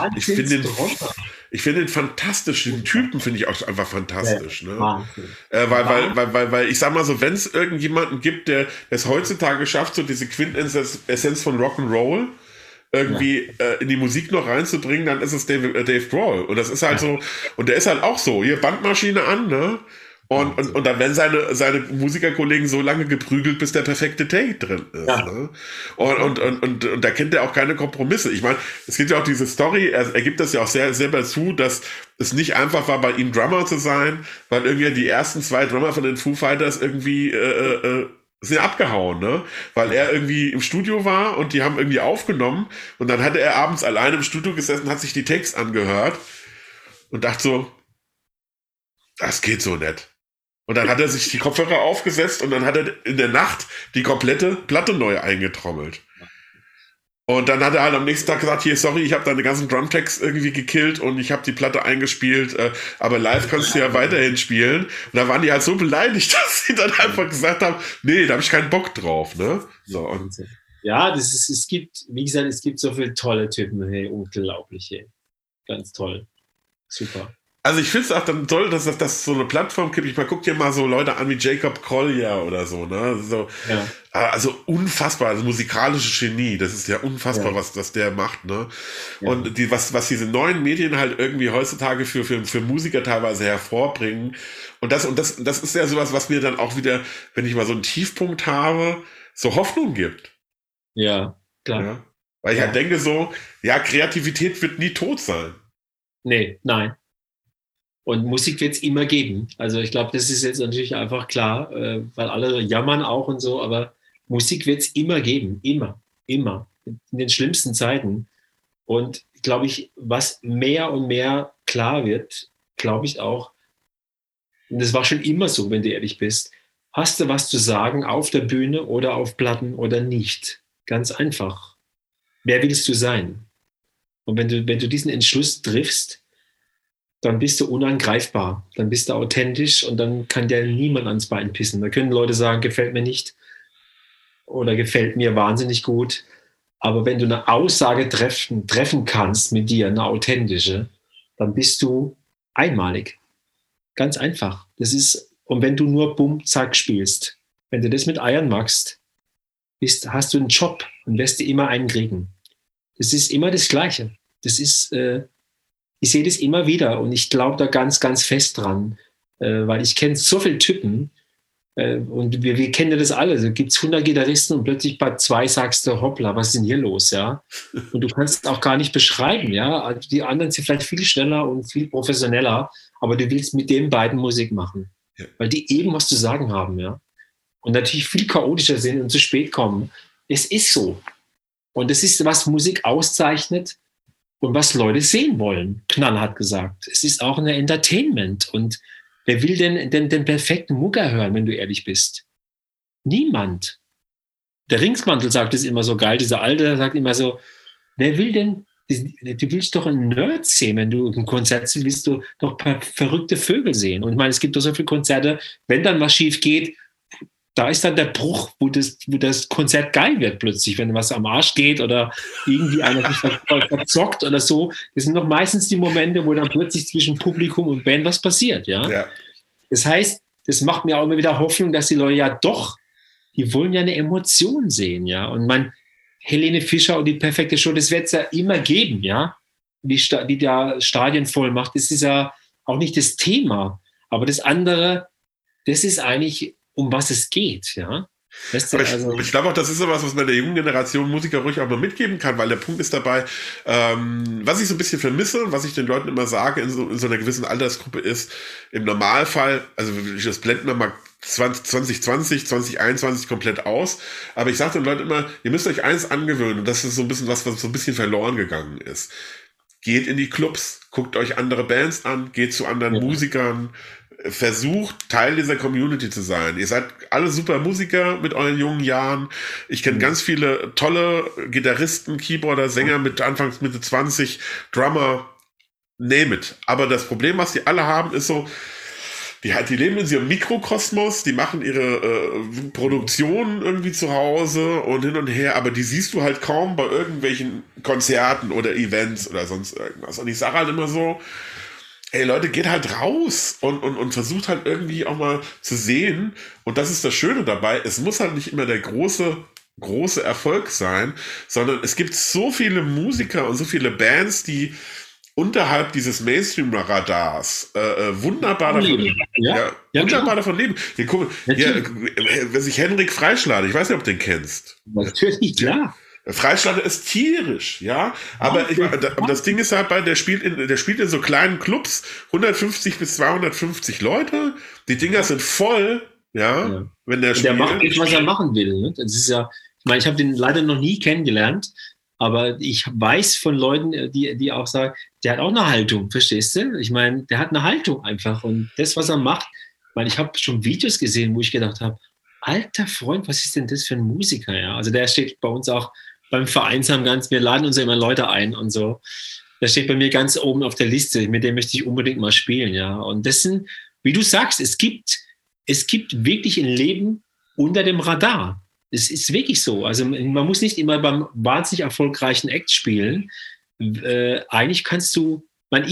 den fantastisch, den Typen finde ich auch einfach fantastisch. Ne? Weil ich sag mal so, wenn es irgendjemanden gibt, der es heutzutage schafft, so diese Quintessenz von Rock'n'Roll irgendwie in die Musik noch reinzubringen, dann ist es Dave Grohl. Und das ist halt so, und der ist halt auch so, hier Bandmaschine an, ne? Und dann werden seine Musikerkollegen so lange geprügelt, bis der perfekte Take drin ist. Ja. Ne? Und da kennt er auch keine Kompromisse. Ich meine, es gibt ja auch diese Story, er gibt das ja auch sehr selber zu, dass es nicht einfach war, bei ihm Drummer zu sein, weil irgendwie die ersten 2 Drummer von den Foo Fighters irgendwie sind abgehauen, ne? Weil er irgendwie im Studio war und die haben irgendwie aufgenommen und dann hatte er abends alleine im Studio gesessen, hat sich die Takes angehört und dachte so, das geht so nicht. Und dann hat er sich die Kopfhörer aufgesetzt und dann hat er in der Nacht die komplette Platte neu eingetrommelt. Und dann hat er halt am nächsten Tag gesagt, hier, sorry, ich habe deine ganzen Drumtracks irgendwie gekillt und ich habe die Platte eingespielt, aber live kannst du ja weiterhin spielen. Und da waren die halt so beleidigt, dass sie dann einfach gesagt haben, nee, da habe ich keinen Bock drauf. Ne? So, und ja, es gibt, wie gesagt, es gibt so viele tolle Typen, hey, unglaublich, hey. Ganz toll. Super. Also ich finde es auch dann toll, dass das so eine Plattform gibt. Ich mal guck dir mal so Leute an wie Jacob Collier oder so, ne? So, ja. Also unfassbar, also musikalische Genie. Das ist ja unfassbar, ja. Was der macht, ne? Ja. Und was diese neuen Medien halt irgendwie heutzutage für Musiker teilweise hervorbringen. Und das ist ja sowas, was mir dann auch wieder, wenn ich mal so einen Tiefpunkt habe, so Hoffnung gibt. Ja, klar. Ja? Weil ich halt denke so, ja, Kreativität wird nie tot sein. Nee, nein. Und Musik wird es immer geben. Also ich glaube, das ist jetzt natürlich einfach klar, weil alle jammern auch und so, aber Musik wird es immer geben. Immer. Immer. In den schlimmsten Zeiten. Und glaube ich, was mehr und mehr klar wird, glaube ich auch, und das war schon immer so, wenn du ehrlich bist, hast du was zu sagen auf der Bühne oder auf Platten oder nicht? Ganz einfach. Wer willst du sein? Und wenn du diesen Entschluss triffst, dann bist du unangreifbar, dann bist du authentisch und dann kann dir niemand ans Bein pissen. Da können Leute sagen, gefällt mir nicht oder gefällt mir wahnsinnig gut. Aber wenn du eine Aussage treffen kannst mit dir, eine authentische, dann bist du einmalig. Ganz einfach. Das ist, und wenn du nur Bumm, Zack spielst, wenn du das mit Eiern machst, hast du einen Job und wirst du immer einen kriegen. Das ist immer das Gleiche. Das ist, ich sehe das immer wieder und ich glaube da ganz, ganz fest dran, weil ich kenne so viele Typen und wir kennen ja das alle. Da gibt es 100 Gitarristen und plötzlich bei 2 sagst du, hoppla, was ist denn hier los, ja? Und du kannst auch gar nicht beschreiben, ja? Also die anderen sind vielleicht viel schneller und viel professioneller, aber du willst mit den beiden Musik machen, weil die eben was zu sagen haben, ja? Und natürlich viel chaotischer sind und zu spät kommen. Es ist so. Und das ist, was Musik auszeichnet, und was Leute sehen wollen, knallhart gesagt. Es ist auch ein Entertainment. Und wer will denn den perfekten Mucker hören, wenn du ehrlich bist? Niemand. Der Ringsmantel sagt es immer so geil, dieser Alte sagt immer so, wer will denn, du willst doch einen Nerd sehen, wenn du ein Konzert siehst, willst du doch verrückte Vögel sehen. Und ich meine, es gibt doch so viele Konzerte, wenn dann was schief geht, da ist dann der Bruch, wo das Konzert geil wird plötzlich, wenn was am Arsch geht oder irgendwie einer sich verzockt oder so. Das sind doch meistens die Momente, wo dann plötzlich zwischen Publikum und Band was passiert, ja? Das heißt, das macht mir auch immer wieder Hoffnung, dass die Leute ja doch, die wollen ja eine Emotion sehen, ja? Und Helene Fischer und die perfekte Show, das wird es ja immer geben, ja? Die da Stadien voll macht, das ist ja auch nicht das Thema. Aber das andere, das ist eigentlich, um was es geht, ja. Weißt Aber du, also, ich glaube auch, das ist so was man der jungen Generation Musiker ruhig auch mal mitgeben kann, weil der Punkt ist dabei, was ich so ein bisschen vermisse und was ich den Leuten immer sage in so einer gewissen Altersgruppe ist, im Normalfall, also das blenden wir mal 2020, 2021 komplett aus, aber ich sage den Leuten immer, ihr müsst euch eins angewöhnen und das ist so ein bisschen was so ein bisschen verloren gegangen ist. Geht in die Clubs, guckt euch andere Bands an, geht zu anderen ja. Musikern, versucht, Teil dieser Community zu sein. Ihr seid alle super Musiker mit euren jungen Jahren. Ich kenne Mhm. ganz viele tolle Gitarristen, Keyboarder, Sänger mit Anfangs Mitte 20, Drummer, name it. Aber das Problem, was die alle haben, ist so, die leben in ihrem Mikrokosmos, die machen ihre Produktionen irgendwie zu Hause und hin und her, aber die siehst du halt kaum bei irgendwelchen Konzerten oder Events oder sonst irgendwas. Und ich sage halt immer so, ey Leute, geht halt raus und versucht halt irgendwie auch mal zu sehen. Und das ist das Schöne dabei, es muss halt nicht immer der große Erfolg sein, sondern es gibt so viele Musiker und so viele Bands, die unterhalb dieses Mainstream-Radars wunderbar davon, Ja, ja, ja, wunderbar klar. davon leben. Hier, guck, hier, Natürlich, wer sich Henrik Freischlader, ich weiß nicht, ob du den kennst. natürlich, Ja. klar. Freischlager ist tierisch, ja. Aber Ja, das Ding ist halt der spielt in so kleinen Clubs, 150 bis 250 Leute. Die Dinger sind voll, ja, ja. wenn der Und der macht spielt. jetzt, was er machen will. Ne? Das ist ja, ich meine, ich habe den leider noch nie kennengelernt, aber ich weiß von Leuten, die auch sagen, der hat auch eine Haltung, verstehst du? Ich meine, der hat eine Haltung einfach. Und das, was er macht, ich meine, ich habe schon Videos gesehen, wo ich gedacht habe, alter Freund, was ist denn das für ein Musiker? Ja? Also der steht bei uns auch beim Vereinsheim ganz, wir laden uns ja immer Leute ein und so. Der steht bei mir ganz oben auf der Liste, mit dem möchte ich unbedingt mal spielen, ja. Und das sind, wie du sagst, es gibt wirklich ein Leben unter dem Radar. Es ist wirklich so. Also man muss nicht immer beim wahnsinnig erfolgreichen Act spielen. Eigentlich kannst du,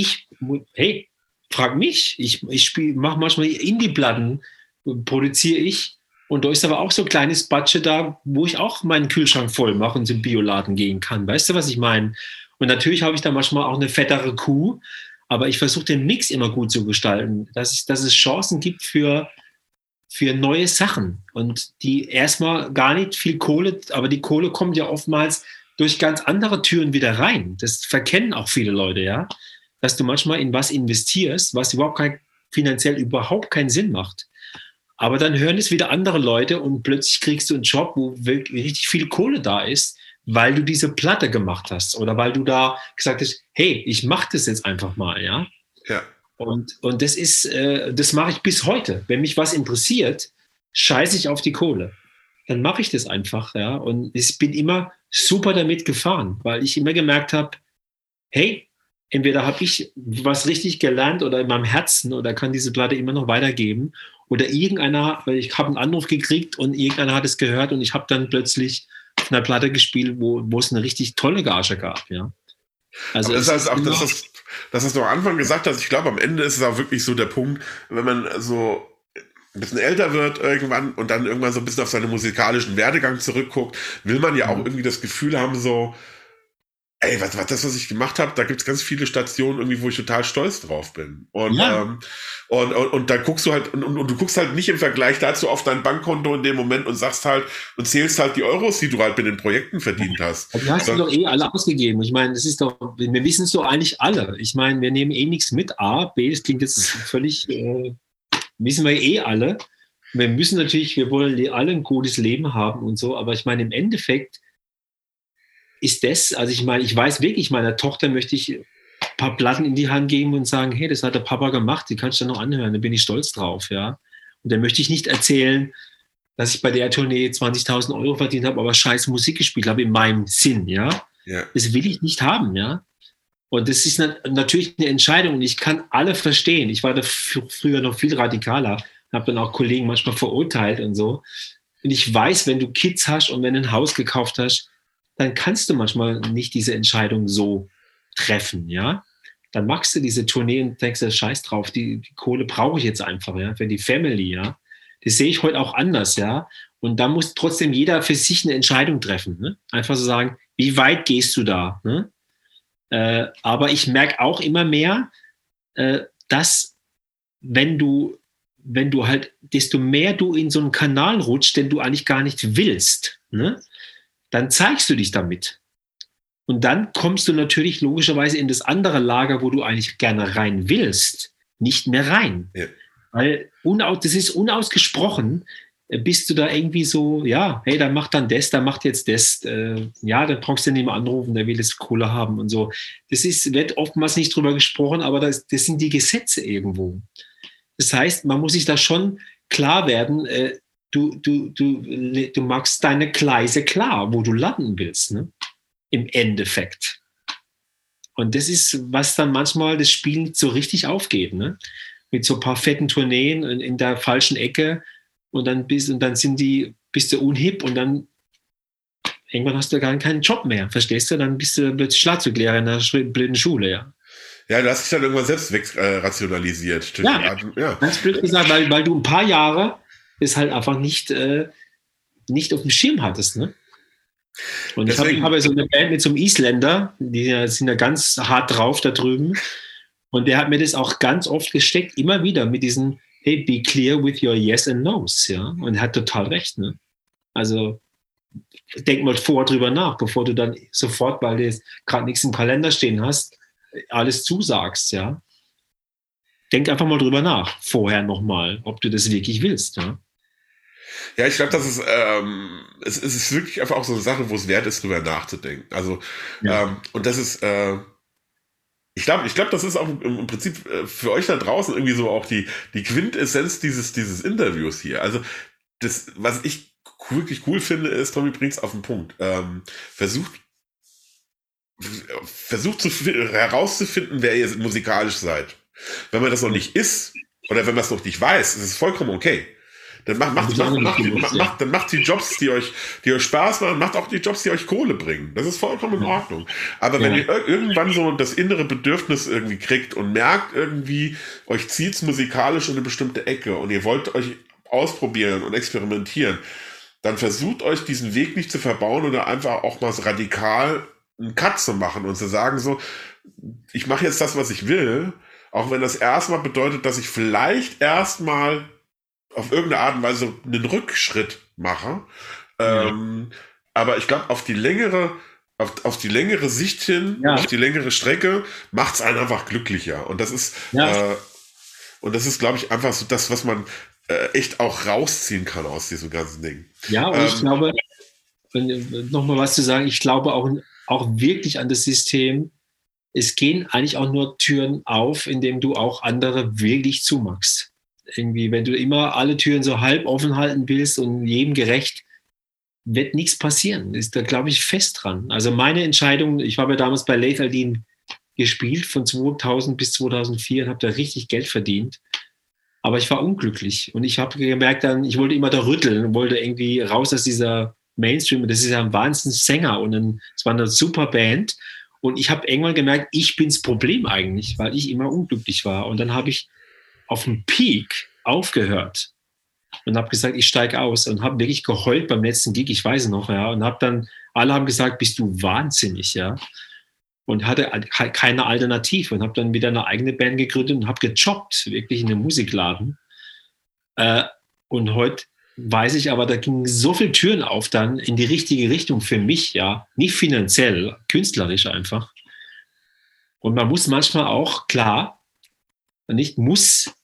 hey, frag mich. Ich mache manchmal Indie-Platten, produziere ich. Und da ist aber auch so ein kleines Budget da, wo ich auch meinen Kühlschrank voll mache und zum Bioladen gehen kann. Weißt du, was ich meine? Und natürlich habe ich da manchmal auch eine fettere Kuh, aber ich versuche den Mix immer gut zu gestalten, dass es Chancen gibt für neue Sachen und die erstmal gar nicht viel Kohle, aber die Kohle kommt ja oftmals durch ganz andere Türen wieder rein. Das verkennen auch viele Leute, ja, dass du manchmal in was investierst, was finanziell überhaupt keinen Sinn macht. Aber dann hören es wieder andere Leute und plötzlich kriegst du einen Job, wo wirklich richtig viel Kohle da ist, weil du diese Platte gemacht hast oder weil du da gesagt hast, hey, ich mache das jetzt einfach mal, ja. Ja. Und das mache ich bis heute. Wenn mich was interessiert, scheiße ich auf die Kohle. Dann mache ich das einfach, ja. Und ich bin immer super damit gefahren, weil ich immer gemerkt habe, hey, entweder habe ich was richtig gelernt oder in meinem Herzen oder kann diese Platte immer noch weitergeben. Oder ich habe einen Anruf gekriegt und irgendeiner hat es gehört und ich habe dann plötzlich auf einer Platte gespielt, wo es eine richtig tolle Gage gab, ja. Also Aber das es heißt ist auch, immer, das, was du am Anfang gesagt hast, ich glaube, am Ende ist es auch wirklich so der Punkt, wenn man so ein bisschen älter wird irgendwann und dann irgendwann so ein bisschen auf seinen musikalischen Werdegang zurückguckt, will man ja auch irgendwie das Gefühl haben, so, ey, was ich gemacht habe, da gibt es ganz viele Stationen irgendwie, wo ich total stolz drauf bin. ja, Und da guckst du halt, und du guckst halt nicht im Vergleich dazu auf dein Bankkonto in dem Moment und sagst halt, und zählst halt die Euros, die du halt mit den Projekten verdient hast. die hast du doch eh alle ausgegeben. Ich meine, das ist doch, wir wissen es doch eigentlich alle. Ich meine, wir nehmen eh nichts mit. A, B, das klingt jetzt völlig, wissen wir eh alle. Wir müssen natürlich, wir wollen alle ein gutes Leben haben und so, aber ich meine, im Endeffekt ist das, also ich meine, ich weiß wirklich, meiner Tochter möchte ich ein paar Platten in die Hand geben und sagen, hey, das hat der Papa gemacht, die kannst du dann noch anhören, da bin ich stolz drauf, ja. Und dann möchte ich nicht erzählen, dass ich bei der Tournee 20.000 Euro verdient habe, aber scheiß Musik gespielt habe in meinem Sinn, ja. Ja. Das will ich nicht haben, ja. Und das ist natürlich eine Entscheidung und ich kann alle verstehen. Ich war da früher noch viel radikaler, habe dann auch Kollegen manchmal verurteilt und so. Und ich weiß, wenn du Kids hast und wenn du ein Haus gekauft hast, dann kannst du manchmal nicht diese Entscheidung so treffen, ja. Dann machst du diese Tournee und denkst, scheiß drauf, die Kohle brauche ich jetzt einfach, ja, für die Family, ja. Das sehe ich heute auch anders, ja. Und da muss trotzdem jeder für sich eine Entscheidung treffen, ne? Einfach so sagen, wie weit gehst du da, ne? Aber ich merke auch immer mehr, dass wenn du wenn du halt, desto mehr du in so einen Kanal rutschst, den du eigentlich gar nicht willst, ne, dann zeigst du dich damit. Und dann kommst du natürlich logischerweise in das andere Lager, wo du eigentlich gerne rein willst, nicht mehr rein. Ja. Weil das ist unausgesprochen, bist du da irgendwie so, ja, hey, dann macht dann das, dann macht jetzt das, ja, dann brauchst du nicht mehr anrufen, der will das Kohle haben und so. Wird oftmals nicht drüber gesprochen, aber das sind die Gesetze irgendwo. Das heißt, man muss sich da schon klar werden, du machst deine Gleise klar, wo du landen willst, ne? Im Endeffekt. Und das ist, was dann manchmal das Spiel nicht so richtig aufgeht, ne? Mit so ein paar fetten Tourneen in der falschen Ecke und dann bist du unhip und dann irgendwann hast du gar keinen Job mehr, verstehst du? Dann bist du plötzlich Schlagzeuglehrer in einer blöden Schule, ja. Ja, du hast dich dann irgendwann selbst wegrationalisiert. Ja, ganz blöd gesagt, weil du ein paar Jahre es halt einfach nicht auf dem Schirm hattest, ne? Und ich habe so eine Band mit so einem Isländer, die sind ja ganz hart drauf da drüben. Und der hat mir das auch ganz oft gesteckt, immer wieder mit diesen, hey, be clear with your yes and no's, ja. Und er hat total recht, ne? Also denk mal vorher drüber nach, bevor du dann sofort, weil du gerade nichts im Kalender stehen hast, alles zusagst, ja. Denk einfach mal drüber nach, vorher nochmal, ob du das wirklich willst, ja. Ja, ich glaube, das ist, es ist wirklich einfach auch so eine Sache, wo es wert ist, drüber nachzudenken. Also, ja. Und das ist, ich glaube, das ist auch im Prinzip für euch da draußen irgendwie so auch die Quintessenz dieses Interviews hier. Also, das, was ich wirklich cool finde, ist, Tommy bringt's auf den Punkt. Versucht herauszufinden, wer ihr musikalisch seid. Wenn man das noch nicht ist, oder wenn man es noch nicht weiß, ist es vollkommen okay. Dann macht die Jobs, die euch Spaß machen, macht auch die Jobs, die euch Kohle bringen. Das ist vollkommen in Ordnung. Aber wenn ihr irgendwann so das innere Bedürfnis irgendwie kriegt und merkt irgendwie, euch zieht's musikalisch in eine bestimmte Ecke und ihr wollt euch ausprobieren und experimentieren, dann versucht euch diesen Weg nicht zu verbauen oder einfach auch mal so radikal einen Cut zu machen und zu sagen so, ich mache jetzt das, was ich will, auch wenn das erstmal bedeutet, dass ich vielleicht erstmal auf irgendeine Art und Weise einen Rückschritt mache. Aber ich glaube, auf die längere Sicht hin, auf die längere Strecke, macht es einen einfach glücklicher. Und das ist, glaube ich, einfach so das, was man echt auch rausziehen kann aus diesem ganzen Ding. Ja, und ich glaube, nochmal was zu sagen, ich glaube auch wirklich an das System, es gehen eigentlich auch nur Türen auf, indem du auch andere wirklich zumachst. Irgendwie, wenn du immer alle Türen so halb offen halten willst und jedem gerecht, wird nichts passieren. Ist da, glaube ich, fest dran. Also meine Entscheidung, ich habe ja damals bei Lethal Dean gespielt, von 2000 bis 2004 und habe da richtig Geld verdient. Aber ich war unglücklich und ich habe gemerkt dann, ich wollte immer da rütteln und wollte irgendwie raus aus dieser Mainstream. Und das ist ja ein Wahnsinnssänger und es war eine super Band. Und ich habe irgendwann gemerkt, ich bin das Problem eigentlich, weil ich immer unglücklich war. Und dann habe ich auf dem Peak aufgehört und habe gesagt, ich steige aus und habe wirklich geheult beim letzten Gig, ich weiß noch, ja, und habe dann, alle haben gesagt, bist du wahnsinnig, ja, und hatte keine Alternative und habe dann wieder eine eigene Band gegründet und habe gejobbt, wirklich in einem Musikladen. Und heute weiß ich aber, da gingen so viele Türen auf dann in die richtige Richtung für mich, ja, nicht finanziell, künstlerisch einfach. Und man muss manchmal auch, klar, nicht muss,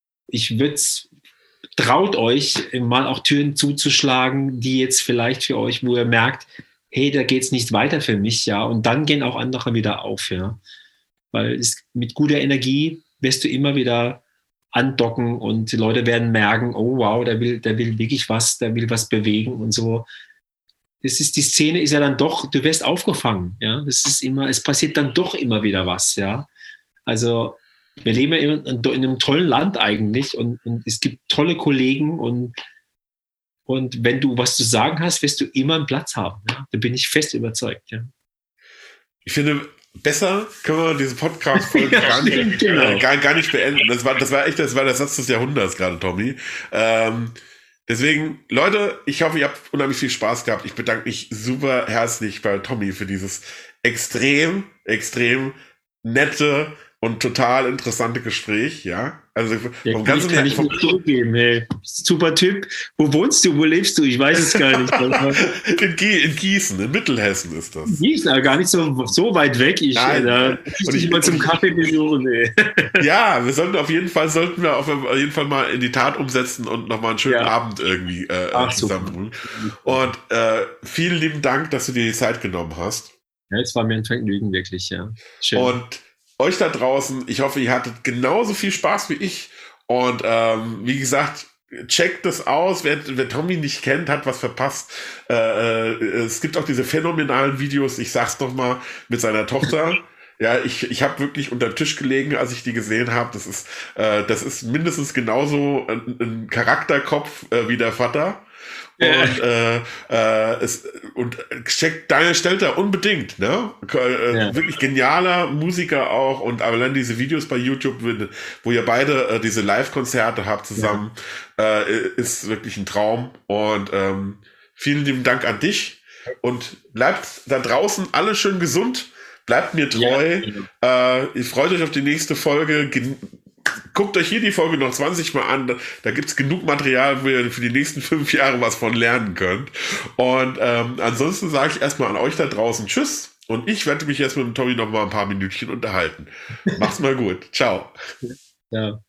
traut euch mal auch Türen zuzuschlagen, die jetzt vielleicht für euch, wo ihr merkt, hey, da geht's nicht weiter für mich, ja, und dann gehen auch andere wieder auf, ja, weil mit guter Energie wirst du immer wieder andocken und die Leute werden merken, oh wow, der will wirklich was, der will was bewegen und so. Die Szene ist ja dann doch, du wirst aufgefangen, ja, es passiert dann doch immer wieder was, ja, also wir leben ja in einem tollen Land eigentlich und es gibt tolle Kollegen und wenn du was zu sagen hast, wirst du immer einen Platz haben. Ja? Da bin ich fest überzeugt. Ja. Ich finde, besser können wir diese Podcast-Folge gar nicht beenden. Das war der Satz des Jahrhunderts gerade, Tommy. Deswegen, Leute, ich hoffe, ihr habt unheimlich viel Spaß gehabt. Ich bedanke mich super herzlich bei Tommy für dieses extrem, extrem nette und total interessante Gespräch, ja. Also Ja, vom kann ganzen ich vom, nur zurückgeben, hey. Super Typ. Wo wohnst du? Wo lebst du? Ich weiß es gar nicht. in Gießen, in Mittelhessen ist das. Gießen, gar nicht so weit weg. Nein. Da muss ich mal zum Kaffee besuchen. Ey. Ja, sollten wir auf jeden Fall mal in die Tat umsetzen und nochmal einen schönen Abend irgendwie zusammen. Und vielen lieben Dank, dass du dir die Zeit genommen hast. Ja, es war mir ein Vergnügen, wirklich, ja. Schön. Und euch da draußen, ich hoffe, ihr hattet genauso viel Spaß wie ich. Und wie gesagt, checkt das aus. Wer Tommy nicht kennt, hat was verpasst. Es gibt auch diese phänomenalen Videos, ich sag's noch mal, mit seiner Tochter. Ja, ich habe wirklich unter dem Tisch gelegen, als ich die gesehen habe. Das ist mindestens genauso ein Charakterkopf wie der Vater. Und stellt da unbedingt, ne? Wirklich genialer Musiker auch, und allein diese Videos bei YouTube, wo ihr beide diese Live-Konzerte habt zusammen, ist wirklich ein Traum. Und vielen lieben Dank an dich, und bleibt da draußen alle schön gesund, bleibt mir treu. Ihr freut euch auf die nächste Folge. Guckt euch hier die Folge noch 20 Mal an. Da gibt's genug Material, wo ihr für die nächsten 5 Jahre was von lernen könnt. Und ansonsten sage ich erstmal an euch da draußen Tschüss. Und ich werde mich jetzt mit dem Tommy noch mal ein paar Minütchen unterhalten. Macht's mal gut. Ciao. Ja.